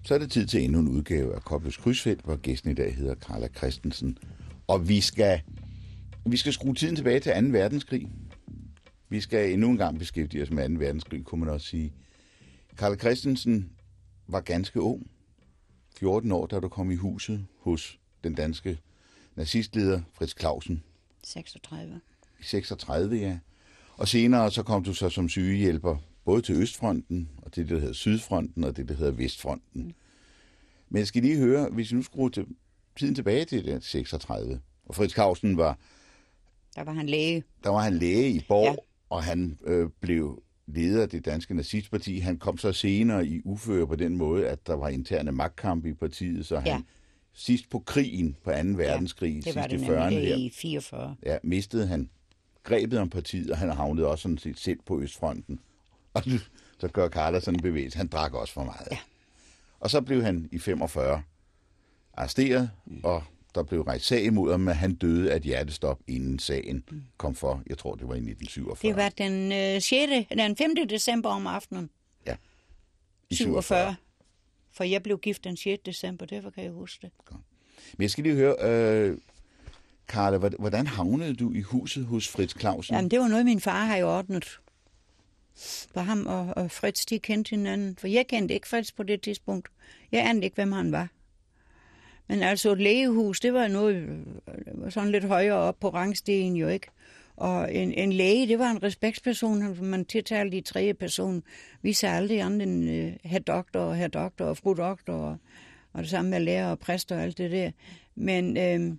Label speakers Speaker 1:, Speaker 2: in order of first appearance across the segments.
Speaker 1: Så er det tid til endnu en udgave af Koplevs Krydsfelt, hvor gæsten i dag hedder Carla Christensen. Og vi skal skrue tiden tilbage til 2. verdenskrig. Vi skal endnu en gang beskæftige os med 2. verdenskrig, kunne man også sige. Carla Christensen var ganske ung. 14 år, da du kom i huset hos den danske nazistleder Frits Clausen.
Speaker 2: 36.
Speaker 1: 36, ja. Og senere så kom du så som sygehjælper både til Østfronten, og det, der hedder Sydfronten, og det, der hedder Vestfronten. Men jeg skal lige høre, hvis vi nu skruer tiden tilbage til det 36, og Frits Clausen
Speaker 2: Der var han læge.
Speaker 1: Der var han læge i Borg,
Speaker 2: ja.
Speaker 1: Og han blev leder af det danske nazistparti. Han kom så senere i uføre på den måde, at der var interne magtkampe i partiet, så han sidst på krigen, på 2. verdenskrig,
Speaker 2: det var
Speaker 1: sidst
Speaker 2: det
Speaker 1: i 40'erne
Speaker 2: her, i 44.
Speaker 1: Ja, mistede han grebet om partiet, og han havnede også sådan set selv på Østfronten. Og så gør Carla sådan en bevægelse. Han drak også for meget.
Speaker 2: Ja.
Speaker 1: Og så blev han i 45 arresteret, og der blev rejst sag imod ham, at han døde af et hjertestop, inden sagen kom for. Jeg tror, det var i 1947.
Speaker 2: Det var den 5. december om aftenen.
Speaker 1: Ja.
Speaker 2: I 47. For jeg blev gift den 6. december, derfor kan jeg huske det.
Speaker 1: Godt. Men jeg skal lige høre, Carla, hvordan havnede du i huset hos Frits Clausen?
Speaker 2: Jamen, det var noget, min far havde ordnet. For ham og Frits, de kendte hinanden. For jeg kendte ikke Frits på det tidspunkt. Jeg anede ikke, hvem han var. Men altså et lægehus, det var noget sådan lidt højere op på rangstigen jo, ikke? Og en læge, det var en respektsperson, man tiltalte i tredje person. Vi sagde aldrig andet end herr doktor og fru doktor, og det samme med lærer og præster og alt det der. Men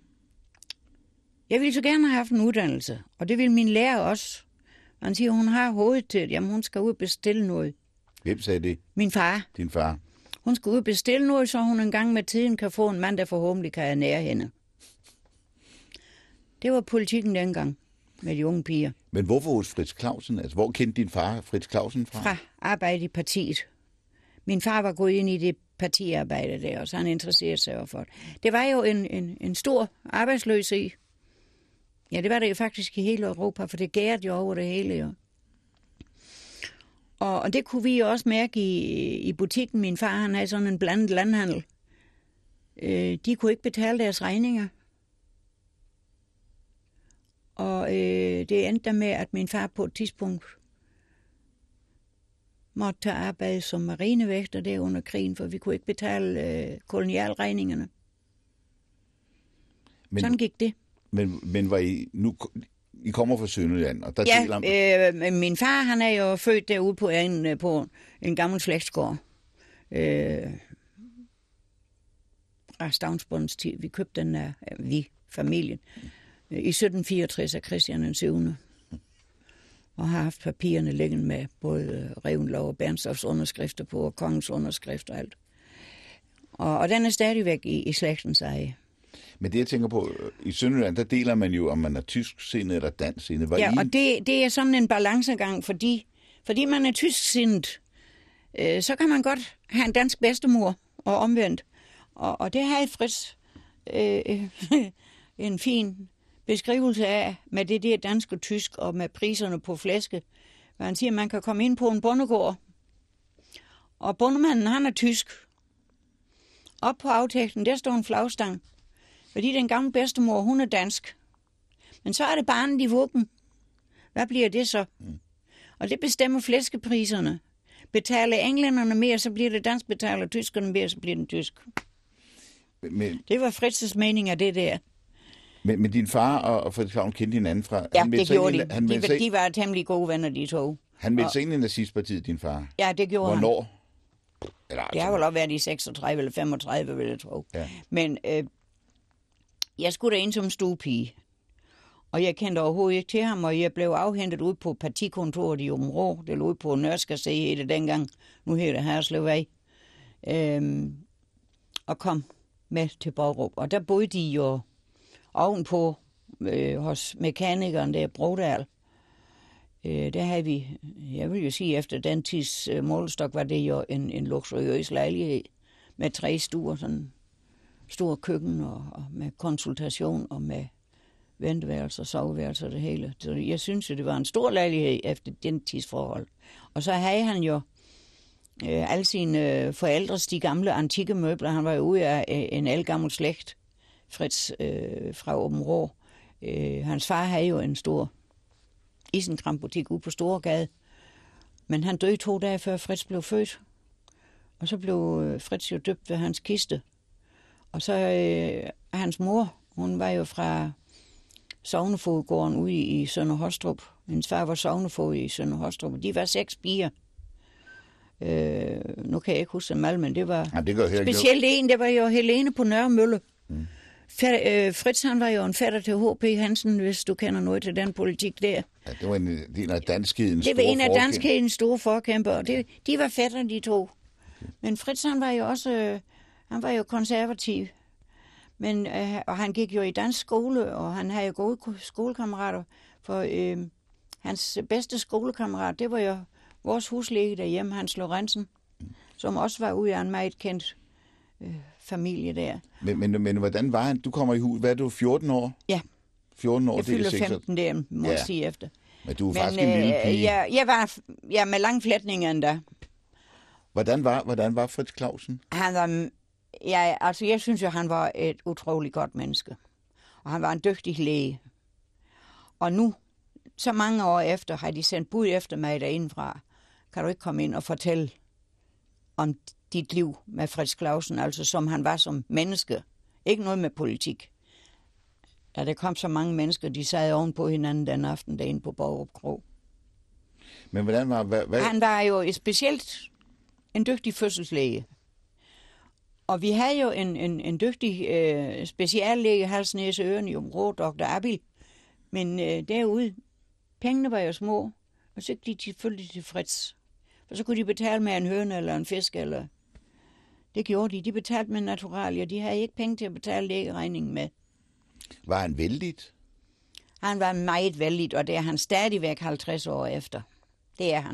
Speaker 2: jeg ville så gerne have haft en uddannelse, og det ville min lærer også. Han siger, hun har hovedet til, jamen hun skal ud og bestille noget.
Speaker 1: Hvem sagde det?
Speaker 2: Min far.
Speaker 1: Din far?
Speaker 2: Hun skal ud og bestille noget, så hun en gang med tiden kan få en mand, der forhåbentlig kan ernære hende. Det var politikken dengang med de unge piger.
Speaker 1: Men hvorfor hos Frits Clausen? Altså, hvor kendte din far Frits Clausen fra?
Speaker 2: Fra arbejde i partiet. Min far var gået ind i det partiarbejde der, og så han interesserede sig for det. Det var jo en stor arbejdsløshed. Ja, det var det jo faktisk i hele Europa, for det gærede jo over det hele jo. Og det kunne vi jo også mærke i butikken. Min far, han havde sådan en blandet landhandel. De kunne ikke betale deres regninger. Og det endte der med, at min far på et tidspunkt måtte tage arbejde som marinevægter der under krigen, for vi kunne ikke betale kolonialregningerne. Sådan gik det.
Speaker 1: Men var I nu... I kommer fra Sønderjylland, og der deler...
Speaker 2: min far, han er jo født derude på en gammel slægtsgård. Stavnsbåndens tid. Vi købte den af familien, i 1764 af Christian den 7. Og har haft papirerne liggende med både Reventlow og Bernstorffs underskrifter på, og kongens underskrifter og alt. Og den er stadigvæk i slægtens eje.
Speaker 1: Men det, jeg tænker på, i Sønderjylland, der deler man jo, om man er tysksindet eller dansksindet.
Speaker 2: Og det er sådan en balancegang, fordi man er tysksindet, så kan man godt have en dansk bedstemor og omvendt. Og det har Frits en fin beskrivelse af, med det der dansk og tysk, og med priserne på flæske. Hvor han siger, at man kan komme ind på en bondegård, og bondemanden, han er tysk. Op på aftægten, der står en flagstang. Fordi den gamle bedstemor, hun er dansk. Men så er det barnet i vuggen. Hvad bliver det så? Og det bestemmer flæskepriserne. Betaler englænderne mere, så bliver det dansk. Betaler tyskerne mere, så bliver den tysk. Det var Fritz's mening af det der.
Speaker 1: Men din far og Frits Clausen kendte hinanden fra...
Speaker 2: Ja, det gjorde de. De var temmelig gode venner, de to.
Speaker 1: Han meldte sig ind i nazistpartiet, din far?
Speaker 2: Ja, det gjorde han.
Speaker 1: Hvornår?
Speaker 2: Det har vel også været i 36 eller 35, vil jeg tro. Ja. Men jeg skulle da ind som stuepige. Og jeg kendte overhovedet ikke til ham, og jeg blev afhentet ud på partikontoret i Områ. Det lå på Nørreskade hele dengang. Nu hedder det Herslevvej. Og kom med til Borup. Og der boede de jo ovenpå hos mekanikeren der, Brodal. Der havde vi, jeg vil jo sige, efter den tids målestok, var det jo en luksuriøs lejlighed med 3 stuer, sådan stor køkken og med konsultation og med venteværelser, soveværelser og det hele. Så jeg synes jo, det var en stor lejlighed efter den tidsforhold. Og så havde han jo alle sine forældres, de gamle antikke møbler. Han var jo ude af en ældgammel slægt, Fritz fra Åbenrå. Hans far havde jo en stor isenkrambutik ude på Storegade, men han døde 2 dage før Fritz blev født. Og så blev Fritz jo døbt ved hans kiste. Og så hans mor, hun var jo fra sognefogedgården ude i Sønder Hostrup. Hendes far var sognefoged i Sønder Hostrup, og de var 6 piger. Nu kan jeg ikke huske dem alle, men det var specielt en, det var jo Helene på Nørremølle. Mm. Fritz, han var jo en fætter til H.P. Hansen, hvis du kender noget til den politik der.
Speaker 1: Ja, det var en af danskhedens store forkæmper.
Speaker 2: Det var en af danskhedens store forkæmper, og de var fætter, de to. Men Fritz, han var jo også han var jo konservativ. Men, og han gik jo i dansk skole, og han havde jo gode skolekammerater. For hans bedste skolekammerat, det var jo vores huslæge derhjemme, Hans Lorentzen, som også var ude af en meget kendt familie der.
Speaker 1: Men hvordan var han? Du kommer i hus, hvad er du, 14 år?
Speaker 2: Ja.
Speaker 1: 14 år,
Speaker 2: jeg fylder 15 der, må jeg sige efter.
Speaker 1: Men du er faktisk en lille pige.
Speaker 2: Jeg var med lang flætning endda.
Speaker 1: Hvordan var Fritz Clausen?
Speaker 2: Han var, jeg synes jo, han var et utroligt godt menneske. Og han var en dygtig læge. Og nu, så mange år efter, har de sendt bud efter mig derindefra. Kan du ikke komme ind og fortælle om dit liv med Fritz Clausen, altså som han var som menneske. Ikke noget med politik. Da der kom så mange mennesker, de sad ovenpå hinanden den aften derinde på Borgerup Kro.
Speaker 1: Men hvordan var...
Speaker 2: Han var jo specielt en dygtig fødselslæge. Og vi havde jo en dygtig speciallæge, hals, næse, ørerne i Åbenrå, Dr. Abil. Men derude, pengene var jo små, og så gik de selvfølgelig til Fritz. Og så kunne de betale med en høne eller en fisk, eller... Det gjorde de. De betalte med naturalier. De havde ikke penge til at betale lægeregningen med.
Speaker 1: Var han vældigt?
Speaker 2: Han var meget vældigt, og det er han stadigvæk 50 år efter. Det er han.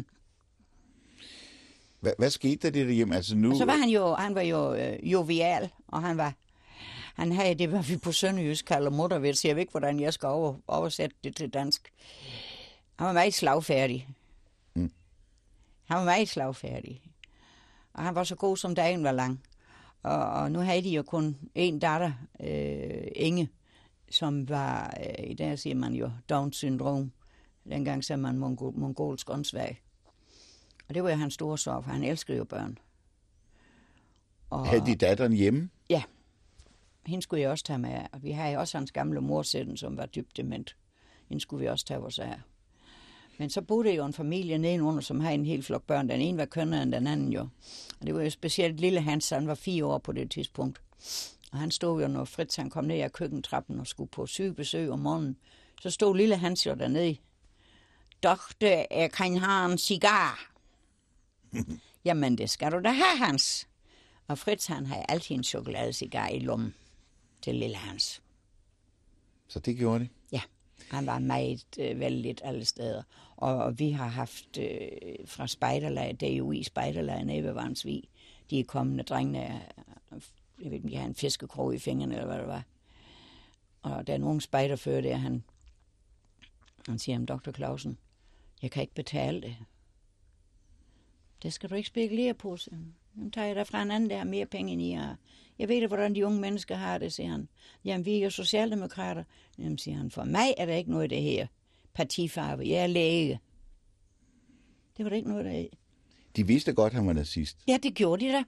Speaker 1: Hvad skete der det derhjemme? Altså nu...
Speaker 2: Og så var han var jo jovial, og han havde det, hvad vi på sønderjysk kalder muttervits. Jeg ved ikke, hvordan jeg skal oversætte det til dansk. Han var meget slagfærdig. Mm. Han var meget slagfærdig. Og han var så god, som dagen var lang. Og nu havde de jo kun en datter, Inge, som var, i dag siger man jo Down-syndrom. Dengang sagde man mongolsk åndssvag. Og det var jo hans store sorg, for han elskede jo børn. Og,
Speaker 1: havde de datteren hjemme?
Speaker 2: Ja. Hende skulle jeg også tage med. Og vi havde også hans gamle morsætten, som var dybt dement. Hende skulle vi også tage vores af. Men så boede jo en familie nedenunder, som havde en hel flok børn. Den ene var kønnere end den anden jo. Og det var jo specielt lille Hans, han var 4 år på det tidspunkt. Og han stod jo, når Fritz han kom ned ad køkkentrappen og skulle på sygebesøg om morgenen. Så stod lille Hans jo dernede. Doktor, jeg kan have en cigar. Jamen, det skal du da have, Hans. Og Fritz, han havde altid en chokoladecigar i lommen til lille Hans.
Speaker 1: Så det gjorde det?
Speaker 2: Ja, han var meget vældigt alle steder. Og vi har haft fra spejderlag, DUI spejderlag nede ved Varnsvig. De er kommende drengene, jeg ved ikke, de har en fiskekrog i fingrene, eller hvad det var. Og der er nogle spejderfører der, han siger om Dr. Clausen, jeg kan ikke betale det. Det skal du ikke spekulere på, siger han. Nu tager jeg da fra en anden, der har mere penge end I har. Jeg ved da, hvordan de unge mennesker har det, siger han. Jamen, vi er jo socialdemokrater. Jamen, siger han, for mig er der ikke noget af det her partifarve. Jeg er læge. Det var der ikke noget af.
Speaker 1: De vidste godt, han var nazist.
Speaker 2: Ja, det gjorde de da.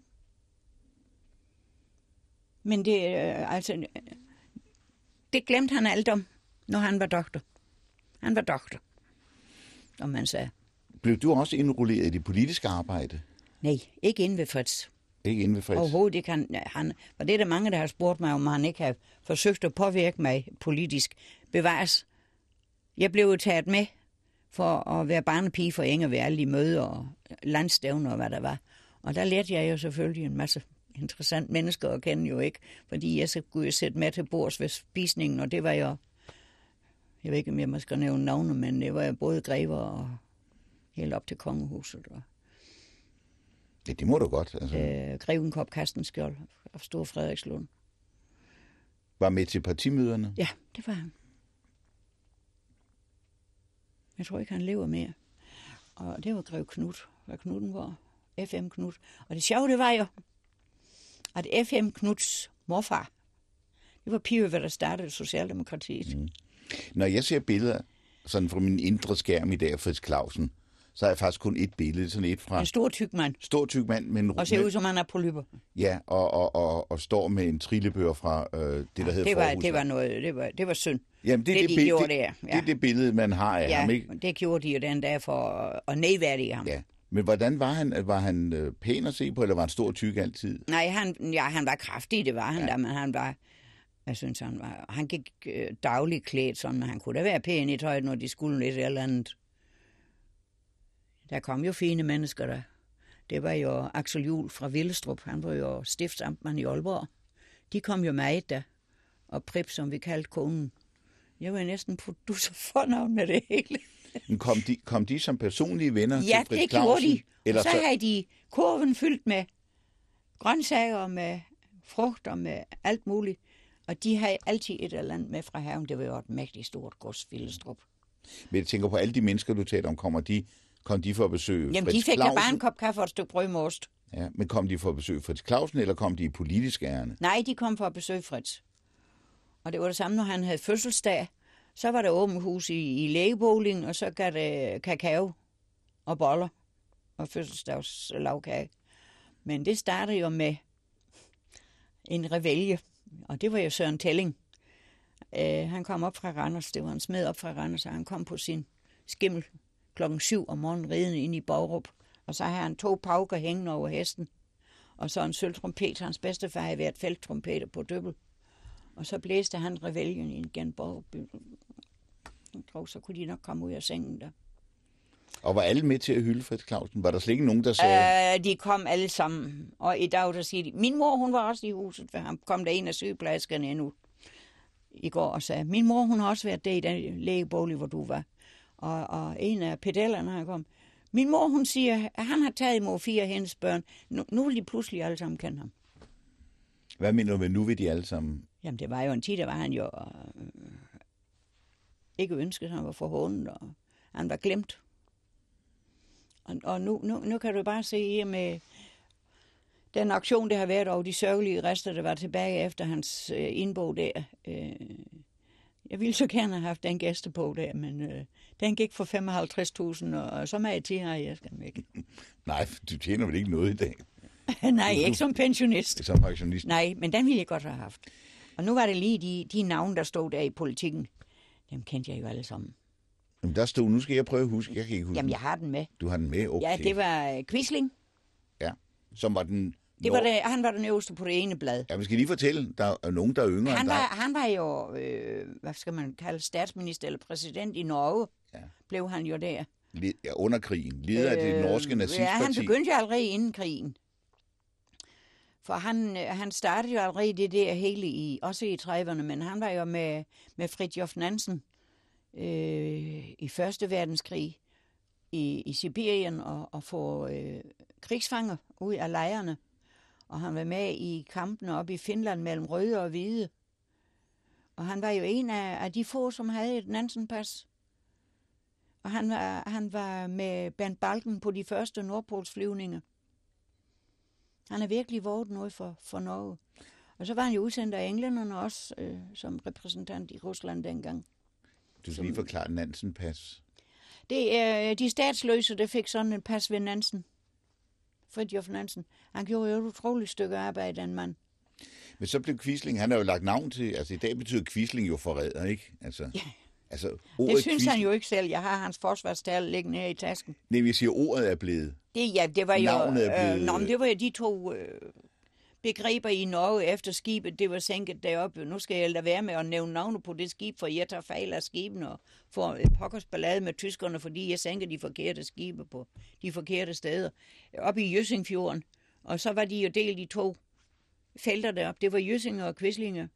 Speaker 2: Men det glemte han alt om, når han var doktor. Han var doktor, som man sagde.
Speaker 1: Blev du også indrulleret i det politiske arbejde?
Speaker 2: Nej, ikke inde ved Fritz.
Speaker 1: Ikke inde ved Fritz?
Speaker 2: Overhovedet ikke. Og det er der mange, der har spurgt mig, om han ikke har forsøgt at påvirke mig politisk. Bevares. Jeg blev jo taget med for at være barnepige for Inger ved alle de møder og landstævner og hvad der var. Og der lærte jeg jo selvfølgelig en masse interessante mennesker at kende jo ikke. Fordi jeg så kunne jo sætte med til bords ved spisningen, og det var jo, jeg ved ikke, om jeg måske skal nævne navne, men det var jo både grever og helt op til kongehuset. Og
Speaker 1: ja, det må du godt. Altså.
Speaker 2: Greven Kop Kastenskjold af Store Frederikslund.
Speaker 1: Var med til partimøderne?
Speaker 2: Ja, det var han. Jeg tror ikke, han lever mere. Og det var Grev Knut, hvad Knuden var. F.M. Knud. Og det sjove, det var jo, at F.M. Knuds morfar, det var Piøver, der startede Socialdemokratiet. Mm.
Speaker 1: Når jeg ser billeder sådan fra min indre skærm i dag af Frits Clausen, så er jeg faktisk kun et billede, sådan et fra...
Speaker 2: En stor tyk mand.
Speaker 1: Stor tyk mand, men...
Speaker 2: Og ser ud, som han er polypper.
Speaker 1: Ja, og står med en trillebør fra det, der hedder Forhus.
Speaker 2: Det var synd.
Speaker 1: Jamen, det er det billede, man har af ham, ikke?
Speaker 2: Ja, det gjorde de jo den dag for at nedværdige ham.
Speaker 1: Ja, men hvordan var han? Var han pæn at se på, eller var han stor tyk altid?
Speaker 2: Nej, han var kraftig, det var han da, men han var... Jeg synes, han gik dagligt klædt sådan, men han kunne da være pæn i tøjet, når de skulle lidt eller andet. Der kom jo fine mennesker der. Det var jo Axel Juhl fra Villestrup, han var jo stiftsamtmand i Aalborg. De kom jo meget der, og Prip, som vi kaldte konen. Jeg var næsten på så fornavn med det hele.
Speaker 1: Men kom de som personlige venner til Frits Clausen?
Speaker 2: Ja, det gjorde de. Eller så havde de kurven fyldt med grøntsager, med frugt og med alt muligt. Og de havde altid et eller andet med fra haven. Det var jo et mægtigt stort gods, Villestrup.
Speaker 1: Men jeg tænker på alle de mennesker, du taler om, kom de for at besøge
Speaker 2: Jamen, de fik da bare en kop kaffe og et stykke brød med ost.
Speaker 1: Ja, men kom de for at besøge Frits Clausen, eller kom de i politisk ærne?
Speaker 2: Nej, de kom for at besøge Frits. Og det var det samme, når han havde fødselsdag. Så var der åbent hus i lægebowling, og så gav det kakao og boller og fødselsdagslagkage. Men det startede jo med en revelje, og det var jo Søren Telling. Han kom op fra Randers, det var en smed op fra Randers, og han kom på sin skimmel 7:00 om morgenen ridende ind i Borup. Og så havde han 2 pauker hængende over hesten, og så en sølvtrompet. Hans bedstefar havde været felttrompeter på Dybbel. Og så blæste han reveljen ind gennem Borup. Så kunne de nok komme ud af sengen der.
Speaker 1: Og var alle med til at hylde Frits Clausen? Var der slet ikke nogen, der sagde...
Speaker 2: De kom alle sammen. Og i dag, der siger de... Min mor, hun var også i huset, for ham kom der en af sygeplejerskerne endnu i går og sagde, min mor, hun har også været der i den lægebolig, hvor du var. Og en af pedellerne har kommet. Min mor, hun siger, at han har taget mor 4 af hendes børn. Nu vil de pludselig alle sammen kende ham.
Speaker 1: Hvad mener du med, nu vil de alle sammen?
Speaker 2: Jamen, det var jo en tid, der var han jo ikke ønsket, han var forhåndet, og han var glemt. Og nu kan du bare se her med den aktion, det har været, og de sørgelige rester, der var tilbage efter hans indbog der. Jeg ville så gerne have haft den gæstebog der, men den gik for 55.000, og så meget til her, jeg skal ikke.
Speaker 1: Nej, du tjener vel ikke noget i dag?
Speaker 2: Nej, ikke som pensionist.
Speaker 1: Som pensionist?
Speaker 2: Nej, men den ville jeg godt have haft. Og nu var det lige de navne, der stod der i politikken. Dem kendte jeg jo alle sammen.
Speaker 1: Jamen der stod, nu skal jeg prøve at huske, jeg kan ikke huske.
Speaker 2: Jamen jeg har den med.
Speaker 1: Du har den med, okay.
Speaker 2: Ja, det var Quisling.
Speaker 1: Ja, som var den...
Speaker 2: Han var den øverste på det ene blad.
Speaker 1: Ja, vi skal lige fortælle, der er nogen, der er yngre end dig.
Speaker 2: Han var jo, hvad skal man kalde, statsminister eller præsident i Norge. Ja. Blev han jo der.
Speaker 1: Under krigen. Leder af det norske nazistparti.
Speaker 2: Ja, han begyndte jo allerede inden krigen. For han startede jo allerede det der hele også i 30'erne, men han var jo med Fridtjof Nansen i Første Verdenskrig i Sibirien og få krigsfanger ud af lejrene. Og han var med i kampene op i Finland mellem røde og hvide. Og han var jo en af de få, som havde et Nansen-pas. Og han var med Bernd Balken på de første nordpolsflyvninger. Han er virkelig våget noget for Norge. Og så var han jo udsendt af englænderne også som repræsentant i Rusland dengang.
Speaker 1: Du skal lige forklare Nansen-pas.
Speaker 2: Det er de statsløse, der fik sådan et pas ved Nansen. Fridtjof Nansen. Han gjorde jo et utroligt stykke arbejde, den mand.
Speaker 1: Men så blev Quisling, han har jo lagt navn til, altså i dag betyder Quisling jo forræder, ikke? Altså,
Speaker 2: ja.
Speaker 1: Altså,
Speaker 2: det synes han jo ikke selv. Jeg har hans forsvarstale liggende her i tasken.
Speaker 1: Nej, vi siger, ordet er blevet.
Speaker 2: Det var jo...
Speaker 1: Navnet er blevet...
Speaker 2: det var jo de 2 begreber i Norge efter skibet. Det var sænket deroppe. Nu skal jeg lade være med at nævne navne på det skib, for jeg tager fejl af skibene og får pokkers ballade med tyskerne, fordi jeg sænker de forkerte skibe på de forkerte steder. Oppe i Jøssingfjorden. Og så var de jo delt i 2 felter deroppe. Det var Jøssinger og Quislinger.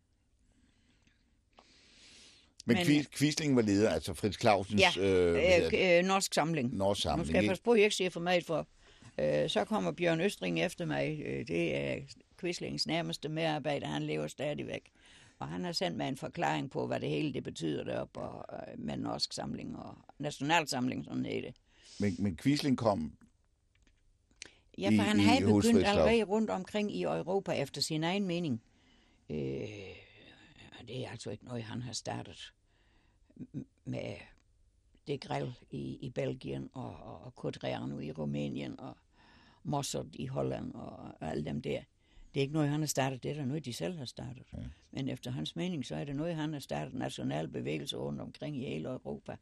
Speaker 1: Men Quisling var leder, altså Frits Clausens...
Speaker 2: Ja, Norsk Samling.
Speaker 1: Norsk Samling.
Speaker 2: Nu skal jeg passe på, at jeg ikke siger for meget, for så kommer Bjørn Østring efter mig. Det er Quislings nærmeste medarbejder, han lever stadigvæk. Og han har sendt mig en forklaring på, hvad det hele det betyder deroppe, med Norsk Samling og Nationalsamling, sådan er det.
Speaker 1: Men Quisling kom...
Speaker 2: Ja, for han havde
Speaker 1: hos
Speaker 2: begyndt
Speaker 1: Frits Clausen.
Speaker 2: allerede rundt omkring i Europa efter sin egen mening. Det er altså ikke noget, han har startet med det grill i Belgien og Codreanu i Rumænien og Mossad i Holland og alle dem der. Det er ikke noget, han har startet. Det er der noget, de selv har startet. Ja. Men efter hans mening, så er det noget, han har startet national bevægelse rundt omkring i hele Europa.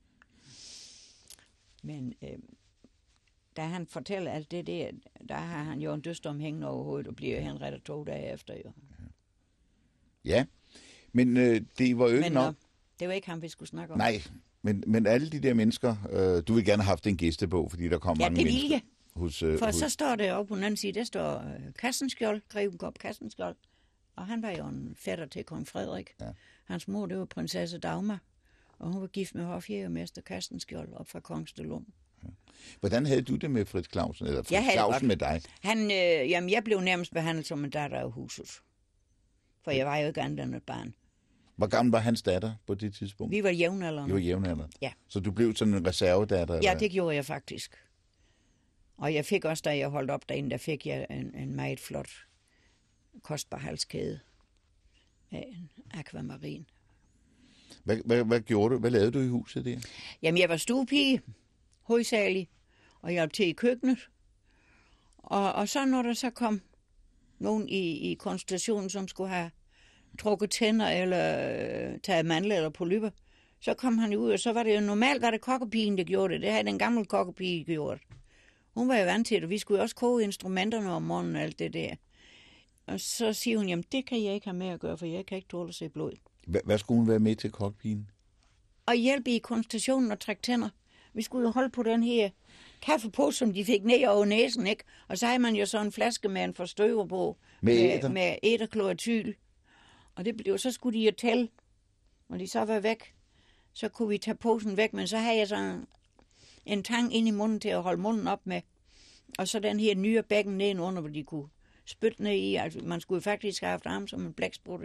Speaker 2: Men da han fortæller alt det der, der har han jo en dødsdom hængende over hovedet og bliver henrettet 2 dage efter. Jo.
Speaker 1: Ja, men det var jo ikke nok.
Speaker 2: Det var ikke ham, vi skulle snakke om.
Speaker 1: Nej, men alle de der mennesker, du vil gerne have haft en gæstebog, fordi der kom mange mennesker. For
Speaker 2: så står det oppe på den anden side, der står Kassenskjold, Grevenkop Kassenskjold, og han var jo en fætter til kong Frederik. Ja. Hans mor, det var prinsesse Dagmar, og hun var gift med hofjægermester Kassenskjold op fra Kongstelund. Ja.
Speaker 1: Hvordan havde du det med Frits Clausen, eller Frits Clausen med dig?
Speaker 2: Jeg blev nærmest behandlet som en datter af huset, for jeg var jo ikke andet end et barn.
Speaker 1: Hvor gammel var hans datter på det tidspunkt?
Speaker 2: Vi var jævnaldrende.
Speaker 1: I var jævnaldrende?
Speaker 2: Ja. Så
Speaker 1: du blev sådan en reservedatter?
Speaker 2: Ja, det gjorde jeg faktisk. Og jeg fik også, da jeg holdt op derinde, der fik jeg en meget flot, kostbar halskæde med en akvamarin.
Speaker 1: Hvad gjorde du? Hvad lavede du i huset der?
Speaker 2: Jamen, jeg var stuepige, hovedsageligt, og jeg hjalp til i køkkenet. Og så når der så kom nogen i konstellationen, som skulle have trukket tænder eller taget mandler eller polypper, så kom han ud, og så var det jo normalt, var det kokkepigen, der gjorde det. Det havde den gamle kokkepige gjort. Hun var jo vant til det, og vi skulle jo også koge instrumenterne om morgenen og alt det der. Og så siger hun, jamen det kan jeg ikke have med at gøre, for jeg kan ikke tåle at se blod.
Speaker 1: Hvad skulle hun være med til kokkepigen?
Speaker 2: Og hjælpe i konstationen og trække tænder. Vi skulle jo holde på den her kaffepose, som de fik ned over næsen, ikke? Og så havde man jo sådan en flaske med en forstøver på. Med æterkloretyl. Og det blev, så skulle de jo tælle. Når de så var væk, så kunne vi tage posen væk, men så havde jeg sådan en tang ind i munden til at holde munden op med. Og så den her nye bækken nedenunder, hvor de kunne spytte ned i. Altså, man skulle faktisk have haft arm som en blæksprut.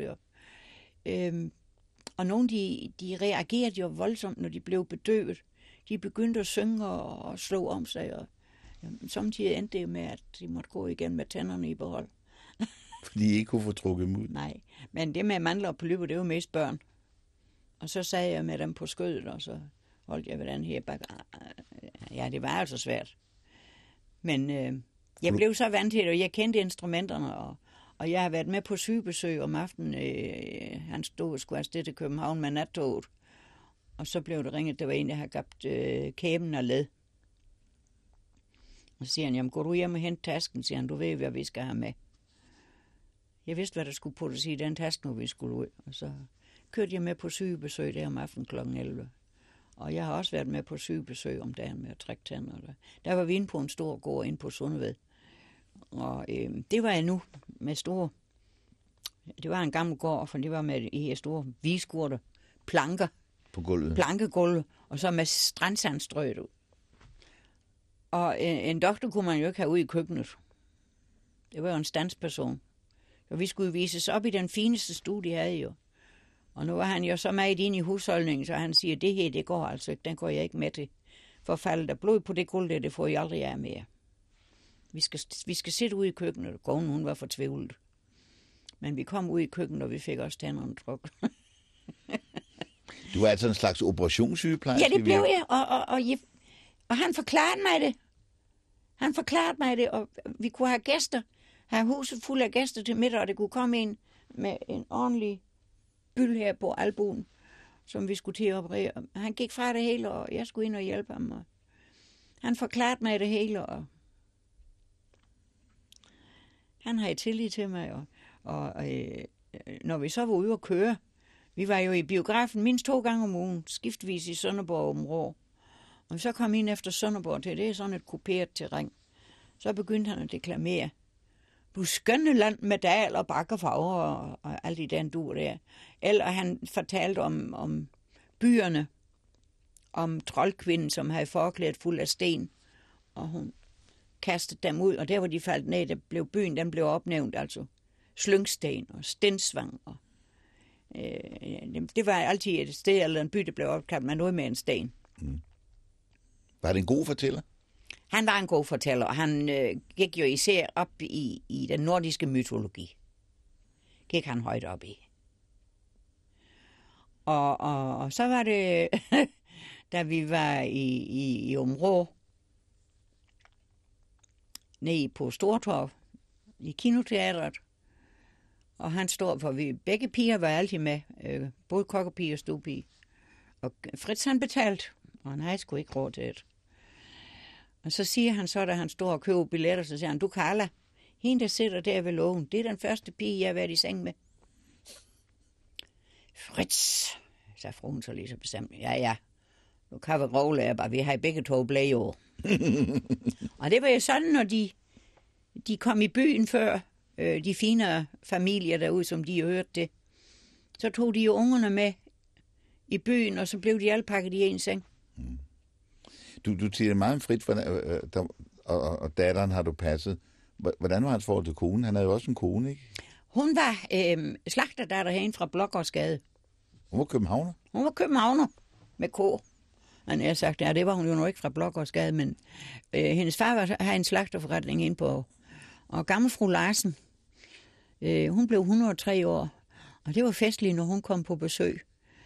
Speaker 2: Og nogle, de reagerede jo voldsomt, når de blev bedøvet. De begyndte at synge og slå om sig. Og samtidig endte det med, at de måtte gå igen med tænderne i behold.
Speaker 1: Fordi de ikke kunne få trukket dem ud?
Speaker 2: Nej, men det med mandler og polypper, det var mest børn. Og så sad jeg med dem på skødet, og så holdt jeg ved den her bakke. Ja, det var altså svært. Men jeg blev så vant til det, og jeg kendte instrumenterne, og jeg har været med på sygebesøg om aftenen. Han stod og skulle afsted til København med nattoget. Og så blev det ringet, der var en, der havde gabt kæben og led. Og så siger han, jamen går du hjem og hente tasken, siger han, du ved, hvad vi skal have med. Jeg vidste, hvad der skulle puttes i den taske, når vi skulle ud. Og så kørte jeg med på sygebesøg der om aftenen kl. 11. Og jeg har også været med på sygebesøg om dagen med at trække tænder. Der var vi inde på en stor gård inde på Sundeved. Og det var jeg nu med store... Det var en gammel gård, for det var med de her store viskurter, planker.
Speaker 1: På gulvet.
Speaker 2: Plankegulve, og så med strandsandstrøget ud. Og en doktor kunne man jo ikke have ud i køkkenet. Det var jo en standsperson. Og vi skulle vises op i den fineste stue, de havde jo. Og nu var han jo så meget inde i husholdningen, så han siger, det her, det går altså ikke, den går jeg ikke med til. For faldet der blod på det gulv der, det får jeg aldrig af mere. Vi skal sidde ude i køkkenet, og konen, hun var fortvivlet. Men vi kom ud i køkkenet, og vi fik også tænderne trukket.
Speaker 1: Du var altså en slags operationssygeplejerske?
Speaker 2: Ja, det blev jeg, og han forklarede mig det. Og vi kunne have gæster, have huset fuld af gæster til middag, og det kunne komme en med en ordentlig byld her på albuen, som vi skulle til at operere. Han gik fra det hele, og jeg skulle ind og hjælpe ham. Og han forklarede mig det hele, og han havde tillid til mig. Og når vi så var ude at køre, vi var jo i biografen mindst 2 gange om ugen, skiftvis i Sønderborg om Rå. Og så kom ind efter Sønderborg til, det er sådan et kuperet terræn. Så begyndte han at deklamere. Du skønne land med dal og bakker farver og alt i den dur der. Eller han fortalte om byerne, om troldkvinden, som havde forklædt fuld af sten. Og hun kastede dem ud, og der hvor de faldt ned, der blev byen, den blev opnævnt, altså Slyngsten og Stensvang. Og, det var altid et sted eller en by, der blev opkaldt med noget med en sten.
Speaker 1: Mm. Var det en god fortæller?
Speaker 2: Han var en god fortæller, og han gik jo især op i den nordiske mytologi. Gik han højt op i. Og så var det, da vi var i Områ, nede på Stortorv, i kinoteatret, og han står for, vi begge piger var altid med, både kokkepige og stuepige. Og Fritz han betalt, og han havde sgu ikke råd til det. Og så siger han så, da han står og køber billetter, så siger han, du Carla, hende der sidder der ved lågen, det er den første pige, jeg har været i seng med. Fritz, sagde fruen så lige så bestemt, ja, nu kan vi råle, bare vi har begge to blæge. Og det var jo sådan, når de kom i byen før, de fine familier derude, som de hørte det, så tog de jo ungerne med i byen, og så blev de alle pakket i en seng.
Speaker 1: Du siger meget om Fritz, og datteren har du passet. Hvordan var hans forhold til konen? Han havde jo også en kone, ikke?
Speaker 2: Hun var slagterdatter herinde fra Blågårdsgade.
Speaker 1: Hun var københavner?
Speaker 2: Hun var københavner med K. Men jeg har sagt, ja, det var hun jo nok ikke fra Blågårdsgade, men hendes far havde en slagterforretning inde på. Og gammelfru Larsen, hun blev 103 år, og det var festligt, når hun kom på besøg.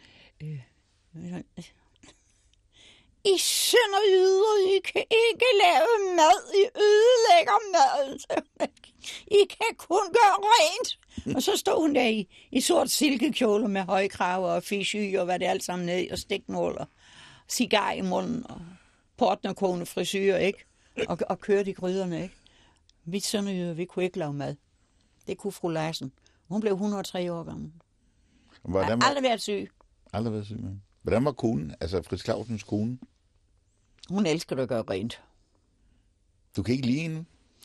Speaker 2: I sønderjyder, I kan ikke lave mad, I ødelægger maden. I kan kun gøre rent. Og så stod hun der i sort silkekjole med højkraver og fishy og hvad det alt sammen ned, og stiknål og cigar i munden og portnerkone frisyr, ikke? Og kørte i gryderne, ikke? Vi sønderjyder, vi kunne ikke lave mad. Det kunne fru Larsen. Hun blev 103 år gammel. Har aldrig været syg.
Speaker 1: Aldrig været syg, man. Hvordan var konen, altså Fritz Clausens kone?
Speaker 2: Hun elsker at gøre rent.
Speaker 1: Du kan ikke lide hende?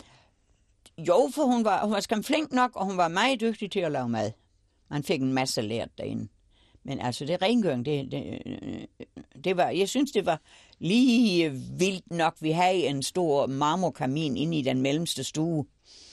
Speaker 2: Jo, for hun var skam flink nok, og hun var meget dygtig til at lave mad. Man fik en masse lært derinde. Men altså, det rengøring, det var, jeg synes, det var lige vildt nok. Vi havde en stor marmorkamin inde i den mellemste stue.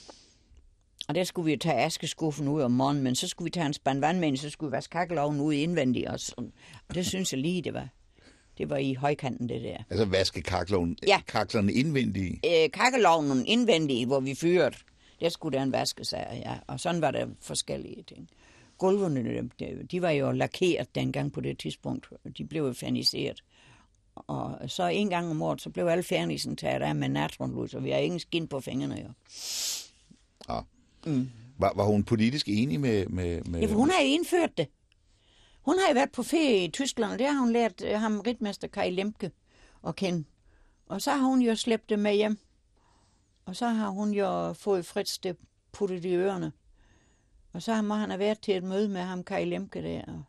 Speaker 2: Og der skulle vi tage askeskuffen ud om morgenen, men så skulle vi tage en spand vand med, så skulle vi vaske kakkelovnen ud indvendigt. Og det synes jeg lige, det var i højkanten, det der.
Speaker 1: Altså vaske kakkelovnen?
Speaker 2: Ja.
Speaker 1: Kakklerne indvendigt?
Speaker 2: Kakkelovnen indvendigt, hvor vi fyrede. Der skulle der en vaskes af, ja. Og sådan var der forskellige ting. Gulvene, de var jo lakeret dengang på det tidspunkt. De blev jo ferniseret. Og så en gang om året, så blev alle fernisen taget af med natronlus, og vi har ingen skin på fingrene, jo.
Speaker 1: Ja. Var hun politisk enig med...
Speaker 2: Ja, for hun har indført det. Hun har jo været på ferie i Tyskland, og der har hun lært ham ritmester Kai Lemke at kende. Og så har hun jo slæbt det med hjem. Og så har hun jo fået Fritz det puttet i ørerne. Og så må han have været til et møde med ham, Kai Lemke der. Og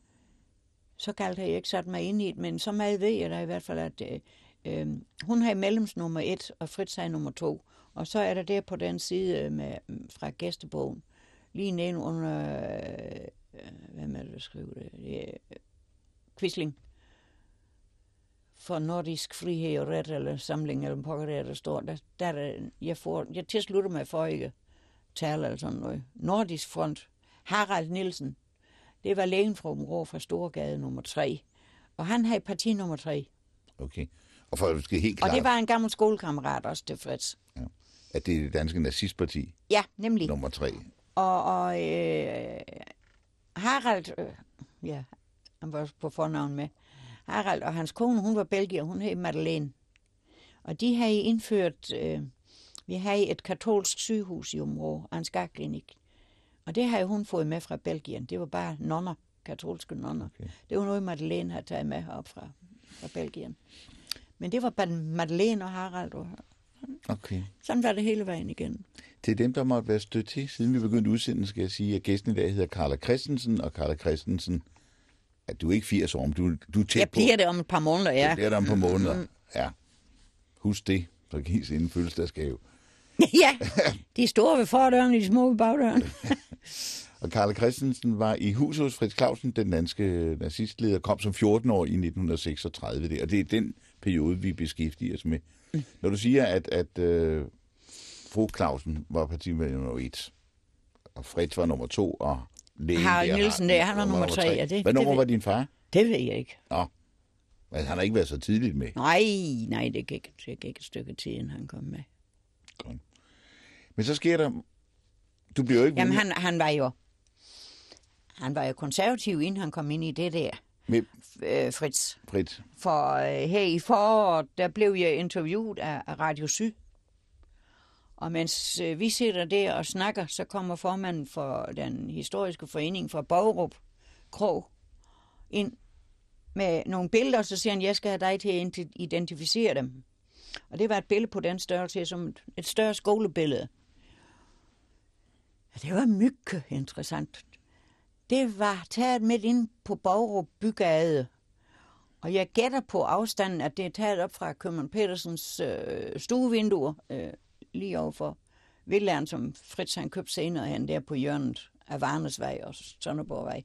Speaker 2: så galt har jeg ikke sat mig ind i det, men så meget ved jeg da i hvert fald, at hun har mellemsnummer 1, og Fritz har nummer 2. Og så er der der på den side fra gæstebogen, lige nede under, hvad er det, der skriver det? Det er Quisling. For nordisk frihed og ret, eller samling, eller pokker der står. Jeg tilslutter mig for ikke tale eller sådan noget. Nordisk front. Harald Nielsen. Det var lægen fra Områ fra Storgade nummer 3. Og han havde parti nummer 3.
Speaker 1: Okay. Og for at helt klart...
Speaker 2: Og det var en gammel skolekammerat også til Fritz.
Speaker 1: Ja. At det er det danske nazistparti?
Speaker 2: Ja, nemlig.
Speaker 1: Nummer 3.
Speaker 2: Og Harald, han var på fornavn med. Harald og hans kone, hun var belgier, hun hed Madeleine. Og de havde indført, vi havde et katolsk sygehus i Områ, en skaklinik. Og det havde hun fået med fra Belgien. Det var bare nonner, katolske nonner. Okay. Det var noget, Madeleine havde taget med herop fra Belgien. Men det var bare Madeleine og Harald.
Speaker 1: Okay.
Speaker 2: Sådan var det hele vejen igen.
Speaker 1: Til dem, der måtte være stødt til, siden vi begyndte udsendelsen, skal jeg sige, at gæsten i dag hedder Carla Christensen, og Carla Christensen, at du er ikke 80 år, men du er tæt på.
Speaker 2: Jeg bliver det om et par måneder, ja.
Speaker 1: Det bliver det om et par måneder, ja. Husk det, så gives en fødselsdagsgave.
Speaker 2: Ja, de store ved fordøren, de små ved bagdøren.
Speaker 1: Og Carla Christensen var i huset hos Fritz Clausen, den danske nazistleder, kom som 14 år i 1936. Og det er den periode, vi beskæftiger os med. Når du siger, at fru Clausen var partimedlem nummer 1, og Fritz var nummer 2, og lægen
Speaker 2: Harald Nielsen der, han var nummer 3. Ja,
Speaker 1: hvad nummer var din far?
Speaker 2: Det ved jeg ikke.
Speaker 1: Nå, Altså, han har ikke været så tidligt med.
Speaker 2: Nej, det gik et stykke tid, inden han kom med.
Speaker 1: Godt. Men så sker der... Du bliver jo ikke...
Speaker 2: Jamen, han var jo konservativ, inden han kom ind i det der.
Speaker 1: Med
Speaker 2: Fritz.
Speaker 1: Fritz.
Speaker 2: For her i foråret, der blev jeg interviewet af Radio Syd. Og mens vi sidder der og snakker, så kommer formanden for den historiske forening fra Bogerup Krog ind med nogle billeder, og så siger han, jeg skal have dig til at identificere dem. Og det var et billede på den størrelse, som et større skolebillede. Ja, det var mycket interessant. Det var taget midt ind på Bogerup Bygade. Og jeg gætter på afstanden, at det er taget op fra Købmann Petersens stuevinduer, lige overfor villaen, som Fritz han købte senere hen der på hjørnet af Varnesvej og Sønderborgvej.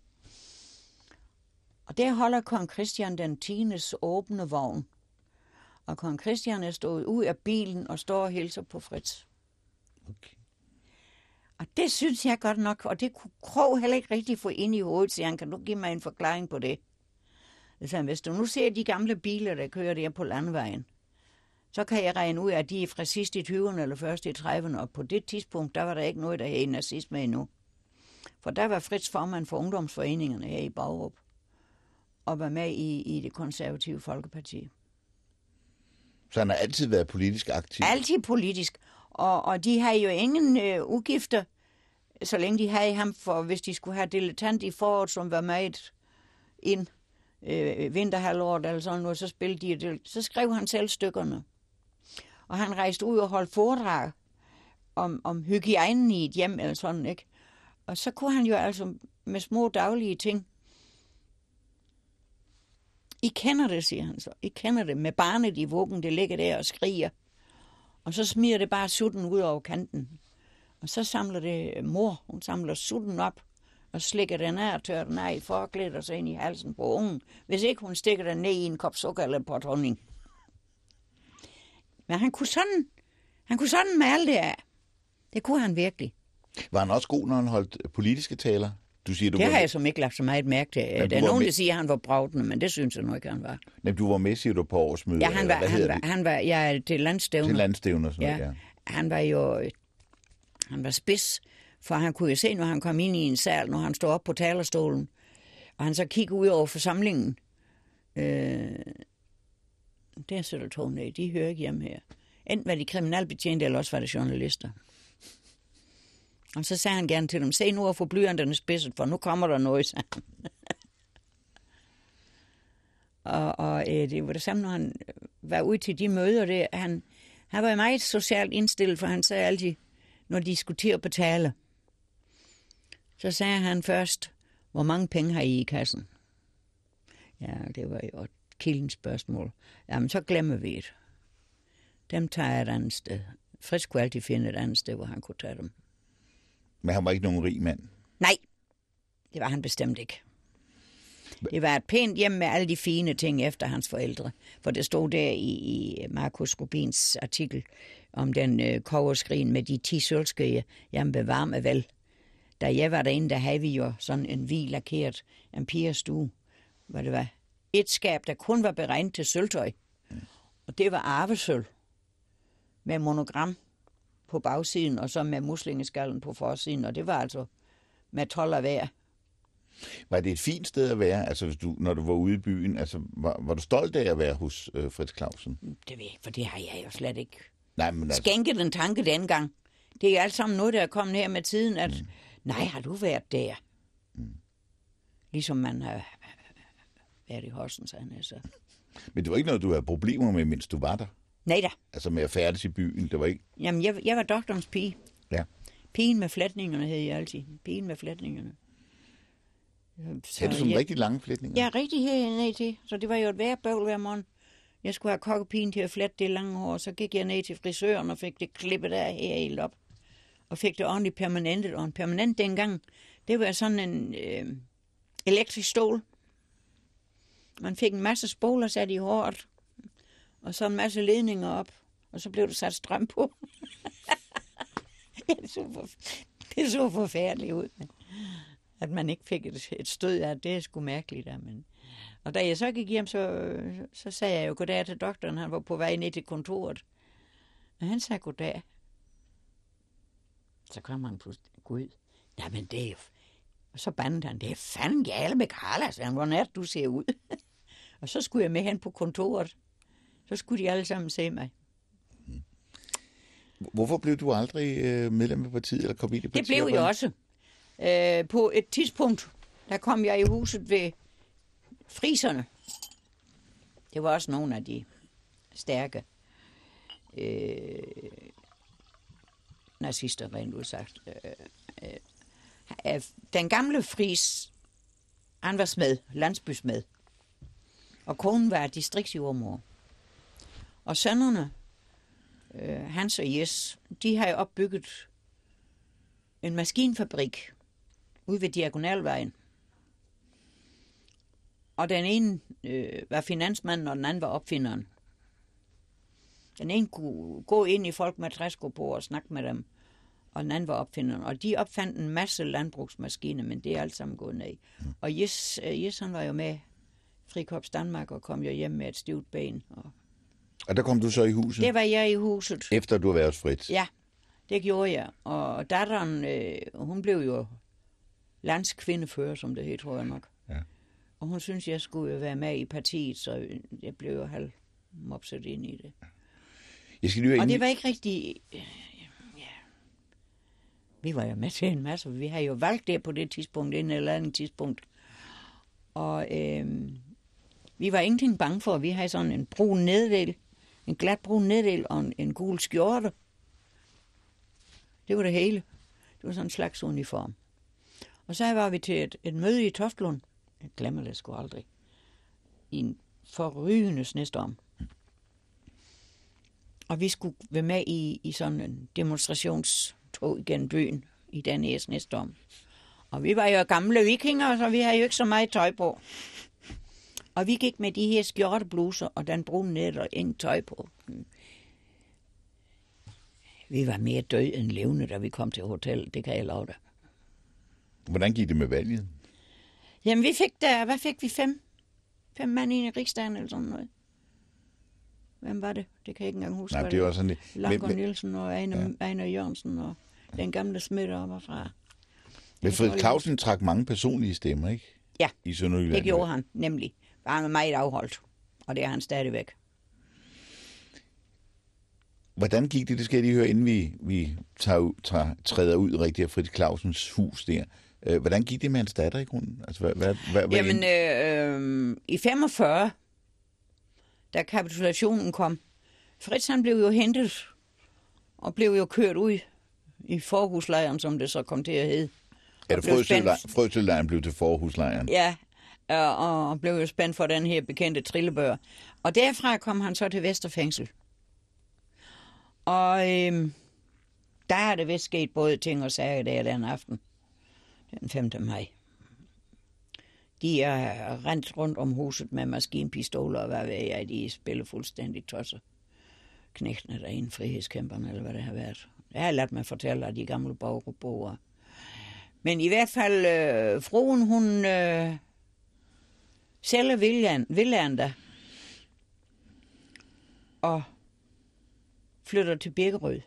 Speaker 2: Og der holder kong Christian den 10. åbne vogn. Og kong Christian er stået ud af bilen og står og hilser på Fritz.
Speaker 1: Okay.
Speaker 2: Og det synes jeg godt nok, og det kunne Krog heller ikke rigtig få ind i hovedet, så han kan du give mig en forklaring på det. Så hvis du nu ser de gamle biler, der kører der på landvejen, så kan jeg regne ud, at de er fra sidst i 20'erne eller først i 30'erne, og på det tidspunkt, der var der ikke noget, der hed nazisme endnu. For der var Fritz formand for ungdomsforeningerne her i Bogerup, og var med i det konservative Folkeparti.
Speaker 1: Så han har altid været politisk aktiv?
Speaker 2: Altid politisk, og de har jo ingen udgifter, så længe de havde ham, for hvis de skulle have dilettant i foråret, som var med ind vinterhalvåret eller sådan noget, så spillede de det. Så skrev han selv stykkerne. Og han rejste ud og holdt foredrag om hygiejnen i et hjem eller sådan, ikke? Og så kunne han jo altså med små daglige ting. I kender det, siger han så. I kender det med barnet i vuggen, det ligger der og skriger. Og så smider det bare sutten ud over kanten. Og så samler det mor, hun samler sutten op og slikker den af og tørrer den af i forklædet og så ind i halsen på ungen. Hvis ikke hun stikker den ned i en kop sukker eller pot honning. Men han kunne sådan male det af. Det kunne han virkelig.
Speaker 1: Var han også god, når han holdt politiske taler? Du siger,
Speaker 2: det har jeg som ikke lagt så meget mærke til. Der er nogen, der siger, at han var bragtende, men det synes jeg nu ikke, han var.
Speaker 1: Men du var med, siger du, på årsmødet?
Speaker 2: Ja, han var til landstævner.
Speaker 1: Til landstævner, sådan noget,
Speaker 2: ja. Han var spids, for han kunne jo se, når han kom ind i en sal, når han stod op på talerstolen, og han så kiggede ud over forsamlingen. Der sætter tårne af, de hører ikke hjemme her. Enten var de kriminalbetjente, eller også var det journalister. Og så sagde han gerne til dem, se nu at få blyanterne spidset, for nu kommer der noget, sagde han. og det var det samme, når han var ude til de møder. Det, han var meget socialt indstillet, for han sagde altid, når de diskuterer på tale, så sagde han først, hvor mange penge har I kassen? Ja, det var jo et kildens spørgsmål. Jamen, så glemmer vi det. Dem tager jeg et andet sted. Fritz kunne altid finde et andet sted, hvor han kunne tage dem.
Speaker 1: Men han var ikke nogen rig mand?
Speaker 2: Nej, det var han bestemt ikke. Det var et pænt hjem med alle de fine ting efter hans forældre. For det stod der i Markus Rubins artikel om den kobberskrin med de 10 sølvskøje. Jamen bevar mig vel. Da jeg var derinde, der havde vi jo sådan en hvid lakeret empirestue, hvor det var et skab, der kun var beregnet til sølvtøj. Og det var arvesølv med monogram på bagsiden, og så med muslingeskallen på forsiden, og det var altså med 12 af hver.
Speaker 1: Var det et fint sted at være, altså når du var ude i byen? Altså, var du stolt af at være hos Fritz Clausen?
Speaker 2: Det ved jeg ikke, for det har jeg jo slet ikke
Speaker 1: altså...
Speaker 2: skænket den tanke dengang. Det er alt sammen noget, der er kommet her med tiden, at nej, har du været der? Ligesom man har været i Horsens, altså.
Speaker 1: Men det var ikke noget, du havde problemer med, mens du var der?
Speaker 2: Nej da.
Speaker 1: Altså med at færdes i byen, det var ikke...
Speaker 2: Jamen, jeg var doktorens pige.
Speaker 1: Ja.
Speaker 2: Pigen med flætningerne hed jeg altid. Pigen med flætningerne.
Speaker 1: Havde du sådan rigtig lange flætninger?
Speaker 2: Ja, rigtig herned til. Så det var jo et værbøvl hver morgen. Jeg skulle have kokkepigen til at flette det lange hår, så gik jeg ned til frisøren og fik det klippet af her helt op. Og fik det ordentligt permanentet. Og en permanent dengang, det var sådan en elektrisk stol. Man fik en masse spoler sat i håret. Og så en masse ledninger op. Og så blev der sat strøm på. Det så forfærdeligt ud. at man ikke fik et stød af, det er sgu mærkeligt. Der, men... Og da jeg så gik hjem, så sagde jeg jo goddag til doktoren. Han var på vej ned til kontoret. Og han sagde goddag. Så kom han pludselig, gud, jamen det er jo... Og så bandede han, det er fanden gale med Carla, så han, hvordan er det, du ser ud? Og så skulle jeg med hen på kontoret. Så skulle de alle sammen se mig.
Speaker 1: Hvorfor blev du aldrig medlem af partiet, eller kom ind i partiet?
Speaker 2: Det blev jeg også. På et tidspunkt, der kom jeg i huset ved friserne. Det var også nogle af de stærke nazister, rent udsagt. Den gamle fris, han var smed, landsbysmed. Og konen var distriktsjordmor. Og sønnerne, Hans og Jes, de har jo opbygget en maskinfabrik ude ved Diagonalvejen. Og den ene var finansmanden, og den anden var opfinderen. Den ene kunne gå ind i folk med træsko på og snakke med dem, og den anden var opfinderen. Og de opfandt en masse landbrugsmaskiner, men det er alt sammen gået ned. Og Jes han var jo med Frikorps Danmark og kom jo hjem med et stivt ben.
Speaker 1: Og der kom du så i huset?
Speaker 2: Det var jeg i huset.
Speaker 1: Efter du var frit?
Speaker 2: Ja, det gjorde jeg. Og datteren, hun blev jo landskvindefører, som det hed, tror jeg nok. Ja. Og hun synes, jeg skulle være med i partiet, så jeg blev jo halvmopset ind i det.
Speaker 1: Jeg skal lige
Speaker 2: og det var ikke rigtig... Vi var jo med til en masse. Vi har jo valgt det på det tidspunkt, en eller anden tidspunkt. Og vi var ingenting bange for. Vi havde sådan en brun neddel, en glat brun neddel og en gul skjorte. Det var det hele. Det var sådan en slags uniform. Og så var vi til et møde i Toftlund. Jeg glemmer det sgu aldrig. I en forrygende snestorm. Og vi skulle være med i sådan en demonstrationstog igen byen i den her snestorm. Og vi var jo gamle vikinger, så vi havde jo ikke så meget tøj på. Og vi gik med de her skjortebluser og den brune net og ingen tøj på. Vi var mere døde end levende, da vi kom til hotellet. Det kan jeg love dig.
Speaker 1: Hvordan gik det med valget?
Speaker 2: Jamen, vi fik der, hvad fik vi? 5 mand i riksdagen eller sådan noget. Hvem var det? Det kan jeg ikke engang huske.
Speaker 1: Nej, det var sådan det.
Speaker 2: Langgaard Nielsen og Ejner Jørgensen og den gamle Smidt op fra.
Speaker 1: Men Fred Clausen trak mange personlige stemmer, ikke?
Speaker 2: Ja,
Speaker 1: i Sønderjylland.
Speaker 2: Det gjorde han nemlig. Var han meget afholdt, og det er han stadigvæk.
Speaker 1: Hvordan gik det? Det skal jeg lige høre, inden vi træder ud rigtig af Fred Clausens hus der. Hvordan gik det med hans datter i grunden? Altså,
Speaker 2: Jamen, i 45, da kapitulationen kom, Fritz han blev jo hentet og blev jo kørt ud i forhuslejren, som det så kom til at hedde.
Speaker 1: Er det Frøsølejren blev til forhuslejren?
Speaker 2: Ja, og blev jo spændt for den her bekendte trillebør. Og derfra kom han så til Vesterfængsel. Og der er det vist sket både ting og sager der den aften. Den 5. maj. De er rendt rundt om huset med maskinpistoler, og hvad ved jeg, de spiller fuldstændig tosser. Knægtene derinde, frihedskæmperne, eller hvad det har været. Jeg har ladt mig fortælle af de gamle borgerboere. Men i hvert fald, fruen, hun sælger villaen der, og flytter til Birkerød.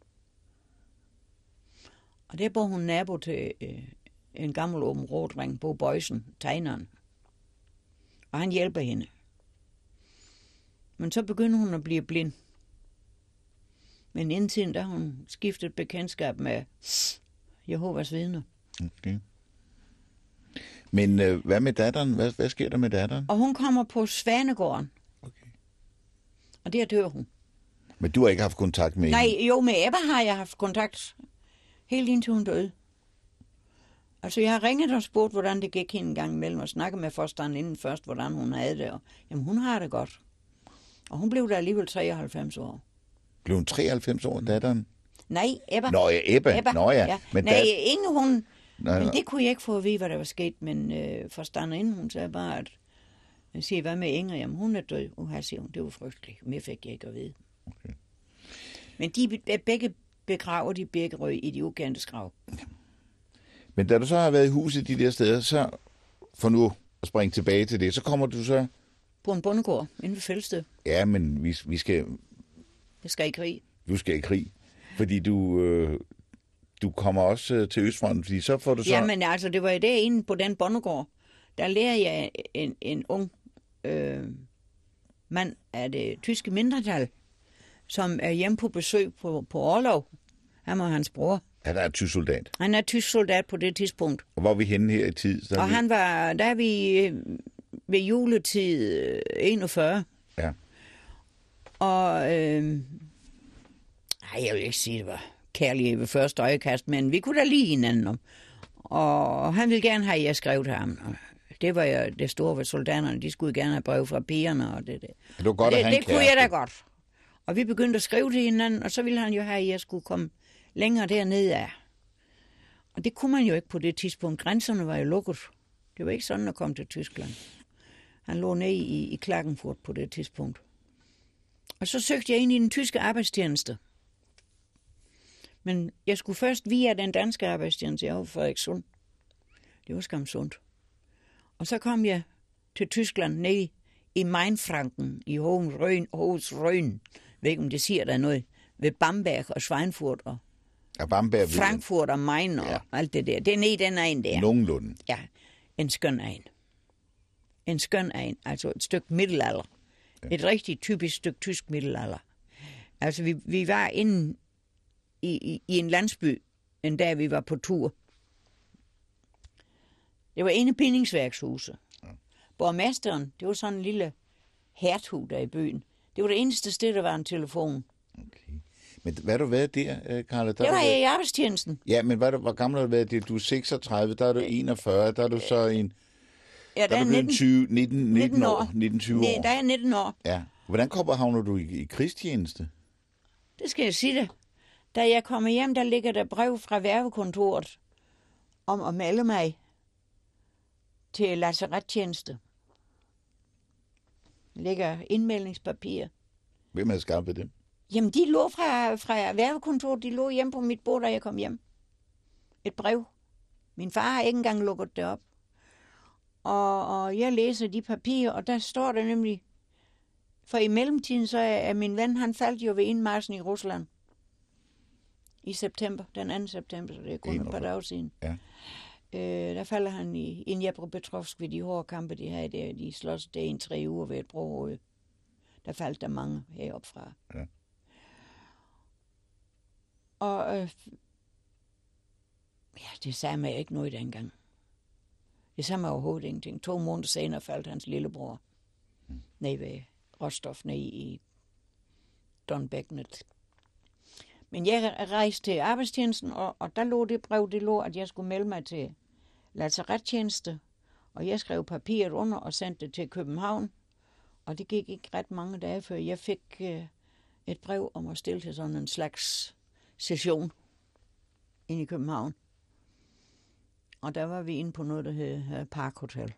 Speaker 2: Og der bor hun nabo til en gammel åben rådring, Bo Bøjsen, tegneren. Og han hjælper hende. Men så begynder hun at blive blind. Men indtil da hun skiftet bekendtskab med Jehovas vidner.
Speaker 1: Okay. Men hvad med datteren? Hvad sker der med datteren?
Speaker 2: Og hun kommer på Svanegården.
Speaker 1: Okay.
Speaker 2: Og der dør hun.
Speaker 1: Men du har ikke haft kontakt med hende?
Speaker 2: Nej, jo, med Ebba har jeg haft kontakt. Helt indtil hun døde. Altså, jeg har ringet og spurgt, hvordan det gik hende en gang imellem, og snakket med forstanden inden først, hvordan hun havde det. Og, jamen, hun har det godt. Og hun blev der alligevel 93 år.
Speaker 1: Blev hun 93 år, datteren?
Speaker 2: Nej, Ebba.
Speaker 1: Nå ja, Ebba. Nå ja. Men
Speaker 2: nej, Inge hun...
Speaker 1: Nej.
Speaker 2: Men det kunne jeg ikke få at vide, hvad der var sket, men forstanden inden hun sagde bare, at jeg siger, hvad med Inger? Jamen, hun er død. Siger hun, det var frygteligt. Mere fik jeg ikke at vide.
Speaker 1: Okay.
Speaker 2: Men de begge begraver de Birkerød i de ukendte grav.
Speaker 1: Men da du så har været i huset de der steder, så for nu at springe tilbage til det, så kommer du så...
Speaker 2: På en bondegård inde ved Felsted.
Speaker 1: Ja, men vi skal...
Speaker 2: Jeg skal i krig.
Speaker 1: Du skal i krig, fordi du kommer også til Østfronten, fordi så får du så...
Speaker 2: Jamen altså, det var jo derinde på den bondegård, der lærer jeg en ung mand af det tyske mindretal, som er hjemme på besøg på orlov. Han og hans bror.
Speaker 1: Han er en tysk soldat.
Speaker 2: Han er tysk soldat på det tidspunkt.
Speaker 1: Og hvor er vi henne her i tid?
Speaker 2: Og han var, der er vi ved juletid 41.
Speaker 1: Ja.
Speaker 2: Og jeg vil ikke sige, det var kærlighed ved første øjekast, men vi kunne da lide hinanden om. Og han ville gerne have, at jeg skrev til ham. Og det var jo det store ved soldaterne. De skulle gerne have brev fra pigerne og det.
Speaker 1: Det var godt,
Speaker 2: det kunne jeg da godt. Og vi begyndte at skrive til hinanden, og så ville han jo have, at jeg skulle komme længere dernede af. Og det kunne man jo ikke på det tidspunkt. Grænserne var jo lukket. Det var ikke sådan at komme til Tyskland. Han lå ned i Klagenfurt på det tidspunkt. Og så søgte jeg ind i den tyske arbejdstjeneste. Men jeg skulle først via den danske arbejdstjeneste. Jeg var Frederikssund. Det var skam sundt. Og så kom jeg til Tyskland ned i Mainfranken, i Hohes Rhön. Jeg ved ikke, om det siger der noget. Ved Bamberg og Schweinfurt og Frankfurt og Main og alt det der. Det er nede i den egen der.
Speaker 1: Nogenlunde.
Speaker 2: Ja, en skøn egen. En skøn egen, altså et stykke middelalder. Ja. Et rigtig typisk stykke tysk middelalder. Altså vi var inde i en landsby, en dag vi var på tur. Det var inde i bindingsværkshuse. Ja. Borgmesteren, det var sådan en lille hertug der i byen. Det var det eneste sted, der var en telefon.
Speaker 1: Okay. Men hvad har du været der, Carla?
Speaker 2: Det var jeg i arbejdstjenesten.
Speaker 1: Ja, men hvor gammel har du været det? Du er 36, der er du 41, der er du så en...
Speaker 2: Ja, der er
Speaker 1: 19 år. 19-20 år.
Speaker 2: Nej, der er 19 år.
Speaker 1: Ja. Hvordan havner du i krigstjeneste?
Speaker 2: Det skal jeg sige det. Da jeg kommer hjem, der ligger der brev fra værvekontoret om at melde mig til lazarettjeneste. Der ligger indmeldingspapir.
Speaker 1: Hvem har skaffet dem? Jamen,
Speaker 2: de lå fra værvekontoret. De lå hjemme på mit bord, da jeg kom hjem. Et brev. Min far har ikke engang lukket det op. Og jeg læser de papirer, og der står der nemlig... For i mellemtiden, så er min ven, han faldt jo ved indmarchen i Rusland. I september, den 2. september, så det er kun et par dage siden.
Speaker 1: Ja.
Speaker 2: Der falder han i Dnepropetrovsk ved de hårde kampe, de havde der. De slås der i 3 uger ved et brohoved. Der faldt der mange heroppe fra.
Speaker 1: Ja.
Speaker 2: Og det sagde mig ikke noget dengang. Det sagde mig overhovedet ingenting. 2 måneder senere faldt hans lillebror ned ved Rostov, ned i Donbækkenet. Men jeg rejste til arbejdstjenesten, og der lå det brev, at jeg skulle melde mig til lazarettjeneste, og jeg skrev papiret under og sendte det til København, og det gik ikke ret mange dage, før jeg fik et brev om at stille til sådan en slags session inde i København. Og der var vi inde på noget, der hed Parkhotel.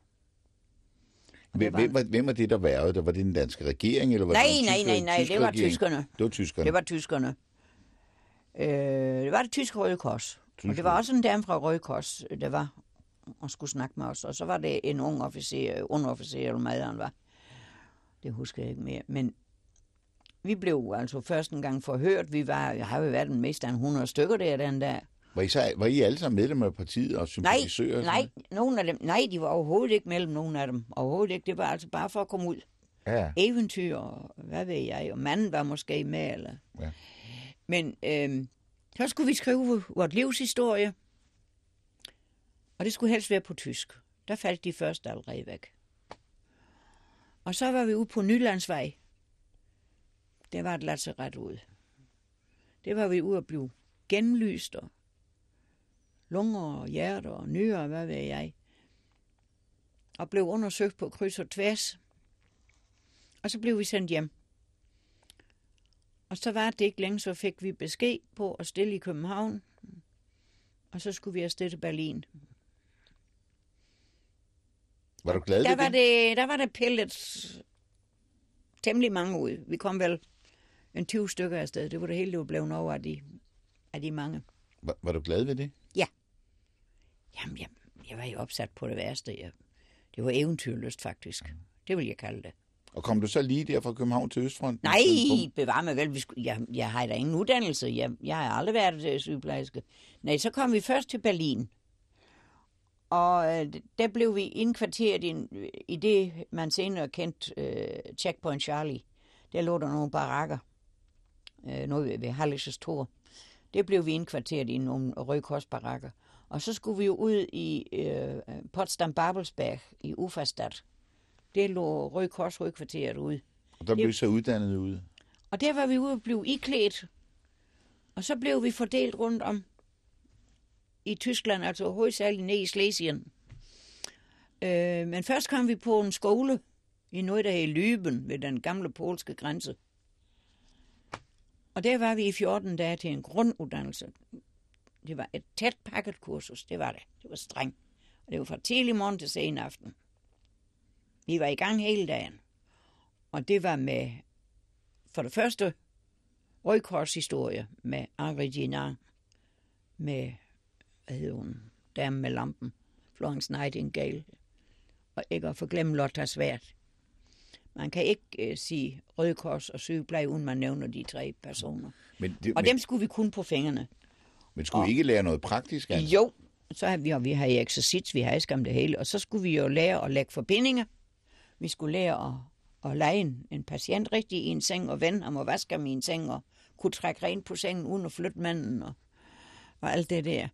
Speaker 1: Hvem var det, der værvede? Der var det den danske regering? Eller var
Speaker 2: Nej, det var tyskerne.
Speaker 1: Det var tyskerne?
Speaker 2: Det var tyskerne. Det var det tyske Røde Kors. Og det var også en dame fra Røde Kors, der var og skulle snakke med os. Og så var det en ung underofficer, eller hvad han var. Det husker jeg ikke mere. Men vi blev altså først en gang forhørt. Jeg har jo været den mest af 100 stykker den der.
Speaker 1: Var I alle sammen medlemmer af partiet og sympatisører?
Speaker 2: Nej, de var overhovedet ikke mellem nogen af dem. Overhovedet ikke. Det var altså bare for at komme ud.
Speaker 1: Ja.
Speaker 2: Eventyr, og hvad ved jeg, og manden var måske med, eller...
Speaker 1: Ja.
Speaker 2: Men så skulle vi skrive vores livshistorie, og det skulle helst være på tysk. Der faldt de første allerede væk. Og så var vi ude på Nylandsvej. Det var et lazaret ude. Det var vi ude at blive gennemlyst, og lunger og hjerter og nyrer, hvad ved jeg. Og blev undersøgt på kryds og tværs. Og så blev vi sendt hjem. Og så var det ikke længe, så fik vi besked på at stille i København. Og så skulle vi afsted til Berlin.
Speaker 1: Var du glad ved det?
Speaker 2: Der var det pillet temmelig mange ud. Vi kom vel en 20 stykker afsted. Det var det hele, det var blevet over af de mange.
Speaker 1: Var du glad ved det?
Speaker 2: Ja. Jamen, jeg var jo opsat på det værste. Det var eventyrlyst, faktisk. Det vil jeg kalde det.
Speaker 1: Og kom du så lige der fra København til Østfronten?
Speaker 2: Nej, bevar mig vel. Jeg har da ingen uddannelse. Jeg har aldrig været sygeplejerske. Nej, så kom vi først til Berlin. Og der blev vi indkvarteret i det, man senere kendt Checkpoint Charlie. Der lå der nogle barakker. Noget ved Hallisches Tor. Det blev vi indkvarteret i nogle Røde Kors-barakker. Og så skulle vi jo ud i Potsdam-Babelsberg i Uferstadt. Det lå Røde Kors hovedkvarteret ude.
Speaker 1: Og der blev så uddannet ude?
Speaker 2: Og der var vi ude og blev iklædt. Og så blev vi fordelt rundt om i Tyskland, altså hovedsageligt ned i Schlesien. Men først kom vi på en skole i noget, der hed Lüben, ved den gamle polske grænse. Og der var vi i 14 dage til en grunduddannelse. Det var et tæt pakket kursus, det var det. Det var strengt. Og det var fra tidlig morgen til sen aften. Vi var i gang hele dagen. Og det var med, for det første, Røde Kors historie med Henri Dunant, med, hvad hedder hun, Damen med lampen, Florence Nightingale, og ikke at forglemme Lotta Sværd. Man kan ikke sige Røde Kors og sygepleje, uden man nævner de 3 personer. Dem skulle vi kun på fingrene.
Speaker 1: Men skulle vi ikke lære noget praktisk? Altså?
Speaker 2: Jo, så har vi har eksercits, vi har skam det hele, og så skulle vi jo lære at lægge forbindinger. Vi skulle lære at lege en patient rigtig i en seng, og vende ham og vaske ham i en seng, og kunne trække rent på sengen uden at flytte manden, og alt det der.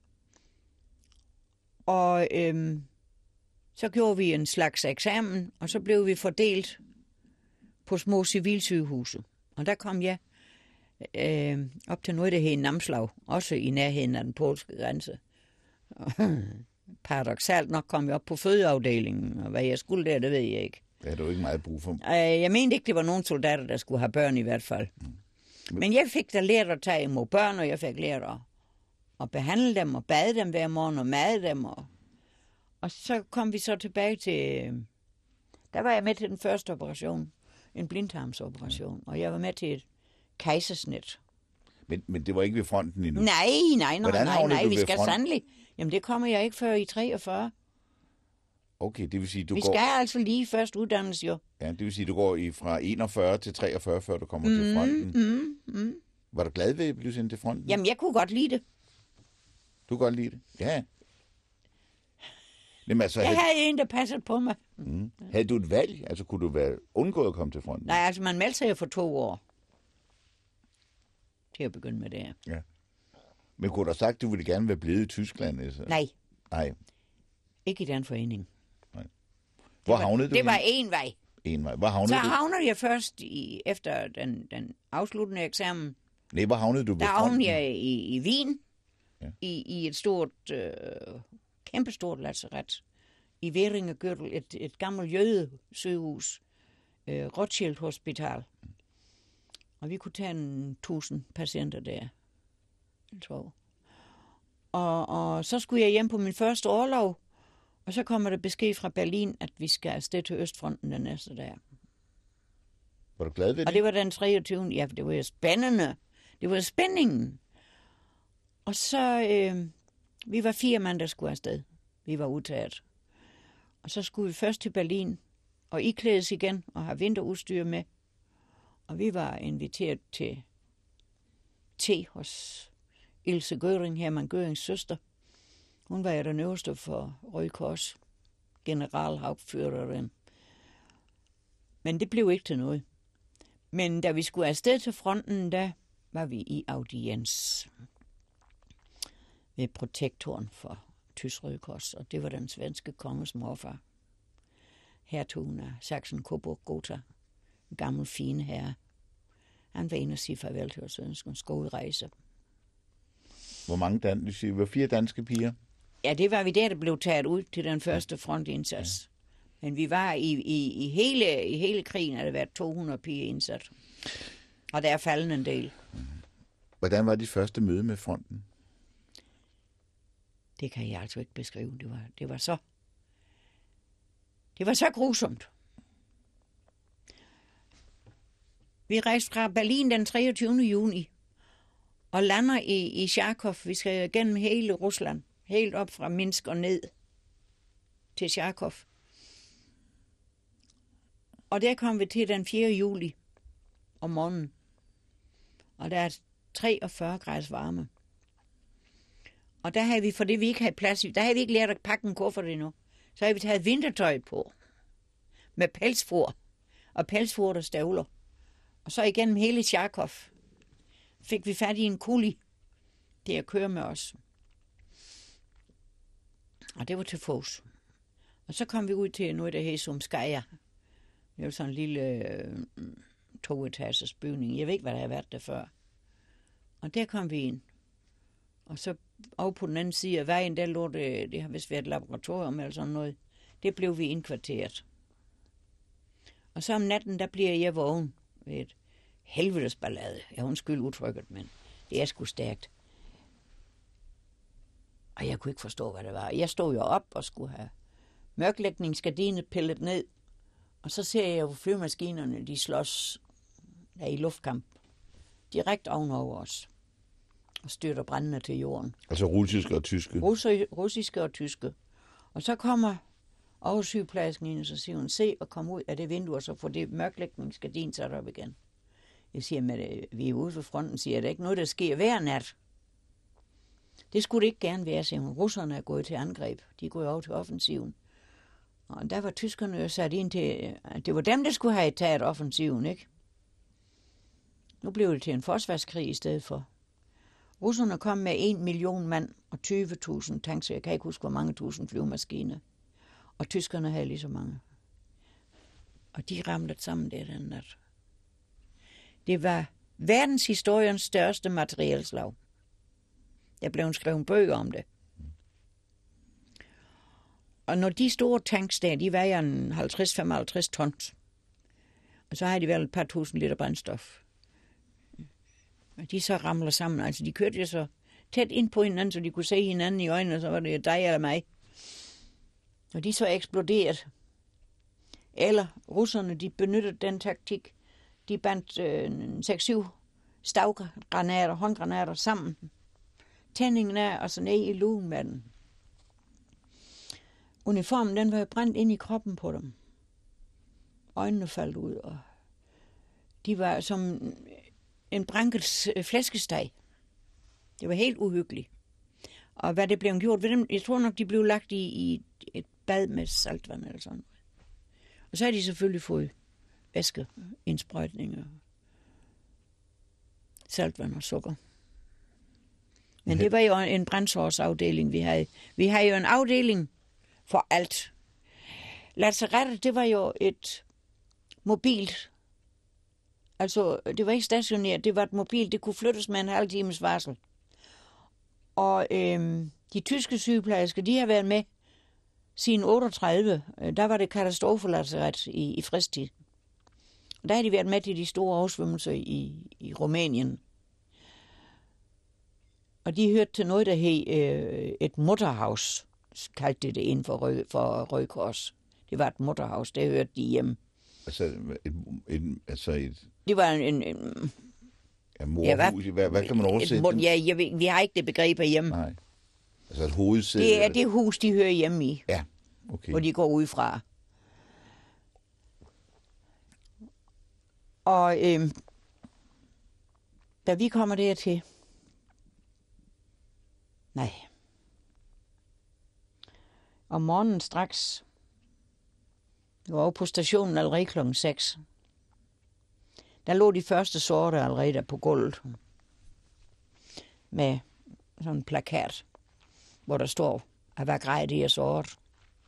Speaker 2: Og så gjorde vi en slags eksamen, og så blev vi fordelt på små civilsygehuse. Og der kom jeg op til noget, der hed Namslag, også i nærheden af den polske grænse. Paradoksalt nok kom jeg op på fødeafdelingen, og hvad jeg skulle der, det ved jeg ikke.
Speaker 1: Det har du ikke meget brug for.
Speaker 2: Jeg mente ikke, det var nogen soldater, der skulle have børn i hvert fald. Men jeg fik da lært at tage imod børn, og jeg fik lært at behandle dem, og bade dem hver morgen, og made dem. Og så kom vi så tilbage til... Der var jeg med til den første operation, en blindtarmsoperation, og jeg var med til et kejsersnit.
Speaker 1: Men det var ikke ved fronten endnu?
Speaker 2: Nej, vi skal sandelig. Jamen, det kommer jeg ikke før i 43.
Speaker 1: Okay, det vil sige,
Speaker 2: vi skal altså lige først uddannes, jo.
Speaker 1: Ja, det vil sige, du går fra 41 til 43, før du kommer til fronten. Var du glad ved at blive sendt til fronten?
Speaker 2: Jamen, jeg kunne godt lide det.
Speaker 1: Du kunne godt lide det? Ja. Jamen, altså,
Speaker 2: jeg havde en, der passede på mig.
Speaker 1: Havde du et valg? Altså, kunne du være undgået at komme til fronten?
Speaker 2: Nej, altså, man meldte sig jo for 2 år. Til at begynde med det her.
Speaker 1: Ja. Men kunne du have sagt, at du ville gerne være blevet i Tyskland? Altså?
Speaker 2: Nej. Ikke i den forening.
Speaker 1: Nej. Hvor havnede du?
Speaker 2: Det var én vej.
Speaker 1: En vej. Hvor havnede
Speaker 2: så
Speaker 1: du?
Speaker 2: havnede jeg først efter den afsluttende eksamen.
Speaker 1: Nej, hvor havnede du ved
Speaker 2: fronten? Der havnede jeg i Wien.
Speaker 1: Ja.
Speaker 2: I et stort, kæmpestort lazaret. I Währingegürtel, et gammelt jødesygehus. Rothschild Hospital. Og vi kunne tage 1000 patienter der. Jeg tror. Og så skulle jeg hjem på min første orlov. Og så kommer der besked fra Berlin, at vi skal afsted til Østfronten den næste dag.
Speaker 1: Var du glad ved det?
Speaker 2: Og det var den 23. Ja, det var jo spændende. Det var spændingen. Og så, vi var 4 mand, der skulle afsted. Vi var udtaget. Og så skulle vi først til Berlin og iklædes igen og have vinterudstyr med. Og vi var inviteret til te hos Ilse Göring, Hermann Görings søster. Hun var jo den øverste for Røde Kors, generalhauptführerin. Men det blev ikke til noget. Men da vi skulle afsted til fronten, der var vi i audiens ved protektoren for Tysk Røde Kors, og det var den svenske konges morfar. Hertugen af Sachsen-Coburg-Gotha, en gammel fin herre. Han var inde og sige farvel til os, ønske en skolerejse.
Speaker 1: Hvor mange danske? Det var 4 danske piger?
Speaker 2: Ja, det var vi der blev taget ud til den første frontindsats. Ja. Men vi var i hele krigen, har der været 200 piger indsat. Og der er faldet en del.
Speaker 1: Hvordan var dit første møde med fronten?
Speaker 2: Det kan jeg altså ikke beskrive. Det var så grusomt. Vi rejste fra Berlin den 23. juni og lander i Charkov. Vi skal gennem hele Rusland. helt op fra Minsk og ned til Charkov. Og der kom vi til den 4. juli om morgenen. Og der er 43 grader varme. Og der havde vi, fordi vi ikke havde plads, der havde vi ikke lært at pakke en kuffert endnu. Så havde vi taget vintertøj på. Med pelsfor. Og pelsfor og støvler. Og så igennem hele Charkov fik vi fat i en kuli til at køre med os. Og det var til fods. Og så kom vi ud til noget, der hed Sumskaya. Det var sådan en lille 2-etages bygning. Jeg ved ikke, hvad der har været der før. Og der kom vi ind. Og så over på den anden side af vejen, der lå det har vist været et laboratorium eller sådan noget. Det blev vi indkvarteret. Og så om natten, der bliver jeg vågen ved et helvedes ballade. Jeg undskyld udtrykket, men det er sgu stærkt. Og jeg kunne ikke forstå, hvad det var. Jeg stod jo op og skulle have mørklægningsgardinet pillet ned. Og så ser jeg jo flyvemaskinerne, de slås der i luftkamp. Direkte ovenover os. Og styrter brændende til jorden.
Speaker 1: Altså russiske og tyske?
Speaker 2: Russiske og tyske. Og så kommer oversygeplejersken ind, og så siger hun, se og kom ud af det vindue, og så får det mørklægningsgardin sat op igen. Jeg siger, men vi er ude ved fronten, siger, det er ikke noget, der sker hver nat. Det skulle det ikke gerne være, siger hun. Russerne er gået til angreb. De er gået over til offensiven. Og der var tyskerne jo sat ind til, det var dem, der skulle have taget offensiven, ikke? Nu blev det til en forsvarskrig i stedet for. Russerne kom med 1 million mand og 20.000 tanks, jeg kan ikke huske, hvor mange tusind flyvemaskiner. Og tyskerne havde lige så mange. Og de ramlede sammen der den nat. Det var verdenshistoriens største materielslag. Der blev skrevet bøger om det. Og når de store tanks der, de vejer en 50-55 tons. Og så har de vel et par tusind liter brændstof. Og de så ramler sammen. Altså de kørte jo så tæt ind på hinanden, så de kunne se hinanden i øjnene, og så var det dig eller mig. Og de så eksploderet. Eller russerne, de benyttede den taktik. De bandt 6-7 stavgranater, håndgranater sammen. Tændingen af, og så ned i lugen med den. Uniformen, den var jo brændt ind i kroppen på dem. Øjnene faldt ud, og de var som en branket flæskesteg. Det var helt uhyggeligt. Og hvad det blev gjort ved dem, jeg tror nok, de blev lagt i et bad med saltvand eller sådan noget. Og så har de selvfølgelig fået væskeindsprøjtninger, saltvand og sukker. Men det var jo en brændsårsafdeling, vi havde. Vi havde jo en afdeling for alt. Lazarettet, det var jo et mobilt. Altså, det var ikke stationært, det var et mobilt. Det kunne flyttes med en halv times varsel. Og de tyske sygeplejersker, de har været med siden 38. Der var det katastrofelazaret i fredstid. Og der har de været med til de store oversvømmelser i Rumænien. Og de hørte til noget, der hed et Mutterhaus, kaldte det inden for Røde Kors. Det var et Mutterhaus, det hørte de hjemme.
Speaker 1: Altså et
Speaker 2: det var
Speaker 1: morhus, hvad kan man oversætte det?
Speaker 2: Vi har ikke det begreb hjemme.
Speaker 1: Nej. Altså et hovedsæde?
Speaker 2: Det er det hus, de hører hjemme i.
Speaker 1: Ja, okay.
Speaker 2: Hvor de går ud fra. Og da vi kommer dertil, om morgenen straks, jeg var over på stationen allerede klokken 6. Der lå de første sorte allerede der på gulvet. Med sådan en plakat, hvor der står, at hvad grej det er sort.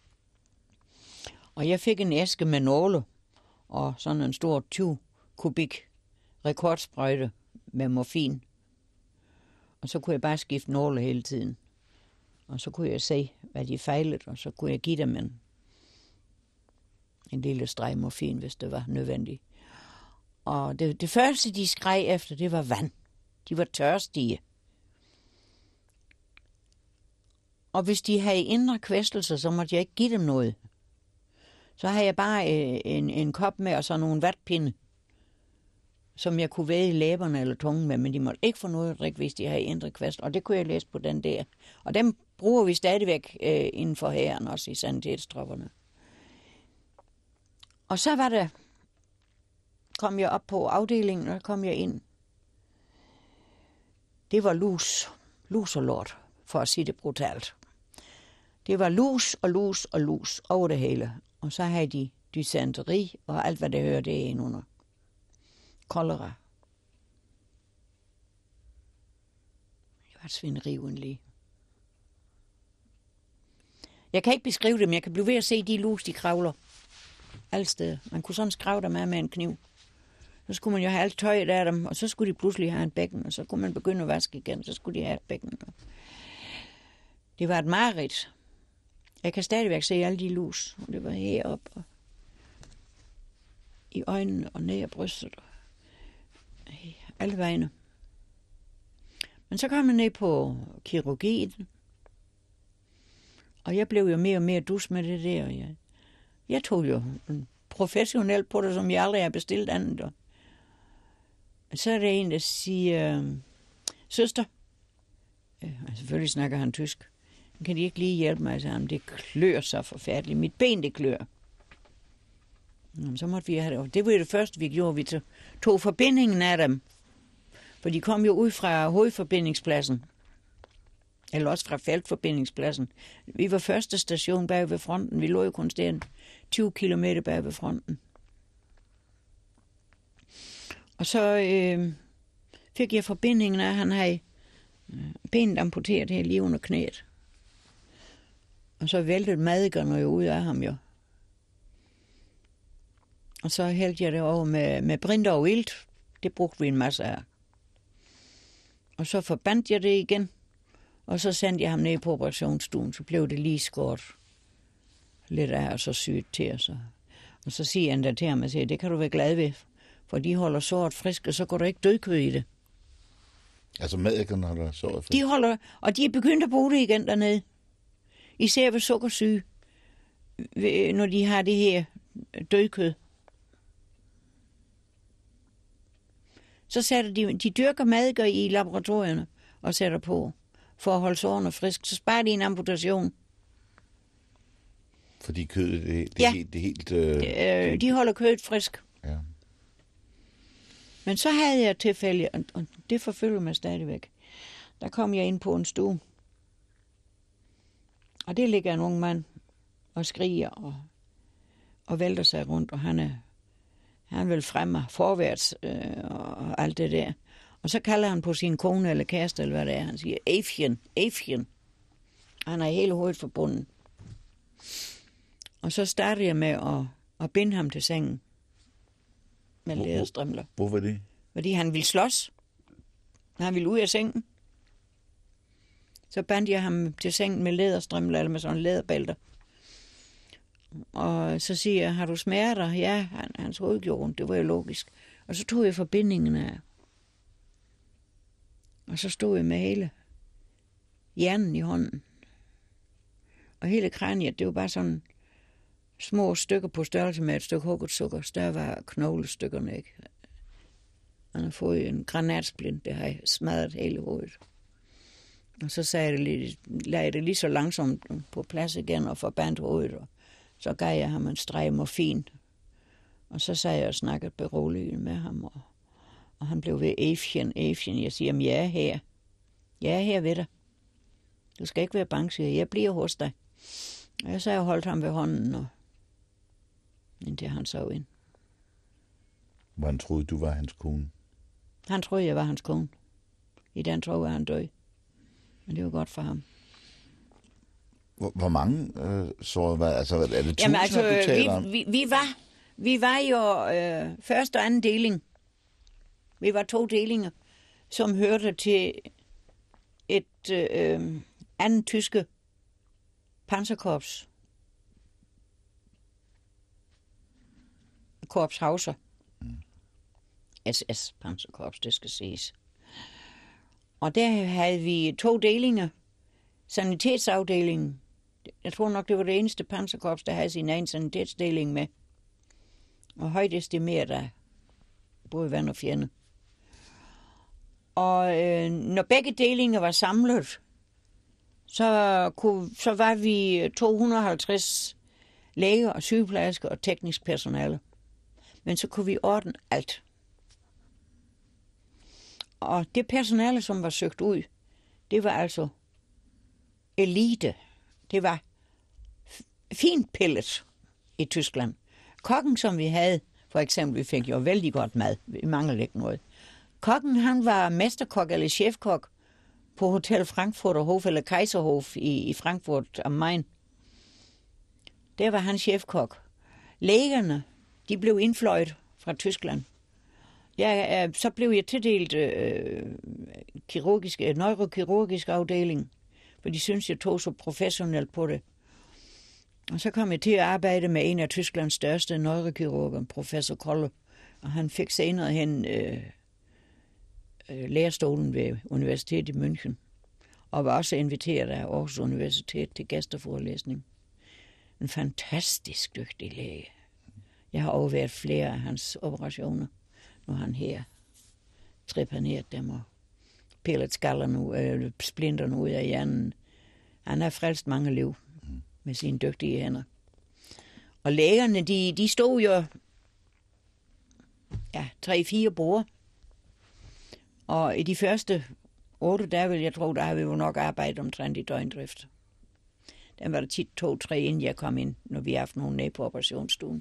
Speaker 2: Og jeg fik en æske med nåle, og sådan en stor 20 kubik rekordsprøjte med morfin. Og så kunne jeg bare skifte nåle hele tiden. Og så kunne jeg se, hvad de fejlede, og så kunne jeg give dem en lille streg morfin, hvis det var nødvendigt. Og det første, de skreg efter, det var vand. De var tørstige. Og hvis de havde indre kvæstelser, så måtte jeg ikke give dem noget. Så havde jeg bare en kop med, og så nogle vatpinde. som jeg kunne væde i læberne eller tungen med, men de måtte ikke få noget at drikke, hvis de havde indre kvast. Og det kunne jeg læse på den der. Og dem bruger vi stadigvæk inden for hæren, også i sanitetstropperne. Og så var det, kom jeg op på afdelingen, og kom jeg ind. Det var lus og lort, for at sige det brutalt. Det var lus over det hele. Og så havde de dysenteri og alt, hvad det hører, det er indunder. Kolera. Det var et svineri uden lige. Jeg kan ikke beskrive det, men jeg kan blive ved at se de lus, de kravler. Alle steder. Man kunne sådan skrave dem med en kniv. Så skulle man jo have alt tøjet af dem, og så skulle de pludselig have en bækken, og så kunne man begynde at vaske igen, så skulle de have et bækken. Det var et mareridt. Jeg kan stadigvæk se alle de lus, og det var heroppe, og i øjnene og ned ad brystet, og alle vegne. Men så kom man ned på kirurgien, og jeg blev jo mere og mere dus med det der, og jeg tog jo professionelt på det, som jeg aldrig har bestilt andet. Og så er der en, der siger, søster, selvfølgelig snakker han tysk, kan de ikke lige hjælpe mig? Så det klør så forfærdeligt. Mit ben, det klør. Så måtte vi have det. Det var det første, vi gjorde. Vi tog forbindingen af dem. For de kom jo ud fra hovedforbindingspladsen. Eller også fra feltforbindingspladsen. Vi var første station bag ved fronten. Vi lå jo kun stedet 20 kilometer bag ved fronten. Og så fik jeg forbindingen af, han havde benet amputeret her lige under knæet. Og så væltede madikerne jo ud af ham jo. Og så hældte jeg det over med brinter og ilt. Det brugte vi en masse af. Og så forbandt jeg det igen. Og så sendte jeg ham ned på operationsstuen. Så blev det lige skåret lidt af, og så sygt til os. Og så siger han der til ham, og siger, det kan du være glad ved. For de holder såret frisk, og så går der ikke dødkød i det.
Speaker 1: Altså madikerne holder såret frisk?
Speaker 2: De holder, og de er begyndt at bruge det igen dernede. Især ved sukkersyge, når de har det her dødkød. Så sætter de dyrker madikker i laboratorierne og sætter på, for at holde sårene frisk. Så sparer de en amputation.
Speaker 1: Fordi kødet, det er helt...
Speaker 2: de holder kødet frisk.
Speaker 1: Ja.
Speaker 2: Men så havde jeg et tilfælde, og det forfølger mig stadigvæk. Der kom jeg ind på en stue. Og det ligger en ung mand og skriger og vælter sig rundt, og han vil fremme forværts og alt det der. Og så kalder han på sin kone eller kæreste, eller hvad det er. Han siger, Afien. Han er hele hovedet forbundet. Og så starter jeg med at binde ham til sengen med læderstrimler.
Speaker 1: Hvorfor det?
Speaker 2: Fordi han ville slås. Han ville ud af sengen. Så bandt jeg ham til sengen med læderstrimler, eller med sådan læderbælter. Og så siger jeg, har du smerter? Ja, hans hoved gjorde ondt. Det var jo logisk. Og så tog jeg forbindingen af. Og så stod jeg med hele hjernen i hånden. Og hele kraniet, det var bare sådan små stykker på størrelse med et stykke hugget sukker. Større var knoglestykkerne, ikke? Han har fået en granatsplint, det har smadret hele hovedet. Og så lagde jeg det lige så langsomt på plads igen og forbandt hovedet. Og så gav jeg ham en streg morfin. Og så sagde jeg og snakkede beroligende med ham. Og han blev ved Afien. Jeg siger, jamen jeg er her. Jeg er her ved dig. Du skal ikke være bange, siger jeg bliver hos dig. Og så har jeg holdt ham ved hånden, indtil han sov ind.
Speaker 1: Hvordan troede du var hans kone?
Speaker 2: Han troede, jeg var hans kone. I den tro var han død. Men det var godt for ham.
Speaker 1: Hvor mange sårede var? Altså, er det 1000,
Speaker 2: jamen, altså,
Speaker 1: du taler om?
Speaker 2: Vi var jo første og anden deling. Vi var 2 delinger, som hørte til et andet tyske panserkorps. Korps Hauser. SS panserkorps, det skal siges. Og der havde vi 2 delinger. Sanitetsafdelingen. Jeg tror nok, det var det eneste panserkorps, der havde sin egen sanitetsdeling med. Og højt estimeret af både vand og fjende. Og når begge delinger var samlet, så var vi 250 læger og sygeplejersker og teknisk personale. Men så kunne vi ordne alt. Og det personale, som var søgt ud, det var altså elite. Det var fint pillet i Tyskland. Kokken, som vi havde, for eksempel, vi fik jo vældig godt mad. Vi manglede ikke noget. Kokken, han var mesterkok eller chefkok på Hotel Frankfurter Hof eller Kaiserhof i Frankfurt am Main. Der var han chefkok. Lægerne, de blev indfløjet fra Tyskland. Så blev jeg tildelt neurokirurgisk afdeling, for de synes jeg tog så professionelt på det. Og så kom jeg til at arbejde med en af Tysklands største neurokirurger, professor Kolle, og han fik senere hen lærestolen ved Universitetet i München, og var også inviteret af Aarhus Universitet til gæsteforelæsning. En fantastisk dygtig læge. Jeg har overværet flere af hans operationer. Nu har han her trepaneret dem og pillet splinterne ud af hjernen. Han har frelst mange liv med sine dygtige hænder. Og lægerne, de stod jo 3-4 borde. Og i de første 8 dage, vil jeg tro, der har vi jo nok arbejdet omtrent i døgndrift. Den var der tit 2-3, inden jeg kom ind, når vi har haft nogen nede på operationsstuen.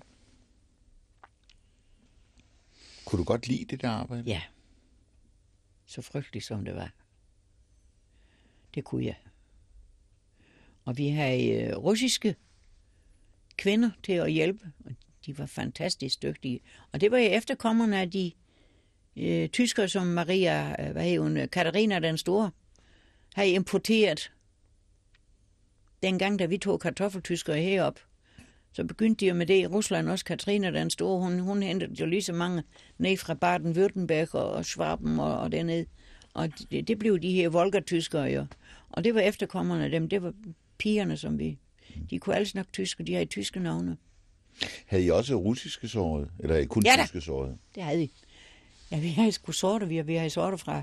Speaker 1: Kunne du godt lide det der arbejde?
Speaker 2: Ja. Så frygteligt som det var. Det kunne jeg. Og vi havde russiske kvinder til at hjælpe, og de var fantastisk dygtige. Og det var jo efterkommerne af de tyskere, som Katarina den Store, havde importeret. Dengang, da vi tog kartoffeltyskere herop, så begyndte de jo med det i Rusland også. Katarina den Store, hun hentede jo lige så mange ned fra Baden-Württemberg og Schwaben og dernede. Og det blev de her Volga-tyskere jo. Og det var efterkommerne af dem. Det var pigerne, som de kunne alle snakke tysk, og de havde tyske navne.
Speaker 1: Havde I også russiske såret? Eller kun tyske såret?
Speaker 2: Det havde I. Ja, vi havde sgu sorter. Vi havde sorter fra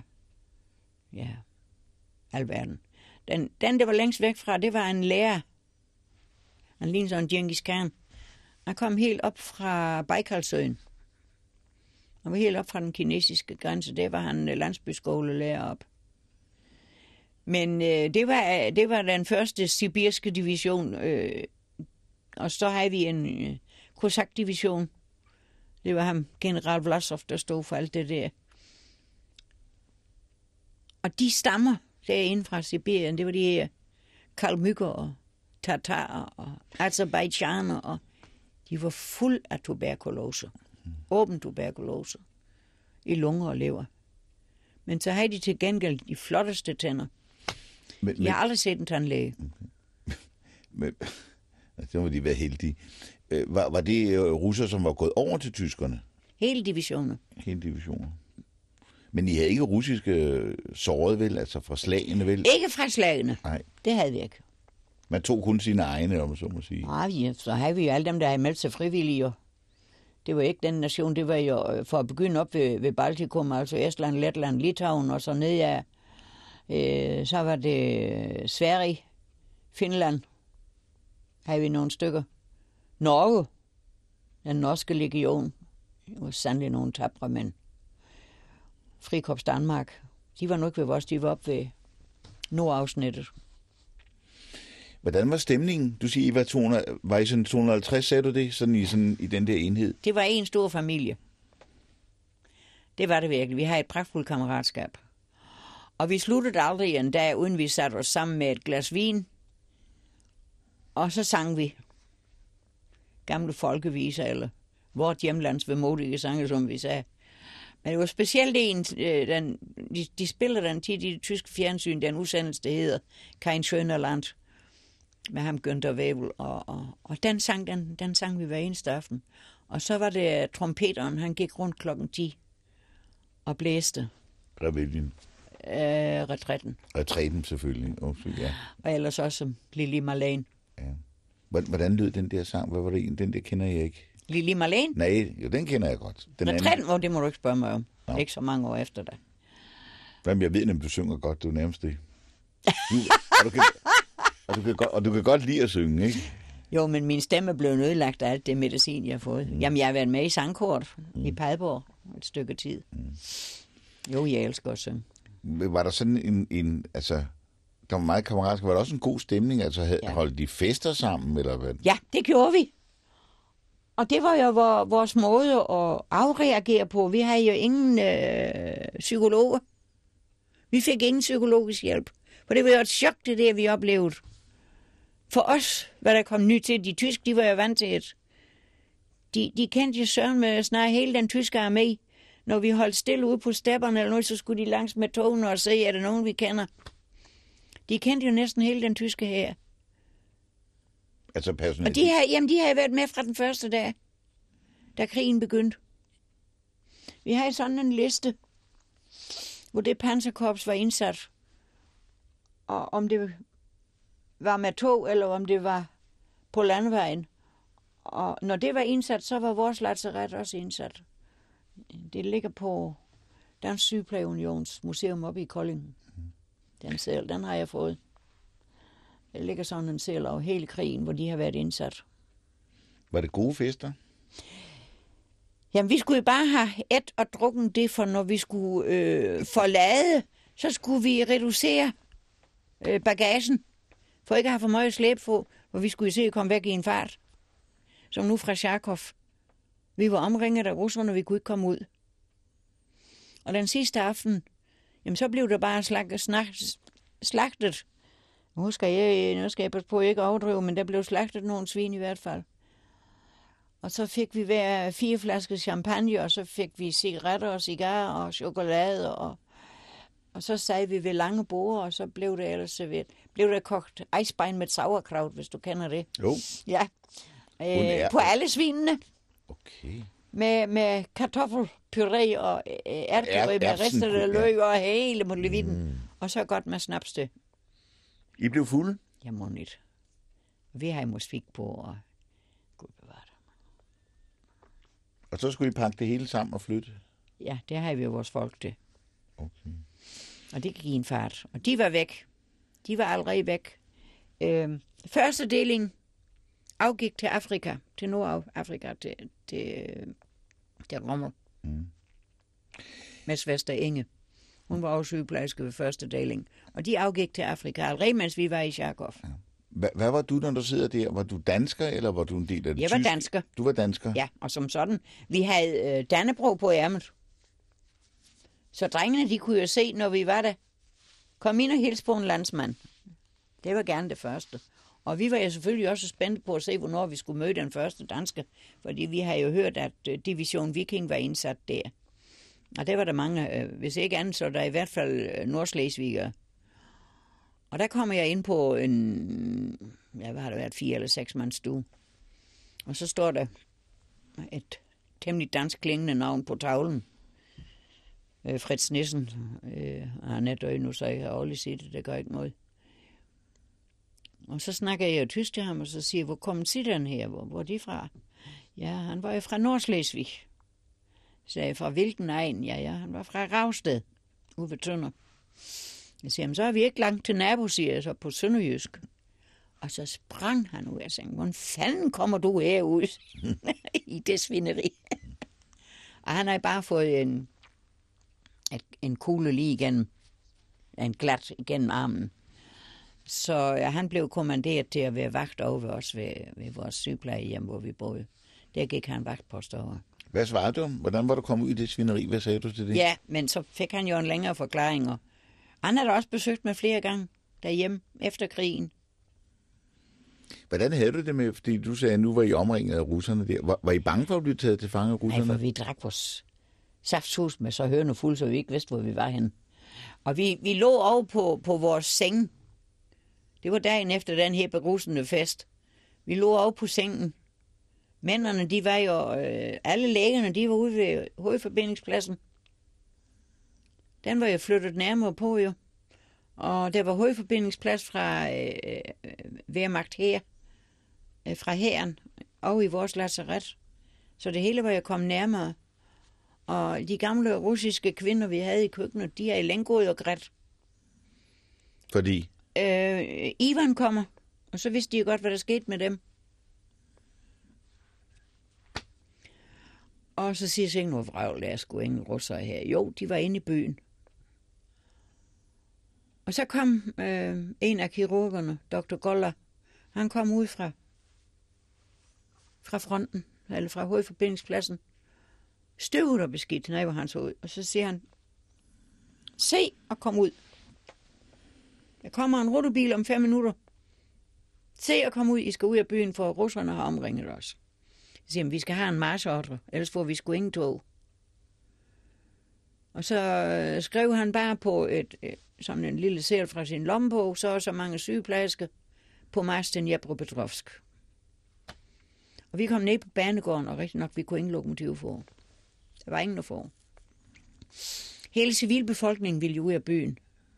Speaker 2: alverden. Den, der var længst væk fra, det var en lærer. Han lignede sådan Genghis Khan. Han kom helt op fra Bajkalsøen. Han var helt op fra den kinesiske grænse. Der var han landsbyskolelærer op. Men det var den første sibirske division. Og så havde vi en kosak-division. Det var ham, general Vlasov, der stod for alt det der. Og de stammer derinde fra Sibirien, det var de her kalmykker og tatarer og azerbaijaner, og de var fuld af tuberkulose. Åben tuberkulose. I lunger og lever. Men så havde de til gengæld de flotteste tænder. Jeg har aldrig set en tandlæge.
Speaker 1: Men det må de være heldige. Var det russer, som var gået over til tyskerne?
Speaker 2: Hele divisioner.
Speaker 1: Hele divisioner. Men I havde ikke russiske såret, vel? Altså fra slagene, vel?
Speaker 2: Ikke fra slagene.
Speaker 1: Nej.
Speaker 2: Det havde vi ikke.
Speaker 1: Man tog kun sine egne, om så må sige.
Speaker 2: Nej, så havde vi jo alle dem, der havde meldt sig frivillige. Det var ikke den nation, det var jo for at begynde op ved Baltikum, altså Estland, Letland, Litauen, og så ned af, så var det Sverige, Finland, havde vi nogle stykker. Norge, den norske legion, det var sandelig nogle tabre mænd. Frikorps Danmark, de var nok ved vores, de var op ved nordafsnittet.
Speaker 1: Hvordan var stemningen? Du siger, I var I sådan 250, sagde du det, sådan i den der enhed?
Speaker 2: Det var en stor familie. Det var det virkelig. Vi havde et pragtfuldt kammeratskab. Og vi sluttede aldrig en dag, uden vi satte os sammen med et glas vin. Og så sang vi gamle folkeviser, eller vort hjemlands vemodige sange, som vi sagde. Men det var specielt en, de spiller den tit i det tyske fjernsyn, den udsendelse, der hedder Kein schöner Land, med ham Günther Webel, og den sang vi hver eneste aften. Og så var det trompeteren, han gik rundt klokken 10 og blæste.
Speaker 1: Rebellien.
Speaker 2: Retretten.
Speaker 1: Retretten selvfølgelig, også, ja.
Speaker 2: Og ellers også Lili Marlene.
Speaker 1: Ja. Hvordan lød den der sang? Hvad var det en? Den der kender jeg ikke.
Speaker 2: Lili Marlene?
Speaker 1: Nej, jo, den kender jeg godt. Den
Speaker 2: Nå, 13 år, det må du ikke spørge mig om.
Speaker 1: Nå.
Speaker 2: Ikke så mange år efter dig.
Speaker 1: Jamen, jeg ved, at du synger godt, du er nærmest det. Og du kan godt lide at synge, ikke?
Speaker 2: Jo, men min stemme blev ødelagt af alt det medicin, jeg har fået. Jamen, jeg har været med i sangkort i Padborg et stykke tid. Jo, jeg elsker at synge.
Speaker 1: Var der sådan altså, der var meget kammeratskab, var der også en god stemning? Altså, holdt de fester sammen, eller hvad?
Speaker 2: Ja, det gjorde vi. Og det var jo vores måde at afreagere på. Vi havde jo ingen psykologer. Vi fik ingen psykologisk hjælp. For det var jo et chok, det vi oplevede. For os, hvad der kom nyt til, de tyske, de var jo vant til et. De kendte jo søren med snart hele den tyske armé. Når vi holdt stille ude på stepperne eller noget, så skulle de langs med togene og se, er der nogen, vi kender. De kendte jo næsten hele den tyske hær.
Speaker 1: Altså personelt?
Speaker 2: Og de havde været med fra den første dag, da krigen begyndte. Vi havde sådan en liste, hvor det panserkorps var indsat. Og om det var med tog, eller om det var på landvejen. Og når det var indsat, så var vores lazaret også indsat. Det ligger på Dansk Sygeplejeunions museum oppe i Kolding. Den har jeg fået. Der ligger sådan en seddel over hele krigen, hvor de har været indsat.
Speaker 1: Var det gode fester?
Speaker 2: Jamen, vi skulle jo bare have et og drukken det, for når vi skulle forlade, så skulle vi reducere bagagen, for ikke at have for meget slæb på, hvor vi skulle se at komme væk i en fart. Som nu fra Charkov. Vi var omringet af russerne, og vi kunne ikke komme ud. Og den sidste aften, jamen så blev der bare slagtet. Nu skal jeg passe på ikke at overdrive, men der blev slagtet nogle svin i hvert fald. Og så fik vi hver 4 flasker champagne, og så fik vi cigaretter og cigarer og chokolade. Og så sagde vi ved lange borde, og så blev det ellers serveret. Blev der kogt eisbein med sauerkraut, hvis du kender det.
Speaker 1: Jo.
Speaker 2: Ja. På alle svinene.
Speaker 1: Okay.
Speaker 2: Med kartoffelpuré og ærterøg med ristede løg og hele muligheden. Og så godt med snaps det.
Speaker 1: I blev fulde?
Speaker 2: Jeg må ikke. Vi har musik på, og Gud bevare det.
Speaker 1: Og så skulle I pakke det hele sammen og flytte?
Speaker 2: Ja, det har vi jo vores folk til.
Speaker 1: Okay.
Speaker 2: Og det gik i en fart. Og de var væk. De var allerede væk. Første deling afgik til Afrika, til Nordafrika, til Rommel. Med Svester Inge. Hun var også sygeplejerske ved første deling. Og de afgik til Afrika, allerede mens vi var i Charkov.
Speaker 1: Ja. Hvad var du, når du sidder der? Var du dansker, eller var du en del af det tyske?
Speaker 2: Jeg var dansker.
Speaker 1: Du var dansker?
Speaker 2: Ja, og som sådan. Vi havde Dannebrog på ærmet. Så drengene, de kunne jo se, når vi var der. Kom ind og hilse på en landsmand. Det var gerne det første. Og vi var jo selvfølgelig også spændte på at se, hvornår vi skulle møde den første danske. Fordi vi har jo hørt, at Division Viking var indsat der. Og der var der mange, hvis ikke andet, så der i hvert fald nordslesvigere. Og der kommer jeg ind på hvad har der været, 4 eller 6 mands stue. Og så står der et temmelig dansk klingende navn på tavlen. Fritz Nissen. Han er død nu, så jeg har aldrig set det gør ikke noget. Og så snakker jeg jo tysk til ham, og så siger jeg, hvor kommer den her? Hvor er de fra? Ja, han var jo fra Nordslesvig. Så jeg, fra hvilken egen? Ja, han var fra Ravsted, ude ved Tønder. Jeg siger, jamen, så er vi ikke langt til nabo, siger jeg så på sønderjysk. Og så sprang han ud og sagde, hvordan fanden kommer du herud i det svineri? Og han har bare fået en kugle lige igennem, en glat igennem armen. Så han blev kommanderet til at være vagt over os ved vores sygeplejehjem, hvor vi boede. Der gik han vagtpost over.
Speaker 1: Hvad svarede du? Hvordan var du kommet ud i det svineri? Hvad sagde du til det?
Speaker 2: Ja, men så fik han jo en længere forklaring. Og han havde også besøgt mig flere gange derhjemme efter krigen.
Speaker 1: Hvordan havde du det med, fordi du sagde, at nu var I omringet af russerne der. Var I bange for at blive taget til fange af russerne?
Speaker 2: Nej, for vi drak vores saftshus med så hørende fuld, så vi ikke vidste, hvor vi var henne. Og vi lå over på vores seng. Det var dagen efter den her berusende fest. Vi lå over på sengen. Mændene, de var jo, alle lægerne, de var ude ved hovedforbindingspladsen. Den var jo flyttet nærmere på jo. Og der var hovedforbindingsplads fra Wehrmacht her, fra hæren, og i vores lazaret. Så det hele var jo kommet nærmere. Og de gamle russiske kvinder, vi havde i køkkenet, de er i længe gået og grædt.
Speaker 1: Fordi?
Speaker 2: Ivan kommer, og så vidste de jo godt, hvad der skete med dem. Og så siger Signe, hvor vrøvl er sgu ingen russere her. Jo, de var inde i byen. Og så kom en af kirurgerne, Dr. Goller, han kom ud fra fronten, eller fra hovedforbindelsespladsen. Støvet og beskidt, når han så ud. Og så siger han, se og kom ud. Der kommer en rutebil om 5 minutter. Se og kom ud, I skal ud af byen, for russerne har omringet os. Så siger han, vi skal have en marchordre, ellers får vi sgu ingen tog. Og så skrev han bare på sådan en lille seddel fra sin lommebog, så mange sygeplejersker på march til Dnepropetrovsk. Og vi kom ned på banegården, og rigtig nok, vi kunne ingen lokomotiv få. Der var ingen at få. Hele civilbefolkningen ville jo ud af byen.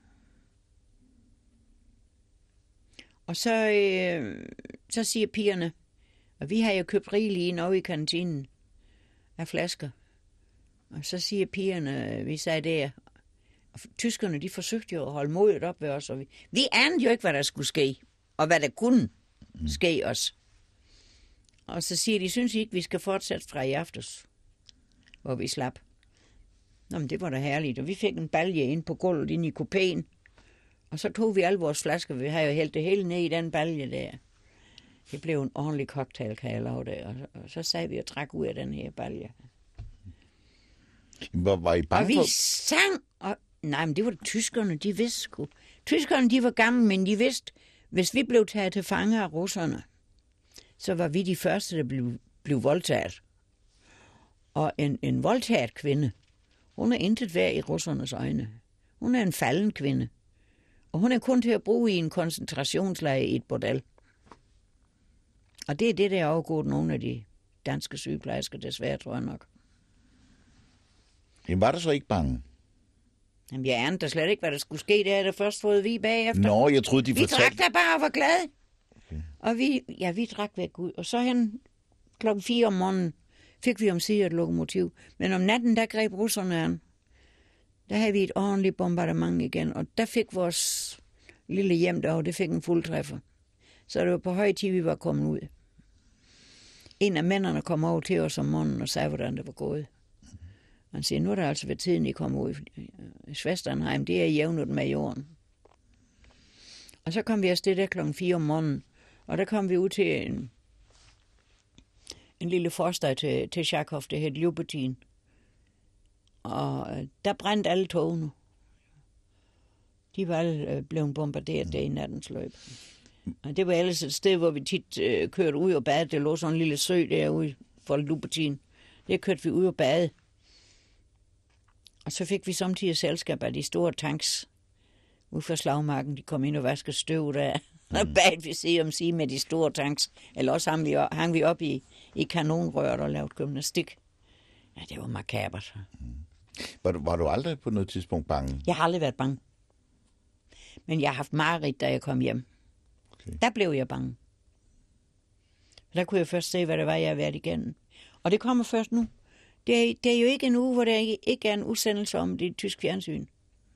Speaker 2: Og så siger pigerne, og vi har jo købt rigeligt ind over i kantinen af flasker. Og så siger pigerne, vi sagde der, og tyskerne, de forsøgte jo at holde modet op ved os, og vi anede jo ikke, hvad der skulle ske, og hvad der kunne ske os. Og så siger de, synes I ikke, vi skal fortsætte fra i aftes, hvor vi slap. Nå, men det var da herligt, og vi fik en balje ind på gulvet inde i kupéen, og så tog vi alle vores flasker, vi havde jo hældt det hele ned i den balje der. Det blev en ordentlig cocktail, kan jeg love det, og så sagde vi at trække ud af den her balje.
Speaker 1: Var I bange
Speaker 2: og vi sang, og nej, men det var tyskerne, de vidste sgu. Tyskerne, de var gamle, men de vidste, hvis vi blev taget til fange af russerne, så var vi de første, der blev voldtaget. Og en voldtaget kvinde, hun er intet værd i russernes øjne. Hun er en falden kvinde. Og hun er kun til at bruge i en koncentrationslejr i et bordel. Og det er det, der er overgået nogle af de danske sygeplejersker, desværre, tror jeg nok.
Speaker 1: Jamen, var der så ikke bange?
Speaker 2: Jamen, jeg anede da slet ikke, hvad der skulle ske. Det havde jeg først fået vi bagefter.
Speaker 1: Nå, jeg troede, de fortalte...
Speaker 2: Vi drak da bare og var glade. Okay. Og vi drak væk ud. Og så hen 4:00 om morgenen fik vi omsider et lokomotiv. Men om natten, der greb russerne an. Der havde vi et ordentligt bombardement igen. Og der fik vores lille hjem derovre, det fik en fuldtræffer. Så det var på høj tid, vi var kommet ud. En af mændene kom over til os om morgenen og sagde, hvordan det var gået. Han siger, nu er der altså ved tiden, I kommer ud. Schwesternheim, det er jævnet med jorden. Og så kom vi afsted der 4:00 om morgenen, og der kom vi ud til en lille forstad til Charkov, det hed Ljubutin. Og der brændte alle togene. De var alle blevet bombarderet der i nattens løb. Og det var ellers et sted, hvor vi tit kørte ud og badede. Det lå sådan en lille sø derude for Ljubutin. Der kørte vi ud og badede. Og så fik vi samtidig selskab af de store tanks ude for slagmarken. De kom ind og vaskede støv der. Og bad vi se om sige med de store tanks. Eller også hang vi op i kanonrøret og lavede gymnastik. Ja, det var makabert.
Speaker 1: Var du aldrig på noget tidspunkt bange?
Speaker 2: Jeg har aldrig været bange. Men jeg har haft mareridt, da jeg kom hjem. Okay. Der blev jeg bange. Der kunne jeg først se, hvad det var, jeg havde været igennem. Og det kommer først nu. Det er jo ikke en uge, hvor der ikke er en udsendelse om det i tysk fjernsyn.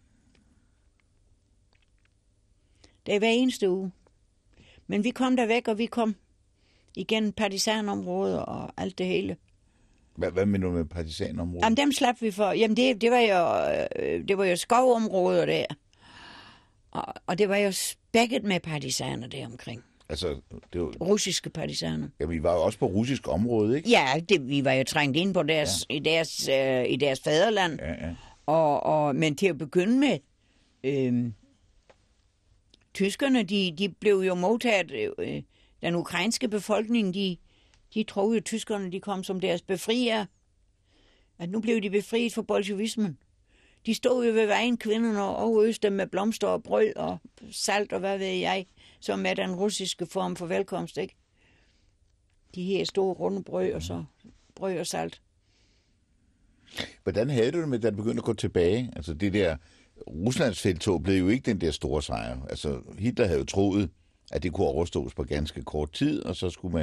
Speaker 2: Det er hver eneste uge. Men vi kom der væk, og vi kom igen partisanområder og alt det hele.
Speaker 1: Hvad mener du med partisanområder?
Speaker 2: Jamen, dem slap vi for. Jamen, det var jo skovområder der. Og det var jo spækket med partisaner der omkring.
Speaker 1: Altså, det var...
Speaker 2: Russiske partisaner.
Speaker 1: Ja, vi var jo også på russisk område, ikke?
Speaker 2: Ja, vi var jo trængt ind på i deres faderland. Ja. Men til at begynde med, tyskerne, de blev jo modtaget, den ukrainske befolkning, de troede jo, tyskerne, de kom som deres befriere. At nu blev de befriet for bolsjevismen. De stod jo ved vejen, kvinderne, og øste dem med blomster og brød og salt og hvad ved jeg, som er den russiske form for velkomst, ikke? De her store runde brød og så brød og salt.
Speaker 1: Hvordan havde du det med, da det begyndte at gå tilbage? Altså det der Ruslands felttog blev jo ikke den der store sejr. Altså Hitler havde jo troet, at det kunne overstås på ganske kort tid, og så skulle man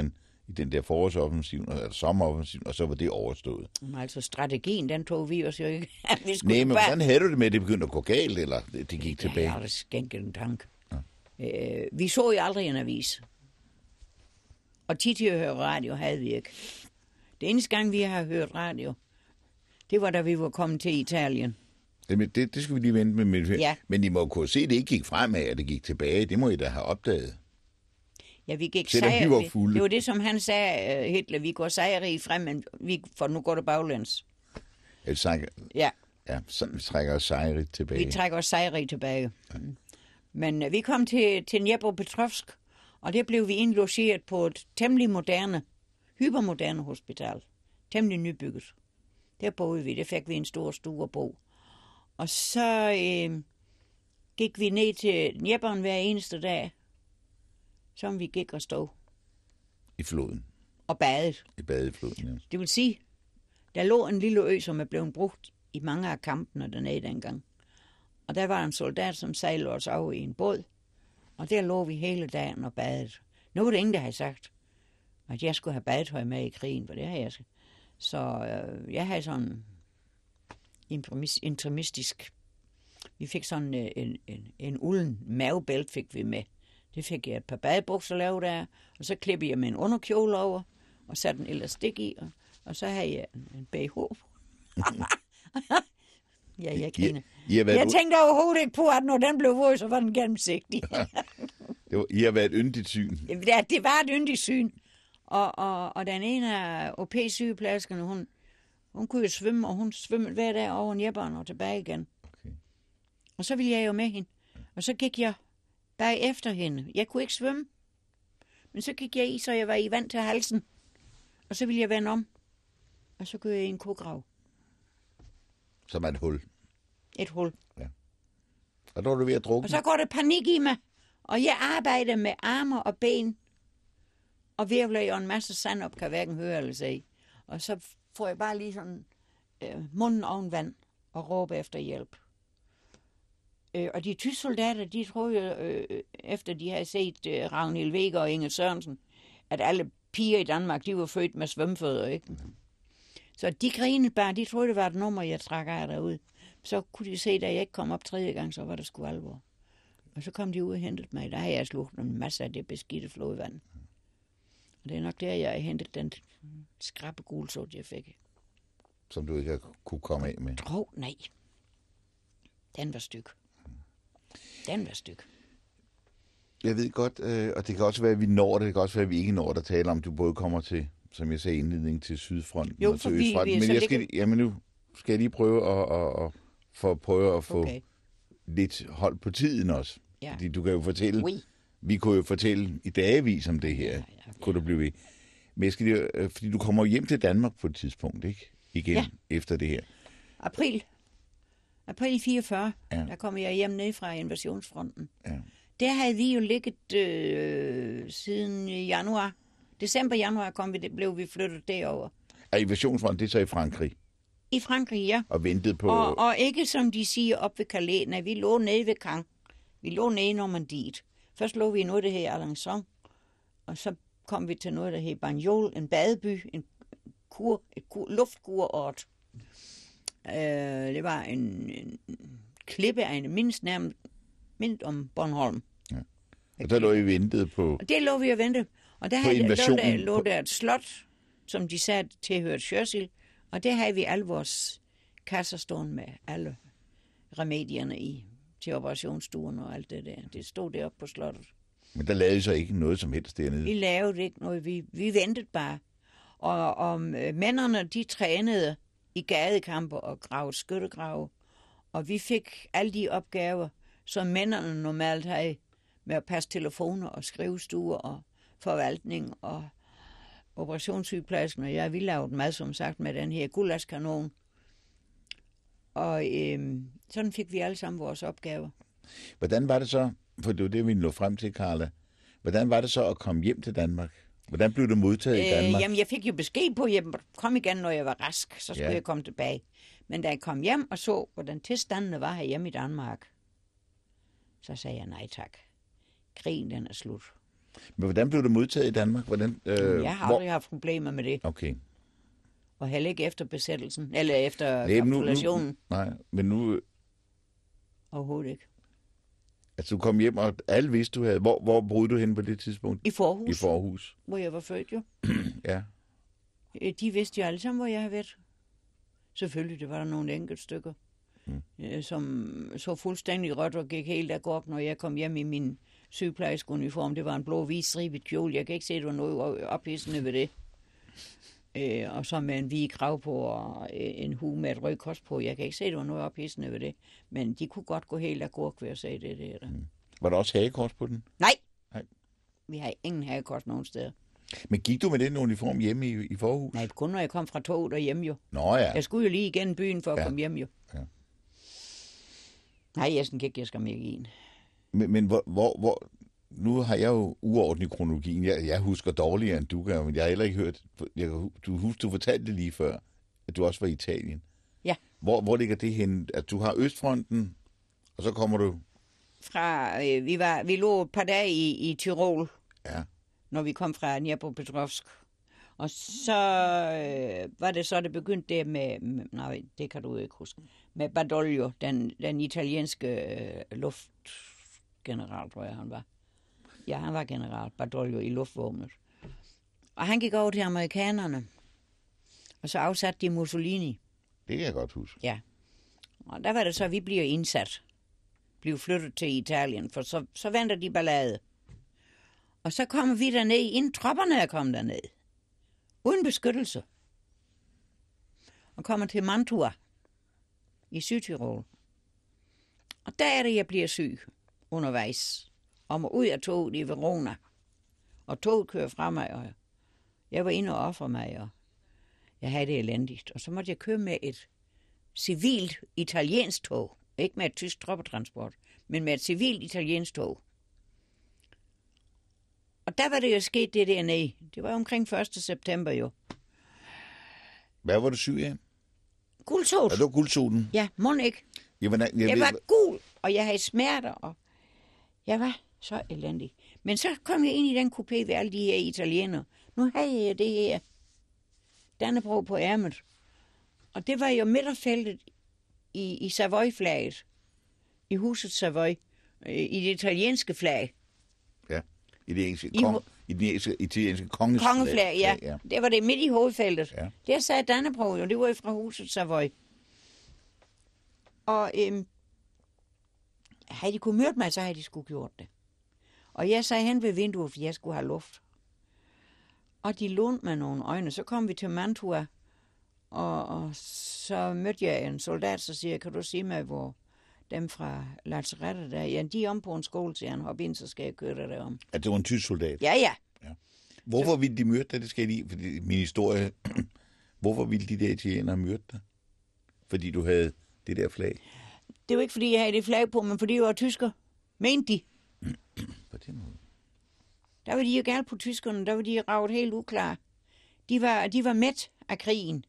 Speaker 1: i den der forårsoffensiv, eller sommeroffensiv, og så var det overstået.
Speaker 2: Men altså, strategien, den tog vi os jo ikke.
Speaker 1: Nej, men hvordan havde du det med, at det begyndte at gå galt, eller det gik tilbage?
Speaker 2: Jeg har da skænket en tanke. Ja. Vi så jo aldrig en avis. Og tit til at høre radio havde vi ikke. Det eneste gang, vi har hørt radio, det var, da vi var kommet til Italien.
Speaker 1: Det skal vi lige vente med.
Speaker 2: Ja.
Speaker 1: Men I må kunne se, at det ikke gik fremad, at det gik tilbage. Det må I da have opdaget.
Speaker 2: Ja, vi gik
Speaker 1: Selvom vi var fulde.
Speaker 2: Det var det, som han sagde, Hitler. Vi går sejrige frem, men for nu går det baglæns. Ja.
Speaker 1: Ja, så vi trækker os sejrigt tilbage.
Speaker 2: Vi trækker os sejrigt tilbage. Ja. Men vi kom til Dnepropetrovsk, og der blev vi indlogeret på et temmelig moderne, hypermoderne hospital. Temmelig nybygget. Der boede vi. Der fik vi en stor stue at bo. Og så gik vi ned til Dnepren hver eneste dag, som vi gik og stod.
Speaker 1: I floden.
Speaker 2: Og badet.
Speaker 1: I badefloden, ja.
Speaker 2: Det vil sige, der lå en lille ø, som er blevet brugt i mange af kampene dernede dengang. Og der var en soldat, som sejlede os over i en båd. Og der lå vi hele dagen og badede. Nu var det ingen, der havde sagt, at jeg skulle have badetøj med i krigen, for det har jeg. Så jeg havde sådan interimistisk. Vi fik sådan en ulden mavebælt fik vi med. Det fik jeg et par badebukser lavet der, og så klippede jeg med en underkjole over, og satte en elastik i, og så havde jeg en BH. Ja, jeg kender. Jeg tænkte overhovedet ikke på, at når den blev våd, så var den gennemsigtig.
Speaker 1: I har været et yndigt syn.
Speaker 2: Ja, det var et yndigt syn. Og den ene af OP-sygeplejerskerne, hun kunne jo svømme, og hun svømmede hver dag over Dnepren og tilbage igen. Okay. Og så ville jeg jo med hende. Og så gik jeg bagefter hende. Jeg kunne ikke svømme. Men så gik jeg i, så jeg var i vand til halsen. Og så ville jeg vende om. Og så gik jeg i en kograv.
Speaker 1: Som er et hul.
Speaker 2: Et hul.
Speaker 1: Ja. Og der var du ved at drukne.
Speaker 2: Og så går det panik i mig. Og jeg arbejder med arme og ben. Og virvler jo en masse sand op, kan hverken høre eller se. Og så får jeg bare lige sådan munden oven vand og råber efter hjælp. Og de tyske soldater, de troede jo, efter de havde set Ragnhild Weger og Inge Sørensen, at alle piger i Danmark, de var født med svømmefødder, ikke? Så de grinede bare, de troede, det var et nummer, jeg trak af derud. Så kunne de se, da jeg ikke kom op tredje gang, så var det sgu alvor. Og så kom de ud og hentede mig. Der har jeg slugt en masse af det beskidte flodvand. Og det er nok der, jeg har hentet den skrappe gulsort, jeg fik.
Speaker 1: Som du ikke kunne komme af med?
Speaker 2: Nej. Den var styk. Den var styk.
Speaker 1: Jeg ved godt, og det kan også være, at vi når det. Det kan også være, at vi ikke når det at tale om, du både kommer til, som jeg sagde, indledning til Sydfronten og til Østfronten. Men nu skal jeg lige prøve at få lidt hold på tiden også. Ja. Fordi du kan jo fortælle, vi kunne jo fortælle i dagevis om det her. Ja. Kunne du blive ved. Men jeg skal lige, fordi du kommer hjem til Danmark på et tidspunkt, ikke? Igen efter det her.
Speaker 2: April 44, der kom jeg hjem ned fra invasionsfronten. Ja. Der havde vi jo ligget siden januar. December-januar blev vi flyttet derover.
Speaker 1: Er invasionsfronten, det er så i Frankrig?
Speaker 2: I Frankrig, ja.
Speaker 1: Og ventet på...
Speaker 2: Og ikke som de siger op ved Calais. Nej, vi lå nede ved Caen. Vi lå nede i Normandiet. Først lå vi i noget, der hed Alençon. Og så kom vi til noget, der hed Bagnols, en badeby, et luftkurort. Det var en klippe af en mindst om Bornholm. Ja.
Speaker 1: Og der lå I ventet på...
Speaker 2: Og det lå vi og ventede. Og der lå der et slot, som de sagde tilhørte Churchill. Og der havde vi alle vores kasser stående med alle remedierne i til operationsstuen og alt det der. Det stod deroppe på slottet.
Speaker 1: Men der lavede I så ikke noget som helst dernede?
Speaker 2: Vi lavede ikke noget. Vi ventede bare. Og mændene, de trænede i gadekampe og gravede skyttegrave. Og vi fik alle de opgaver, som mændene normalt havde med at passe telefoner og skrivestuer og forvaltning og operationssygepladsen. Og jeg ville lave mad, som sagt, med den her guldskanon. Og sådan fik vi alle sammen vores opgaver.
Speaker 1: Hvordan var det så, for det var det, vi nåede frem til, Carla, hvordan var det så at komme hjem til Danmark? Hvordan blev du modtaget i Danmark?
Speaker 2: Jamen, jeg fik jo besked på, at jeg kom igen, når jeg var rask, så skulle jeg komme tilbage. Men da jeg kom hjem og så, hvordan tilstandene var herhjemme i Danmark, så sagde jeg nej tak. Krigen, den er slut.
Speaker 1: Men hvordan blev du modtaget i Danmark?
Speaker 2: Jeg har aldrig haft problemer med det.
Speaker 1: Okay.
Speaker 2: Og heller ikke efter besættelsen, eller efter
Speaker 1: Nej,
Speaker 2: kapitulationen.
Speaker 1: Nej, men nu...
Speaker 2: Overhovedet ikke.
Speaker 1: Altså, du kom hjem, og alle vidste, du havde... Hvor boede du hen på det tidspunkt?
Speaker 2: I Forhus.
Speaker 1: I Forhus.
Speaker 2: Hvor jeg var født, jo.
Speaker 1: Ja.
Speaker 2: De vidste jo alle sammen, hvor jeg har været. Selvfølgelig, det var der nogle enkelte stykker, som så fuldstændig rødt og gik helt agurk, når jeg kom hjem i min sygeplejerskeuniform. Det var en blå-hvid stribet kjole. Jeg kan ikke se, at der var noget ophidsende ved det. Og så med en hvid krav på og en hue med et rød kors på. Jeg kan ikke se, at der var noget ophidsende ved det. Men de kunne godt gå helt agurk ved at sige det der.
Speaker 1: Var der også hagekors på den?
Speaker 2: Nej.
Speaker 1: Nej.
Speaker 2: Vi har ingen hagekors nogen steder.
Speaker 1: Men gik du med den uniform hjemme i Forhus?
Speaker 2: Nej, kun når jeg kom fra toget og hjem jo.
Speaker 1: Nå ja.
Speaker 2: Jeg skulle jo lige igen byen for at komme hjem jo.
Speaker 1: Ja.
Speaker 2: Nej, jeg gik jeg skam ikke i en.
Speaker 1: Men hvor... Nu har jeg jo uorden i kronologien. Jeg husker dårligere, end du gør, men jeg har heller ikke hørt... Du fortalte det lige før, at du også var i Italien.
Speaker 2: Ja.
Speaker 1: Hvor ligger det hen? At du har Østfronten, og så kommer du...
Speaker 2: Vi lå et par dage i Tyrol,
Speaker 1: Ja.
Speaker 2: når vi kom fra Dnipropetrovsk. Og så var det så, det begyndte det med... Nej, det kan du ikke huske. Med Badoglio, den italienske luftgeneral, tror jeg, han var. Ja, han var general Badoglio i luftvåbnet. Og han gik over til amerikanerne. Og så afsatte de Mussolini.
Speaker 1: Det kan jeg godt huske.
Speaker 2: Ja. Og der var det så, at vi bliver indsat. Bliver flyttet til Italien, for så venter de ballade. Og så kommer vi derned, inden tropperne er kommet derned. Uden beskyttelse. Og kommer til Mantua i Sydtyrol. Og der er det, jeg bliver syg undervejs. Og må ud af toget i Verona. Og toget kører fra mig, og jeg var inde og ofre mig, og jeg havde det elendigt. Og så måtte jeg køre med et civilt italiensk tog. Ikke med et tysk troppetransport, men med et civilt italiensk tog. Og der var det jo sket det dernede. Det var omkring 1. september jo.
Speaker 1: Hvad var du syg af?
Speaker 2: Gulsot.
Speaker 1: Er du gulsoten?
Speaker 2: Ja, må ikke.
Speaker 1: Jeg
Speaker 2: var gul, og jeg havde smerter, og jeg var så elendig. Men så kom jeg ind i den coupé ved alle de her italienere. Nu havde jeg det her Dannebrog på ærmet. Og det var jo midterfeltet i Savoy-flaget. I huset Savoy. I det italienske flag.
Speaker 1: Ja, i det italienske
Speaker 2: kongeflag, ja. Det var det midt i hovedfeltet.
Speaker 1: Ja.
Speaker 2: Der sagde Dannebrog jo, det var jo fra huset Savoy. Og havde de kunne møde mig, så havde de skulle gjort det. Og jeg sagde hen ved vinduet, for jeg skulle have luft. Og de lånte mig nogle øjne. Så kom vi til Mantua, og så mødte jeg en soldat, så siger jeg, kan du sige mig, hvor dem fra lazarettet der, ja, de er om på en skole, siger han, hop ind, så skal jeg køre dig derom.
Speaker 1: At det var en tysk soldat?
Speaker 2: Ja.
Speaker 1: Hvorfor ville de myrde dig? Det skal jeg lige, fordi min historie, hvorfor ville de der italienere myrde dig? Fordi du havde det der flag?
Speaker 2: Det var ikke, fordi jeg havde det flag på, men fordi jeg var tysker. Mente de.
Speaker 1: På den måde.
Speaker 2: Der var de jo galt på tyskerne, der var de ravet helt uklar. De var mæt af krigen.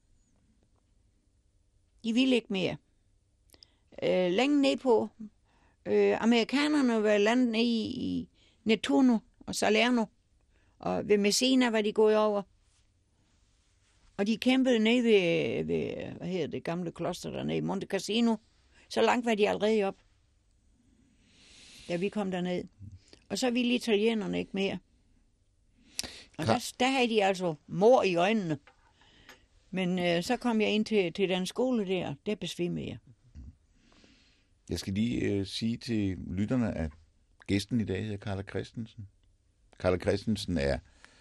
Speaker 2: De ville ikke mere. Længe ned på. Amerikanerne var landet ned i Nettuno og Salerno. Og ved Messina var de gået over. Og de kæmpede ned ved hvad hedder det gamle kloster dernede, i Monte Cassino. Så langt var de allerede op, da vi kom derned. Og så ville italienerne ikke mere. Og der havde de altså mor i øjnene. Men så kom jeg ind til den skole der, der besvimede jeg.
Speaker 1: Jeg skal lige sige til lytterne, at gæsten i dag hedder Carla Christensen. Carla Christensen er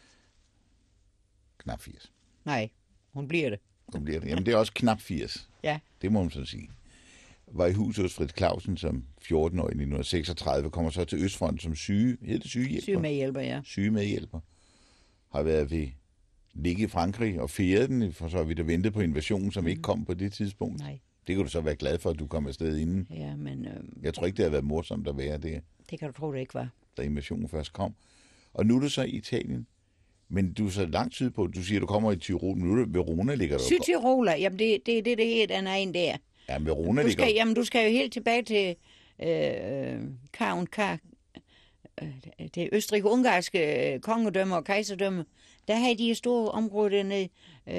Speaker 1: knap 80.
Speaker 2: Nej, hun bliver det.
Speaker 1: Hun bliver det. Jamen, det er også knap 80.
Speaker 2: Ja.
Speaker 1: Det må man så sige. Var i huset hos Fritz Clausen som 14-årig i 1936, kommer så til Østfronten som sygehjælper.
Speaker 2: Sygemedhjælper, ja.
Speaker 1: Sygemedhjælper. Har været ved ligge i Frankrig og fejret den, for så har vi da ventet på invasionen, som ikke kom på det tidspunkt.
Speaker 2: Nej.
Speaker 1: Det kan du så være glad for, at du kom afsted inden.
Speaker 2: Ja, men...
Speaker 1: Jeg tror ikke, det har været morsomt at være der.
Speaker 2: Det kan du tro, det ikke var.
Speaker 1: Da invasionen først kom. Og nu er du så i Italien. Men du er så lang tid på, du siger, du kommer i Tyrol, nu er det Verona ligger der.
Speaker 2: Sydtyroler, jamen det er det her, den er en der.
Speaker 1: Ja, Verona ligger.
Speaker 2: Jamen, du skal jo helt tilbage til det østrig-ungarske kongedømme og kejserdømme, der havde de et stort område dernede.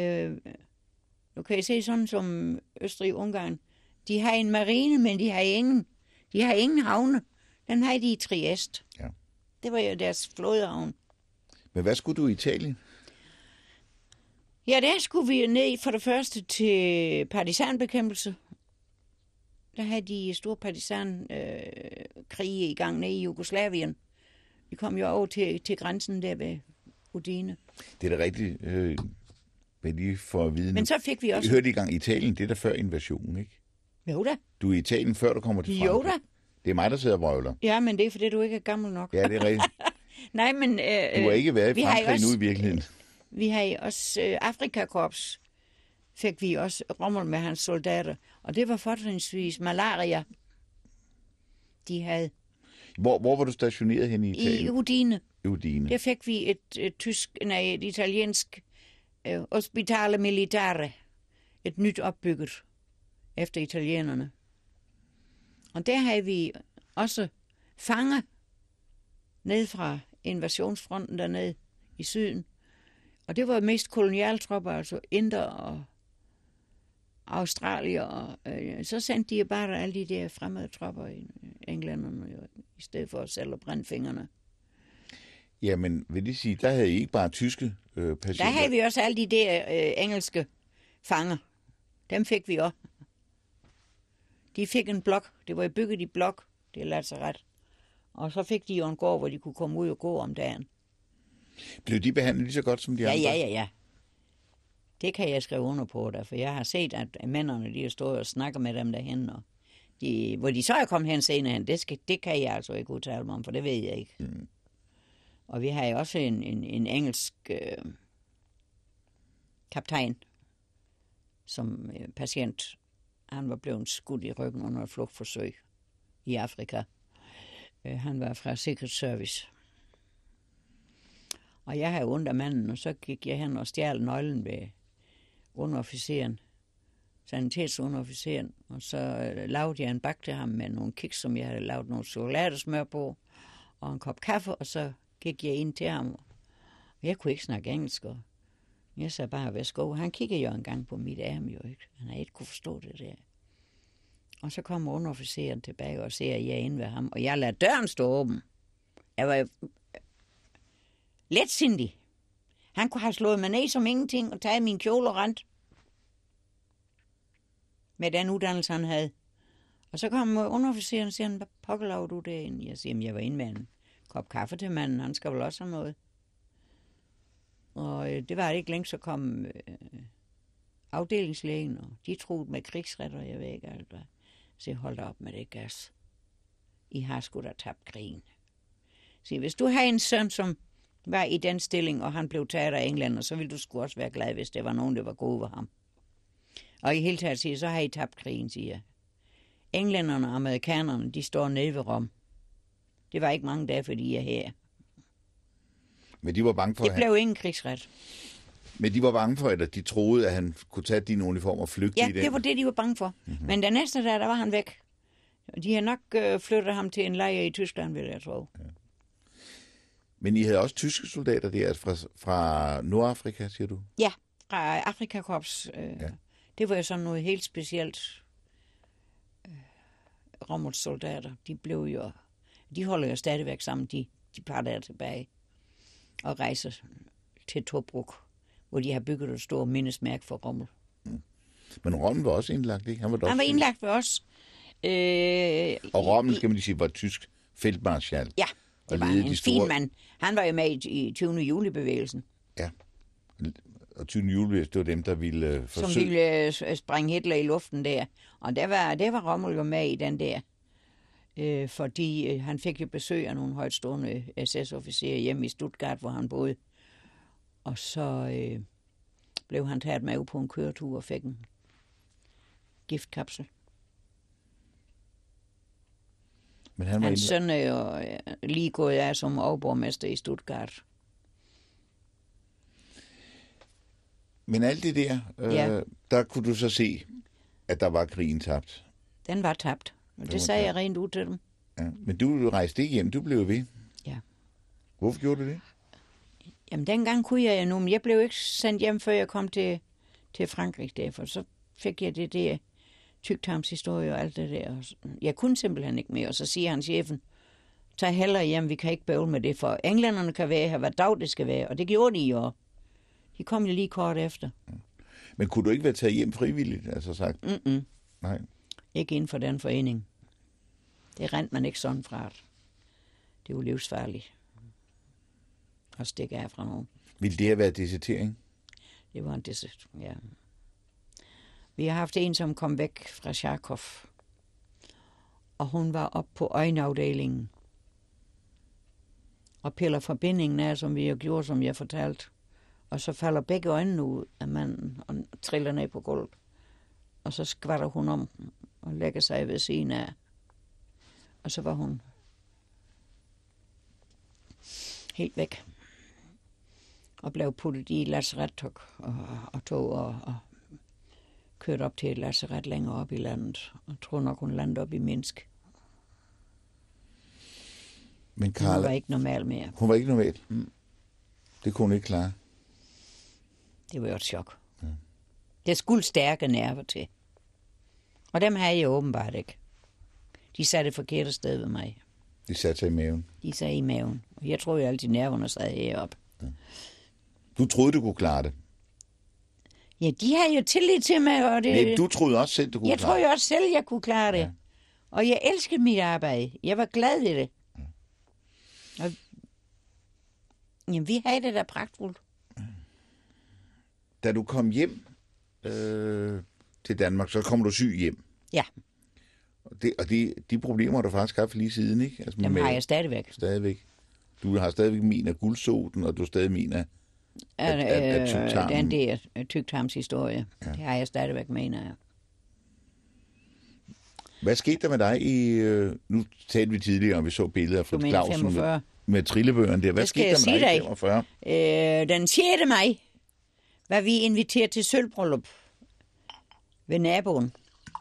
Speaker 2: Nu kan I se sådan som Østrig-Ungarn. De har en marine, men de har ingen havne. Den har de i Trieste.
Speaker 1: Ja.
Speaker 2: Det var jo deres flådehavn.
Speaker 1: Men hvad skulle du i Italien?
Speaker 2: Ja, der skulle vi ned for det første til partisanbekæmpelse. Der havde de store partisankrige i gang nede i Jugoslavien. Vi kom jo over til grænsen der ved Udine.
Speaker 1: Det er da rigtigt, men lige for at vide.
Speaker 2: Men så fik vi også...
Speaker 1: Jeg hørte i gang i Italien, det er der før invasionen, ikke?
Speaker 2: Jo da.
Speaker 1: Du er i Italien, før du kommer til Frankrig.
Speaker 2: Jo da.
Speaker 1: Det er mig, der sidder og vrøvler.
Speaker 2: Ja, men det er fordi, du ikke er gammel nok.
Speaker 1: Ja, det er rigtigt.
Speaker 2: Nej, men...
Speaker 1: Du har ikke været i Frankrig nu i virkeligheden.
Speaker 2: Vi har også Afrikakorps, fik vi også Rommel med hans soldater. Og det var fortrinsvis malaria, de havde.
Speaker 1: Hvor var du stationeret hen i Italien?
Speaker 2: I Udine.
Speaker 1: Udine.
Speaker 2: Der fik vi et italiensk Ospitale Militare, et nyt opbygget efter italienerne. Og der havde vi også fanger ned fra invasionsfronten dernede i syden. Og det var mest kolonialtropper, altså inder og australier. Og så sendte de bare alle de der fremmede tropper i englænderne, i stedet for at sælge brandfingrene.
Speaker 1: Jamen, vil det sige, der havde I ikke bare tyske patienter?
Speaker 2: Der havde vi også alle de der engelske fanger. Dem fik vi også. De fik en blok. Det var bygget i blok. Det lader sig ret. Og så fik de jo en gård, hvor de kunne komme ud og gå om dagen.
Speaker 1: Blev de behandlet lige så godt som de andre?
Speaker 2: Ja. Det kan jeg skrive under på, for jeg har set, at mændene de har stået og snakket med dem derhen, og hvor de så er kommet hen senere hen, det kan jeg altså ikke udtale mig om, for det ved jeg ikke. Mm. Og vi har jo også en engelsk kaptajn, som patient. Han var blevet skudt i ryggen under et flugtforsøg i Afrika. Han var fra Secret Service. Og jeg havde ondt af manden, og så gik jeg hen og stjal nøglen ved underofficeren, sanitetsunderofficeren, og så lavede jeg en bakke til ham med nogle kiks, som jeg havde lavet nogle chokoladesmør på, og en kop kaffe, og så gik jeg ind til ham. Jeg kunne ikke snakke engelsk, og jeg sagde bare, værsgo. Han kiggede jo en gang på mit ærme, jo ikke. Han havde ikke kunne forstå det der. Og så kommer underofficeren tilbage og ser, at jeg er inde ved ham, og jeg lader døren stå åben. Jeg var letsindig. Han kunne have slået mig ned som ingenting og taget min kjole og rent. Med den uddannelse, han havde. Og så kom underofficeren og siger, hvad pokker laver du derinde? Jeg siger, jeg var inde med en kop kaffe til manden. Han skal vel også have noget. Og det var det ikke længe, så kom afdelingslægen, og de troede med krigsretter, jeg ved ikke alt hvad. Så jeg holdt op med det gas. I har sgu da tabt krigen. Så hvis du har en søn, som var i den stilling, og han blev taget af englænder, så ville du sgu også være glad, hvis det var nogen, der var gode ved ham. Og i hele taget siger, så har I tabt krigen, siger jeg. Englænderne og amerikanerne, de står nede ved Rom. Det var ikke mange dage, fordi I er her.
Speaker 1: Men de var bange for,
Speaker 2: det blev ingen krigsret.
Speaker 1: Men de var bange for, at de troede, at han kunne tage din uniform og flygte i den?
Speaker 2: Ja, det var det, de var bange for. Mm-hmm. Men den næste dag, der var han væk. De har nok flyttet ham til en lejr i Tyskland, vil jeg tro. Ja.
Speaker 1: Men I havde også tyske soldater der fra Nordafrika, siger du?
Speaker 2: Ja, fra Afrikakorps. Ja. Det var jo sådan noget helt specielt. Rommels soldater, de holder jo stadigvæk sammen, de par der tilbage og rejser til Tobruk, hvor de har bygget et stort mindesmærke for Rommel. Mm.
Speaker 1: Men Rommel var også indlagt, ikke? Han
Speaker 2: var indlagt ved os.
Speaker 1: Og Rommel, skal man lige sige, var tysk feltmarskal.
Speaker 2: Ja, det var en fin mand. Han var jo med i 20. juli-bevægelsen.
Speaker 1: Ja, og 20. juli, det var dem, der ville forsøge...
Speaker 2: Som ville sprænge Hitler i luften der. Og der var Rommel jo med i den der. Fordi han fik jo besøg af nogle højtstående SS-officerer hjemme i Stuttgart, hvor han boede. Og så blev han taget med på en køretur og fik en giftkapsel.
Speaker 1: Men hans
Speaker 2: søn er jo lige gået af som overborgmester i Stuttgart.
Speaker 1: Men alt det der, der kunne du så se, at der var krigen tabt.
Speaker 2: Den var tabt. Og det sagde jeg rent ud til dem.
Speaker 1: Ja, men du rejste ikke hjem, du blev ved.
Speaker 2: Ja.
Speaker 1: Hvorfor gjorde du det?
Speaker 2: Jamen, dengang kunne jeg nu, men jeg blev ikke sendt hjem, før jeg kom til Frankrig derfor. Så fik jeg det der tyktarmshistorie og alt det der. Jeg kunne simpelthen ikke mere, og så siger han chefen, tag hellere hjem, vi kan ikke bøvle med det, for englænderne kan være her, hvad dag det skal være, og det gjorde de jo. De kom jo lige kort efter.
Speaker 1: Men kunne du ikke være taget hjem frivilligt, altså sagt? Nej.
Speaker 2: Ikke inden for den forening. Det rent man ikke sådan fra. Det er jo livsfarligt at stikke af fra nogen.
Speaker 1: Ville det have været desertering?
Speaker 2: Det var en desertering, ja. Vi har haft en, som kom væk fra Charkov, og hun var oppe på øjenafdelingen og piller forbindingen af, som vi har gjort, som jeg fortalte. Og så falder begge øjnene ud af manden og triller ned på gulvet. Og så skvatter hun om og lægger sig ved siden af. Og så var hun helt væk. Og blev puttet i et lazarettog og tog og kørte op til et lazaret længere op i landet. Og tror nok, hun landede op i Minsk.
Speaker 1: Men Carla,
Speaker 2: hun var ikke normal mere.
Speaker 1: Hun var ikke normal? Det kunne hun ikke klare?
Speaker 2: Det var jo et chok. Ja. Det skulle stærke nerver til. Og dem havde jeg åbenbart ikke. De satte det forkerte sted ved mig.
Speaker 1: De satte sig i maven? De
Speaker 2: sad i maven. Og jeg tror jo altid, nerverne sad heroppe. Ja.
Speaker 1: Du troede, du kunne klare det?
Speaker 2: Ja, de havde jo tillid til mig. Og det...
Speaker 1: Nej, du troede også selv, du kunne klare det?
Speaker 2: Jeg troede jo også selv, jeg kunne klare det. Ja. Og jeg elskede mit arbejde. Jeg var glad i det. Ja. Og... Jamen, vi havde det da pragtfuldt.
Speaker 1: Da du kom hjem til Danmark, så kom du syg hjem.
Speaker 2: Ja.
Speaker 1: Og de problemer, du faktisk har haft lige siden, ikke? Altså,
Speaker 2: dem har jeg stadigvæk.
Speaker 1: Stadigvæk. Du har stadigvæk min af guldsoten, og du har stadig min af tyktarmen.
Speaker 2: Den der tyktarmshistorie. Ja. Det har jeg stadigvæk, mener jeg.
Speaker 1: Hvad skete der med dig i... nu talte vi tidligere, om vi så billeder fra Clausen med trillebøgerne der. Hvad skete der med dig i 45?
Speaker 2: Den 6. maj var vi inviteret til sølvbryllup ved naboen.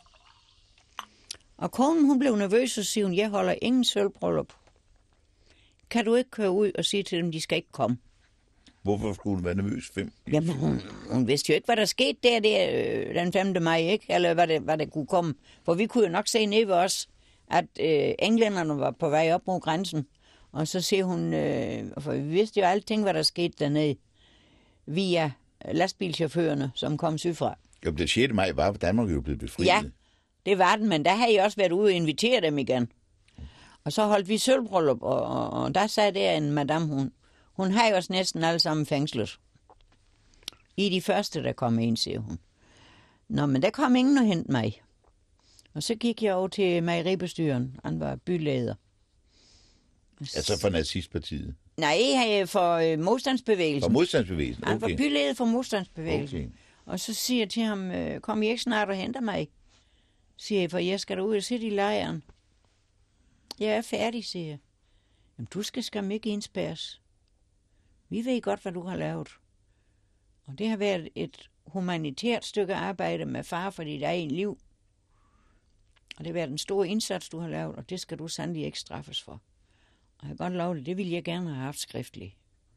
Speaker 2: Og konen, hun blev nervøs og siger, jeg holder ingen sølvbryllup. Kan du ikke køre ud og sige til dem, de skal ikke komme?
Speaker 1: Hvorfor skulle hun være nervøs?
Speaker 2: Jamen, hun vidste jo ikke, hvad der skete der den 5. maj, ikke? Eller hvad der kunne komme. For vi kunne jo nok se ned ved os, at englænderne var på vej op mod grænsen. Og så siger hun, for vi vidste jo alting, hvad der skete dernede, via lastbilchaufførerne, som kom sydfra.
Speaker 1: Jo, den 6. maj var Danmark jo blevet befriet.
Speaker 2: Ja, det var den, men der havde jeg også været ude og invitere dem igen. Og så holdt vi sølvbryllup, og der sagde der en madame, hun har jo også næsten alle sammen fængslet. I de første, der kom ind, siger hun. Nå, men der kom ingen og hente mig. Og så gik jeg over til mejeribestyren. Han var byleder.
Speaker 1: Altså for nazistpartiet?
Speaker 2: Nej, for modstandsbevægelsen.
Speaker 1: For modstandsbevægelsen, okay.
Speaker 2: Han var byleder for modstandsbevægelsen. Okay. Og så siger jeg til ham, kom I ikke snart og henter mig? Siger jeg, for jeg skal derude og sidde i lejren. Jeg er færdig, siger jeg. Jamen, du skal skam ikke indspærres. Vi ved godt, hvad du har lavet. Og det har været et humanitært stykke arbejde med far for dit eget liv. Og det har været en stor indsats, du har lavet, og det skal du sandelig ikke straffes for. Og jeg kan godt love det ville jeg gerne have haft skriftligt.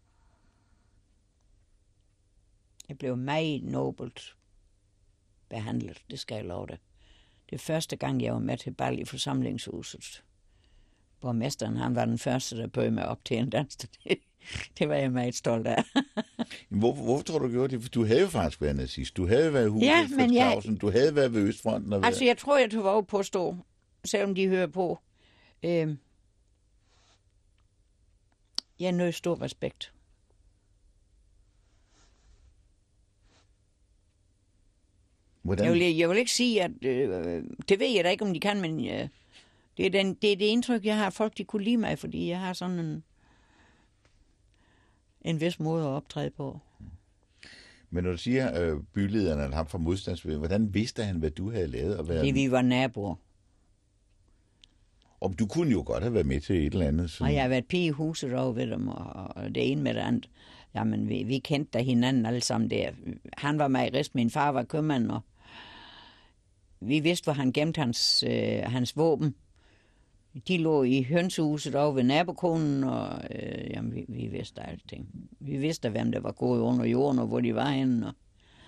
Speaker 2: Jeg blev meget nobelt behandlet, det skal jeg love dig. Det første gang, jeg var med til bal i forsamlingshuset. Borgmesteren, han var den første, der bød mig op til en dans. Det var jeg meget stolt af.
Speaker 1: Hvorfor tror du gjorde det? For du havde jo faktisk været nazist. Du havde været huset for Clausen. Du havde været ved Østfronten.
Speaker 2: Altså, jeg tror, jeg tog over på at stå, selvom de hører på. Jeg nød stor respekt. Jeg vil ikke sige, at det ved jeg da ikke, om de kan, men det er det indtryk, jeg har. Folk, de kunne lide mig, fordi jeg har sådan en vis måde at optræde på.
Speaker 1: Men når du siger bylederen, eller ham fra modstandsbevægelsen, hvordan vidste han, hvad du havde lavet?
Speaker 2: Det vi var naboer.
Speaker 1: Og du kunne jo godt have været med til et eller andet.
Speaker 2: Og jeg har været pige i huset over ved dem, og det ene med det andet. Jamen, vi kendte da hinanden alle sammen der. Han var mejerist, min far var købmand, og vi vidste, hvor han gemte hans våben. De lå i hønsehuset over ved nabokonen, og jamen, vi vidste alting. Vi vidste, hvem der var gået under jorden, og hvor de var henne. Og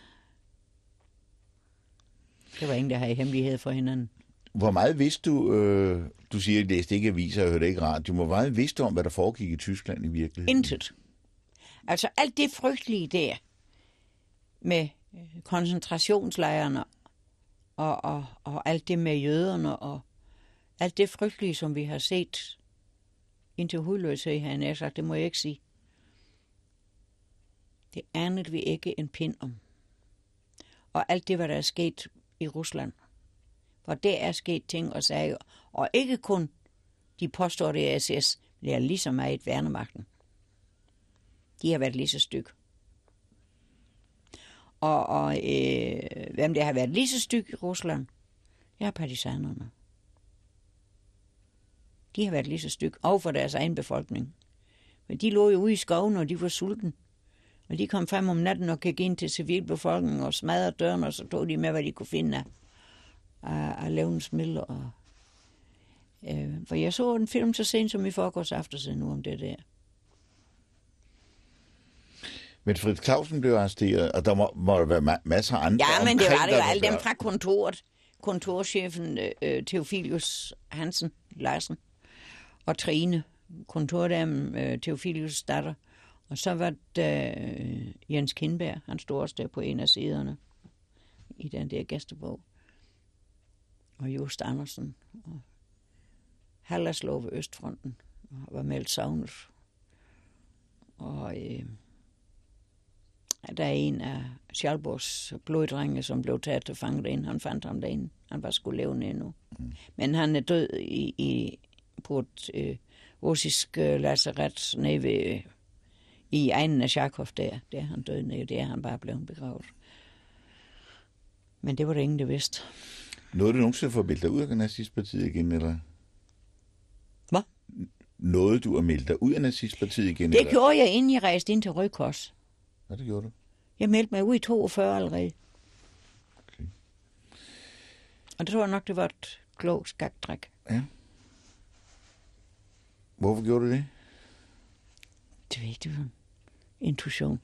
Speaker 2: det var ingen, der havde hemmelighed for hinanden.
Speaker 1: Hvor meget vidste du, du siger, at læste ikke aviser og hørte ikke radio, hvor meget vidste du om, hvad der foregik i Tyskland i virkeligheden?
Speaker 2: Intet. Altså alt det frygtelige der, med koncentrationslejrene, og alt det med jøderne, og alt det frygtelige, som vi har set indtil hudløshed, han har sagt, det må jeg ikke sige. Det anede vi ikke en pind om. Og alt det, hvad der er sket i Rusland, hvor der er sket ting og sager, og ikke kun de påstår det er SS, men det er lige så meget værnemagten. De har været lige så stykke. Og hvem der har været lige så stykke i Rusland, det er partisanerne. De har været lige så stykke over for deres egen befolkning. Men de lå jo ude i skoven, og de var sulten. Og de kom frem om natten og gik ind til civilbefolkningen og smadrede døren, og så tog de med, hvad de kunne finde af levnedsmidler. Og, for jeg så en film så sent som i forgårs aftes nu om det der.
Speaker 1: Men Frits Clausen blev arresteret, og der må være masser af andre.
Speaker 2: Ja, men det var det jo alle dem fra kontoret. Kontorchefen Theophilus Hansen Larsen og Trine, kontordamen Theophilus' datter. Og så var det Jens Kindberg, han stod også der på en af siderne i den der gæstebog. Og Just Andersen og Hallerslå ved Østfronten og var meldt savnet. Og der er en af Schalborgs bloddrenge, som blev taget til fange derinde. Han fandt ham derinde. Han var sgu levende endnu. Men han er død på et russisk lazaret nede ved, i egen af Charkov der. Der er han død nede. Der er han bare blevet begravet. Men det var der ingen, der vidste.
Speaker 1: Nåede du nogensinde for at melde dig ud af nazistpartiet igen, eller?
Speaker 2: Hvad?
Speaker 1: Nåede du at melde dig ud af nazistpartiet igen,
Speaker 2: det
Speaker 1: eller?
Speaker 2: Gjorde jeg, inden jeg rejste ind til Røde Kors.
Speaker 1: Ja, det gjorde du.
Speaker 2: Jeg meldte mig ud i 42 allerede.
Speaker 1: Okay.
Speaker 2: Og det tror jeg nok, det var et klogt skakdræk.
Speaker 1: Ja. Hvorfor gjorde du det?
Speaker 2: Det ved jeg, det var intuition.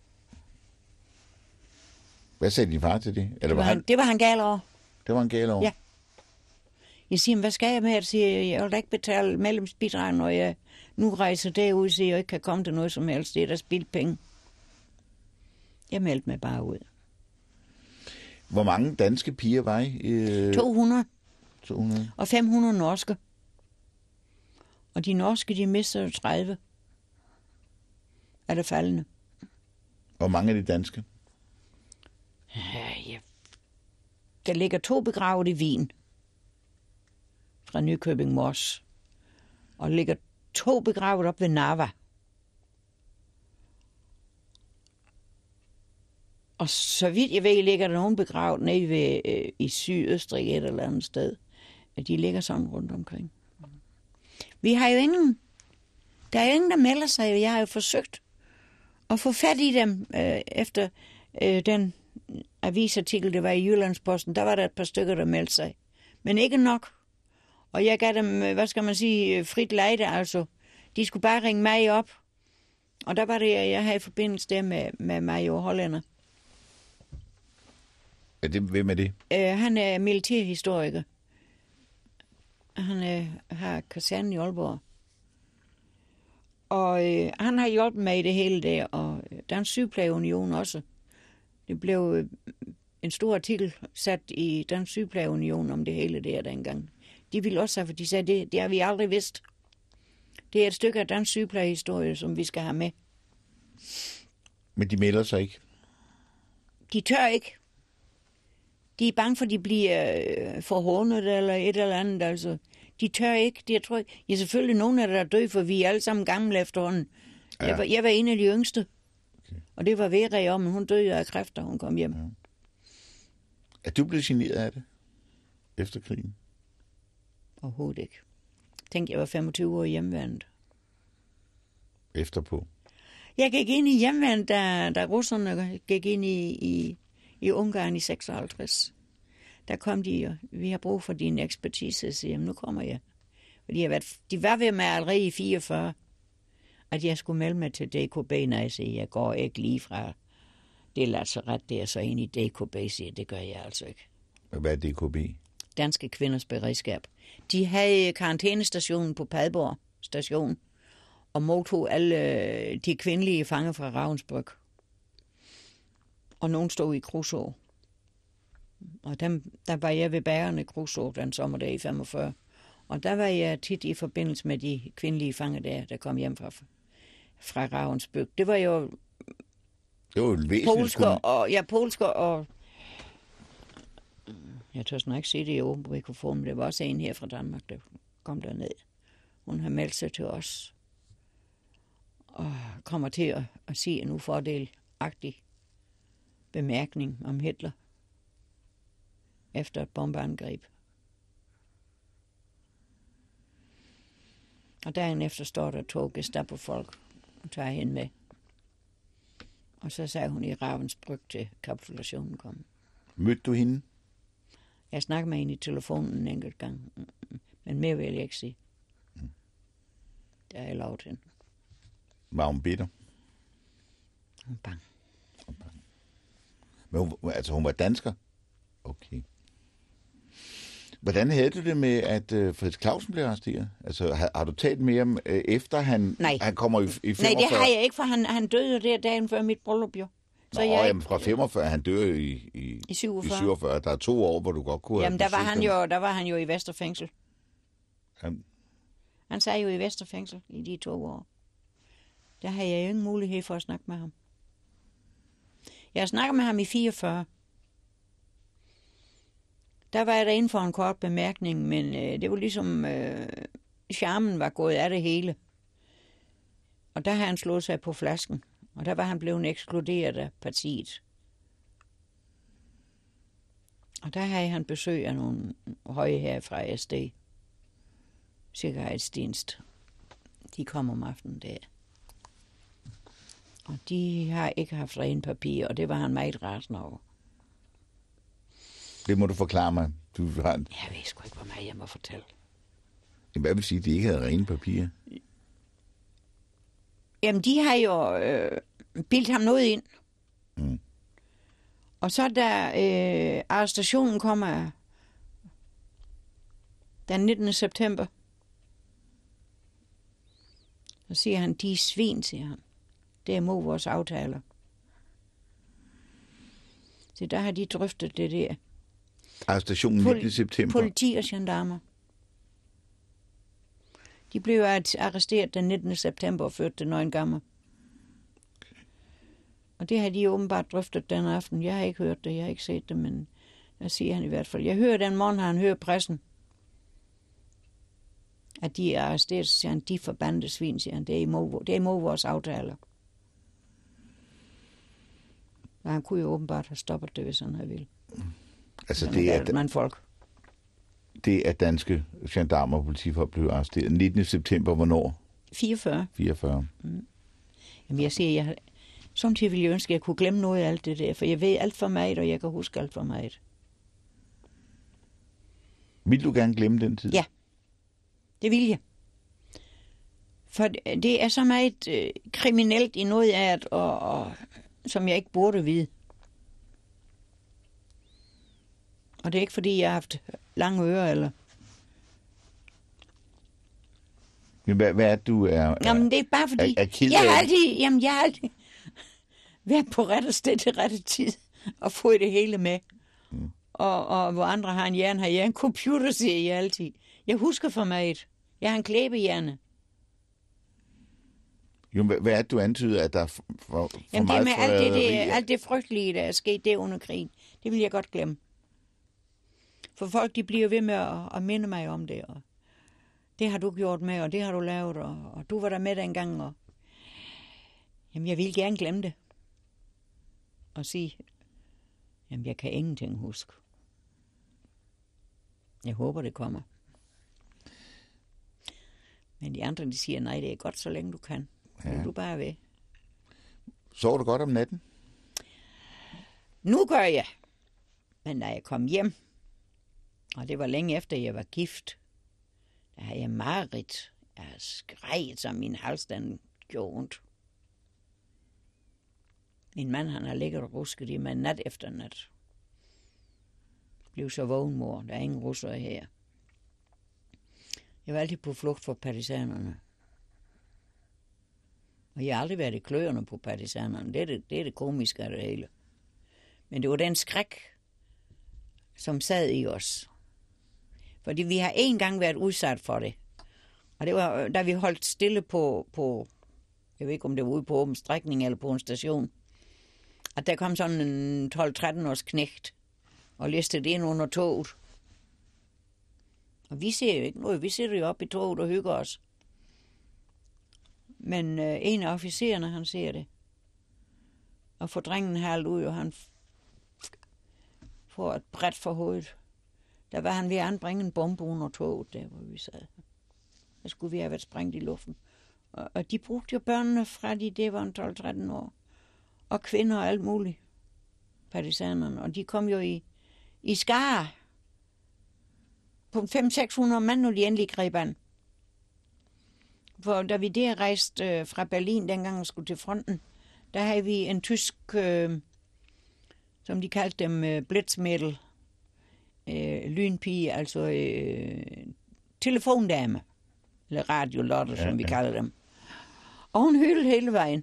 Speaker 1: Hvad sagde din far til det? Eller
Speaker 2: det var han gal over.
Speaker 1: Det var en gal over?
Speaker 2: Ja. Jeg siger, hvad skal jeg med? Jeg siger, jeg vil da ikke betale medlemsbidrag, når jeg nu rejser derud, så jeg ikke kan komme til noget som helst. Det er der spildt penge. Jeg meldte mig bare ud.
Speaker 1: Hvor mange danske piger var I?
Speaker 2: 200.
Speaker 1: 200.
Speaker 2: Og 500 norske. Og de norske, de mister 30. Er det faldende?
Speaker 1: Hvor mange er de danske?
Speaker 2: Ja. Der ligger 2 begravet i Wien. Fra Nykøbing Mors. Og der ligger 2 begravet op ved Narva. Og så vidt jeg ved, ligger der nogen begravet nede ved, i Sydøstrig et eller andet sted. De ligger sådan rundt omkring. Vi har jo ingen... Der er jo ingen, der melder sig. Jeg har jo forsøgt at få fat i dem efter den avisartikel, der var i Jyllandsposten. Der var der et par stykker, der meldte sig. Men ikke nok. Og jeg gav dem, hvad skal man sige, frit lejde, altså. De skulle bare ringe mig op. Og der var det, jeg havde forbindelse der med Major Hollænder.
Speaker 1: Hvem er det?
Speaker 2: Han er militærhistoriker. Han har kasernen i Aalborg. Og han har hjulpet mig i det hele der, og Dansk Sygeplejeunion også. Det blev en stor artikel sat i Dansk Sygeplejeunion om det hele der dengang. De ville også have, for de sagde, det har vi aldrig vidst. Det er et stykke af Dansk Sygeplejehistorie, som vi skal have med.
Speaker 1: Men de melder sig ikke?
Speaker 2: De tør ikke. De er bange for, at de bliver forhånet eller et eller andet. Altså. De tør ikke. Jeg tror ikke. Ja, selvfølgelig nogen af der er døde, for vi er alle sammen gamle efterhånden. Ja. Jeg var en af de yngste. Okay. Og det var Vera om, men hun døde af kræft, da hun kom hjem. Ja.
Speaker 1: Er du blevet generet af det efter krigen?
Speaker 2: Overhovedet ikke. Tænk, jeg var 25 år i hjemmeværnet.
Speaker 1: Efterpå? Jeg
Speaker 2: gik ind i hjemmeværnet, da russerne gik ind i Ungarn i 56. Der kom de, og vi har brug for din ekspertise, og siger, nu kommer jeg. De var ved mig allerede i 44, at jeg skulle melde mig til DKB, når jeg siger, jeg går ikke lige fra det lazaret der, så ind i DKB, siger det gør jeg altså ikke.
Speaker 1: Hvad er DKB?
Speaker 2: Danske Kvinders Beredskab. De havde karantænestationen på Padborg station, og modtog alle de kvindelige fanger fra Ravensbrück. Og nogen stod i Kruså. Og der var jeg ved bagerne i Kruså den sommer der i 45. Og der var jeg tit i forbindelse med de kvindelige fanger der kom hjem fra Ravensbrück. Det var jo polsker og jeg tør snart ikke sige det i åben mikrofon, men det var også en her fra Danmark, der kom derned. Hun har meldt sig til os og kommer til at sige en ufordelagtig bemærkning om Hitler efter et bombeangreb. Og dagen efter står der 2 Gestapo-folk og tager hende med. Og så sagde hun i Ravensbrück til kapitulationen kom.
Speaker 1: Mødte du hende?
Speaker 2: Jeg snakkede med hende i telefonen en enkelt gang, men mere vil jeg ikke sige. Det har jeg lovet hende.
Speaker 1: Var hun bitter?
Speaker 2: Hun bang.
Speaker 1: Men hun var dansker? Okay. Hvordan havde du det med, at Frits Clausen blev arresteret? Altså, har du talt med ham, efter han kommer i 45?
Speaker 2: Nej, det har jeg ikke, for han døde jo der dagen før mit bryllup, jo.
Speaker 1: Så jamen fra 45, han dør i 47. Der er 2 år, hvor du godt kunne
Speaker 2: have der var han jo i Vesterfængsel. Han sad jo i Vesterfængsel i de 2 år. Der havde jeg jo ingen mulighed for at snakke med ham. Jeg snakker med ham i 44. Der var jeg derinde for en kort bemærkning, men det var ligesom, charmen var gået af det hele. Og der havde han slået sig på flasken, og der var han blevet ekskluderet af partiet. Og der havde han besøg af nogle høje her fra SD. Sikkerhedsdienst. De kom om aftenen der. Og de har ikke haft rent papir, og det var han meget rasende over.
Speaker 1: Det må du forklare mig. Jeg
Speaker 2: ved sgu ikke, hvor meget jeg må fortælle.
Speaker 1: Hvad vil sige, at de ikke havde rene papirer?
Speaker 2: Jamen, de har jo bildt ham noget ind. Mm. Og så da arrestationen kommer den 19. september, så siger han, de er svin, siger han. Det er imod vores aftaler. Så der har de drøftet det der.
Speaker 1: Arrestationen 19. september?
Speaker 2: Politi og gendarmer. De blev arresteret den 19. september og ført til Neuengamme. Og det har de åbenbart drøftet den aften. Jeg har ikke hørt det, jeg har ikke set det, men der siger han i hvert fald. Jeg hører den morgen, han hører pressen, at de er arresteret, så siger han, de forbandede svin, siger han, det er imod vores aftaler. Og han kunne jo åbenbart have stoppet det, hvis han havde ville.
Speaker 1: Altså det er danske gendarmer og politifolk blev arresteret 19. september, hvornår?
Speaker 2: 44.
Speaker 1: 44.
Speaker 2: Mm. Jamen jeg siger, samtidig ville jeg ønske, at jeg kunne glemme noget af alt det der, for jeg ved alt for meget, og jeg kan huske alt for meget.
Speaker 1: Vil du gerne glemme den tid?
Speaker 2: Ja, det vil jeg. For det er så meget kriminelt i noget af det, og som jeg ikke burde vide. Og det er ikke, fordi jeg har haft lange ører, eller...
Speaker 1: Men hvad er det, du er...
Speaker 2: Jamen, det er bare fordi... Jeg har altid været på rette sted til rette tid, og fået det hele med. Mm. Og hvor andre har en hjerne, har jeg en computer, siger jeg altid. Jeg husker for mig jeg har en klæbehjerne.
Speaker 1: Jo, hvad er det, du antyder, at der er for
Speaker 2: jamen,
Speaker 1: meget
Speaker 2: det med alt det frygtelige, der er sket der under krigen, det vil jeg godt glemme. For folk, de bliver ved med at minde mig om det, og det har du gjort med, og det har du lavet, og du var der med dengang, og jamen, jeg vil gerne glemme det. Og sige, jamen, jeg kan ingenting huske. Jeg håber, det kommer. Men de andre, de siger, nej, det er godt, så længe du kan. Ja. Du bare ved.
Speaker 1: Sover du godt om natten?
Speaker 2: Nu gør jeg. Men når jeg kom hjem, og det var længe efter, jeg var gift, Der har jeg mareridt. Jeg har skreget, som min hals, den gjorde ondt. Min mand, han har ligget og rusket i mig nat efter nat. Blev så vågen, mor. Der er ingen russere her. Jeg var altid på flugt for partisanerne. Og jeg har aldrig været i kløerne på partisanerne. Det er det komiske af det hele. Men det var den skræk, som sad i os. Fordi vi har en gang været udsat for det. Og det var, da vi holdt stille på jeg ved ikke, om det var ude på åben strækning eller på en station, at der kom sådan en 12-13 års knægt og listede ind under toget. Og vi ser jo ikke noget. Vi sidder jo oppe i toget og hygger os. Men en af officererne, han ser det. Og får drengen halvt ud, og han får et bredt for hovedet. Der var han ved at anbringe en bombe under toget, der hvor vi sad. Der skulle vi have været sprængt i luften. Og de brugte jo børnene fra det var en 12-13 år. Og kvinder og alt muligt. Partisanerne. Og de kom jo i skare. På 500-600 mand, når de endelig greb an. For da vi der rejste fra Berlin, dengang vi skulle til fronten, der havde vi en tysk, som de kaldte dem, blitzmädel, lynpige, altså telefondame, eller radiolotte, som vi kalder dem. Og hun hylede hele vejen.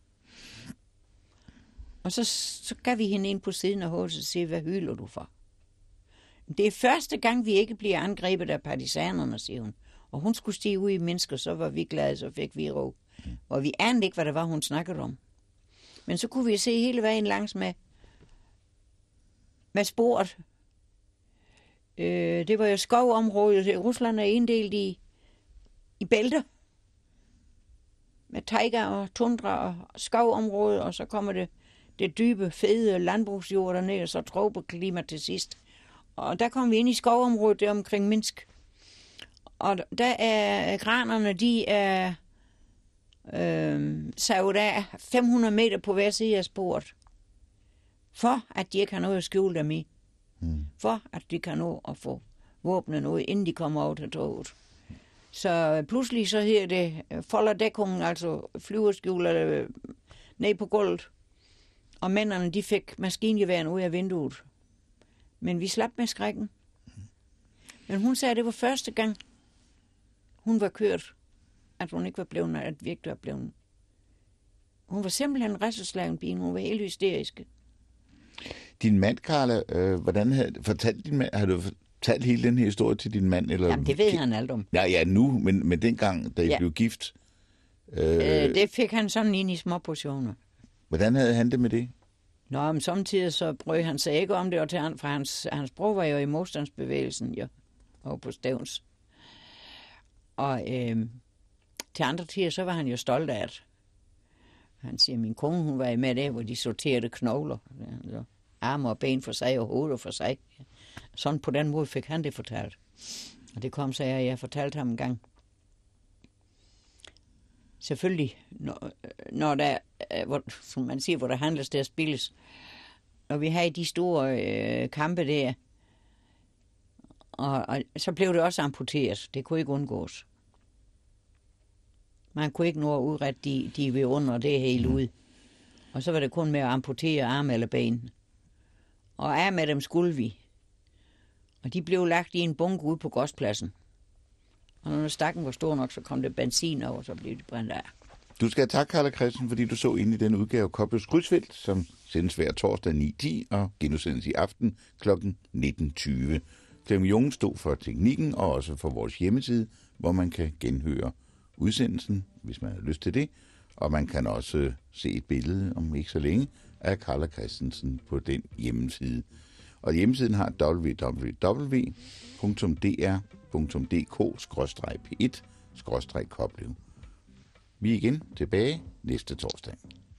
Speaker 2: Og så gav vi hende ind på siden af hovedet og siger, hvad hyler du for? Det er første gang, vi ikke bliver angrebet af partisanerne, siger hun. Og hun skulle stige ud i mennesker, så var vi glade, så fik vi ro. Og vi anede ikke, hvad det var, hun snakkede om. Men så kunne vi se hele vejen langs med sporet. Det var jo skovområdet. Rusland er inddelt i bælter. Med taiga og tundra og skovområdet, og så kommer det dybe, fede landbrugsjord derned, og så tropeklima til sidst. Og der kom vi ind i skovområdet der omkring Minsk. Og der er granerne, de er savet af 500 meter på hver side af sporet. For at de ikke har noget at skjule dem i. For at de kan nå at få våbnet ud, inden de kommer over til toget. Så pludselig så her det folderdækningen, altså flyverskjuler ned på gulvet. Og mændene, de fik maskingeværen ud af vinduet. Men vi slap med skrækken. Men hun sagde, at det var første gang, hun var kørt, at hun ikke var blevet, at vi ikke var blevet. Hun var simpelthen en rædselsslagen pige. Hun var helt hysterisk.
Speaker 1: Din mand, Carla, hvordan har du fortalt hele den her historie til din mand? Eller?
Speaker 2: Jamen, det ved han alt om.
Speaker 1: Ja, nu, men dengang, da I blev gift?
Speaker 2: Det fik han sådan ind i små portioner.
Speaker 1: Hvordan havde han det med det?
Speaker 2: Nå, men samtidig så brød han sig ikke om det, og for hans bror var jo i modstandsbevægelsen, jo, over på Stevns. Og til andre tider, så var han jo stolt af det. Han siger, min kone, hun var med der, hvor de sorterede knogler. Altså, arme og ben for sig, og hoveder for sig. Sådan på den måde fik han det fortalt. Og det kom så, at jeg fortalte ham en gang. Selvfølgelig, når der, som man siger, hvor der handles, der spilles. Når vi havde de store kampe der, og så blev det også amputeret. Det kunne ikke undgås. Man kunne ikke nå at udrette de ved under det hele ud. Og så var det kun med at amputere arme eller ben. Og af med dem skulle vi. Og de blev lagt i en bunke ude på gårdspladsen. Og når stakken var stor nok, så kom det benzin over, så blev det brændt af.
Speaker 1: Du skal have tak, Carla Christensen, fordi du så ind i den udgave af Koplevs Krydsfelt, som sendes hver torsdag 9:10 og genudsendes i aften kl. 19:20. Clem Jung stod for teknikken og også for vores hjemmeside, hvor man kan genhøre udsendelsen, hvis man har lyst til det. Og man kan også se et billede om ikke så længe af Carla Christensen på den hjemmeside. Og hjemmesiden har www.dr.dk/p1/Koplev. Vi er igen tilbage næste torsdag.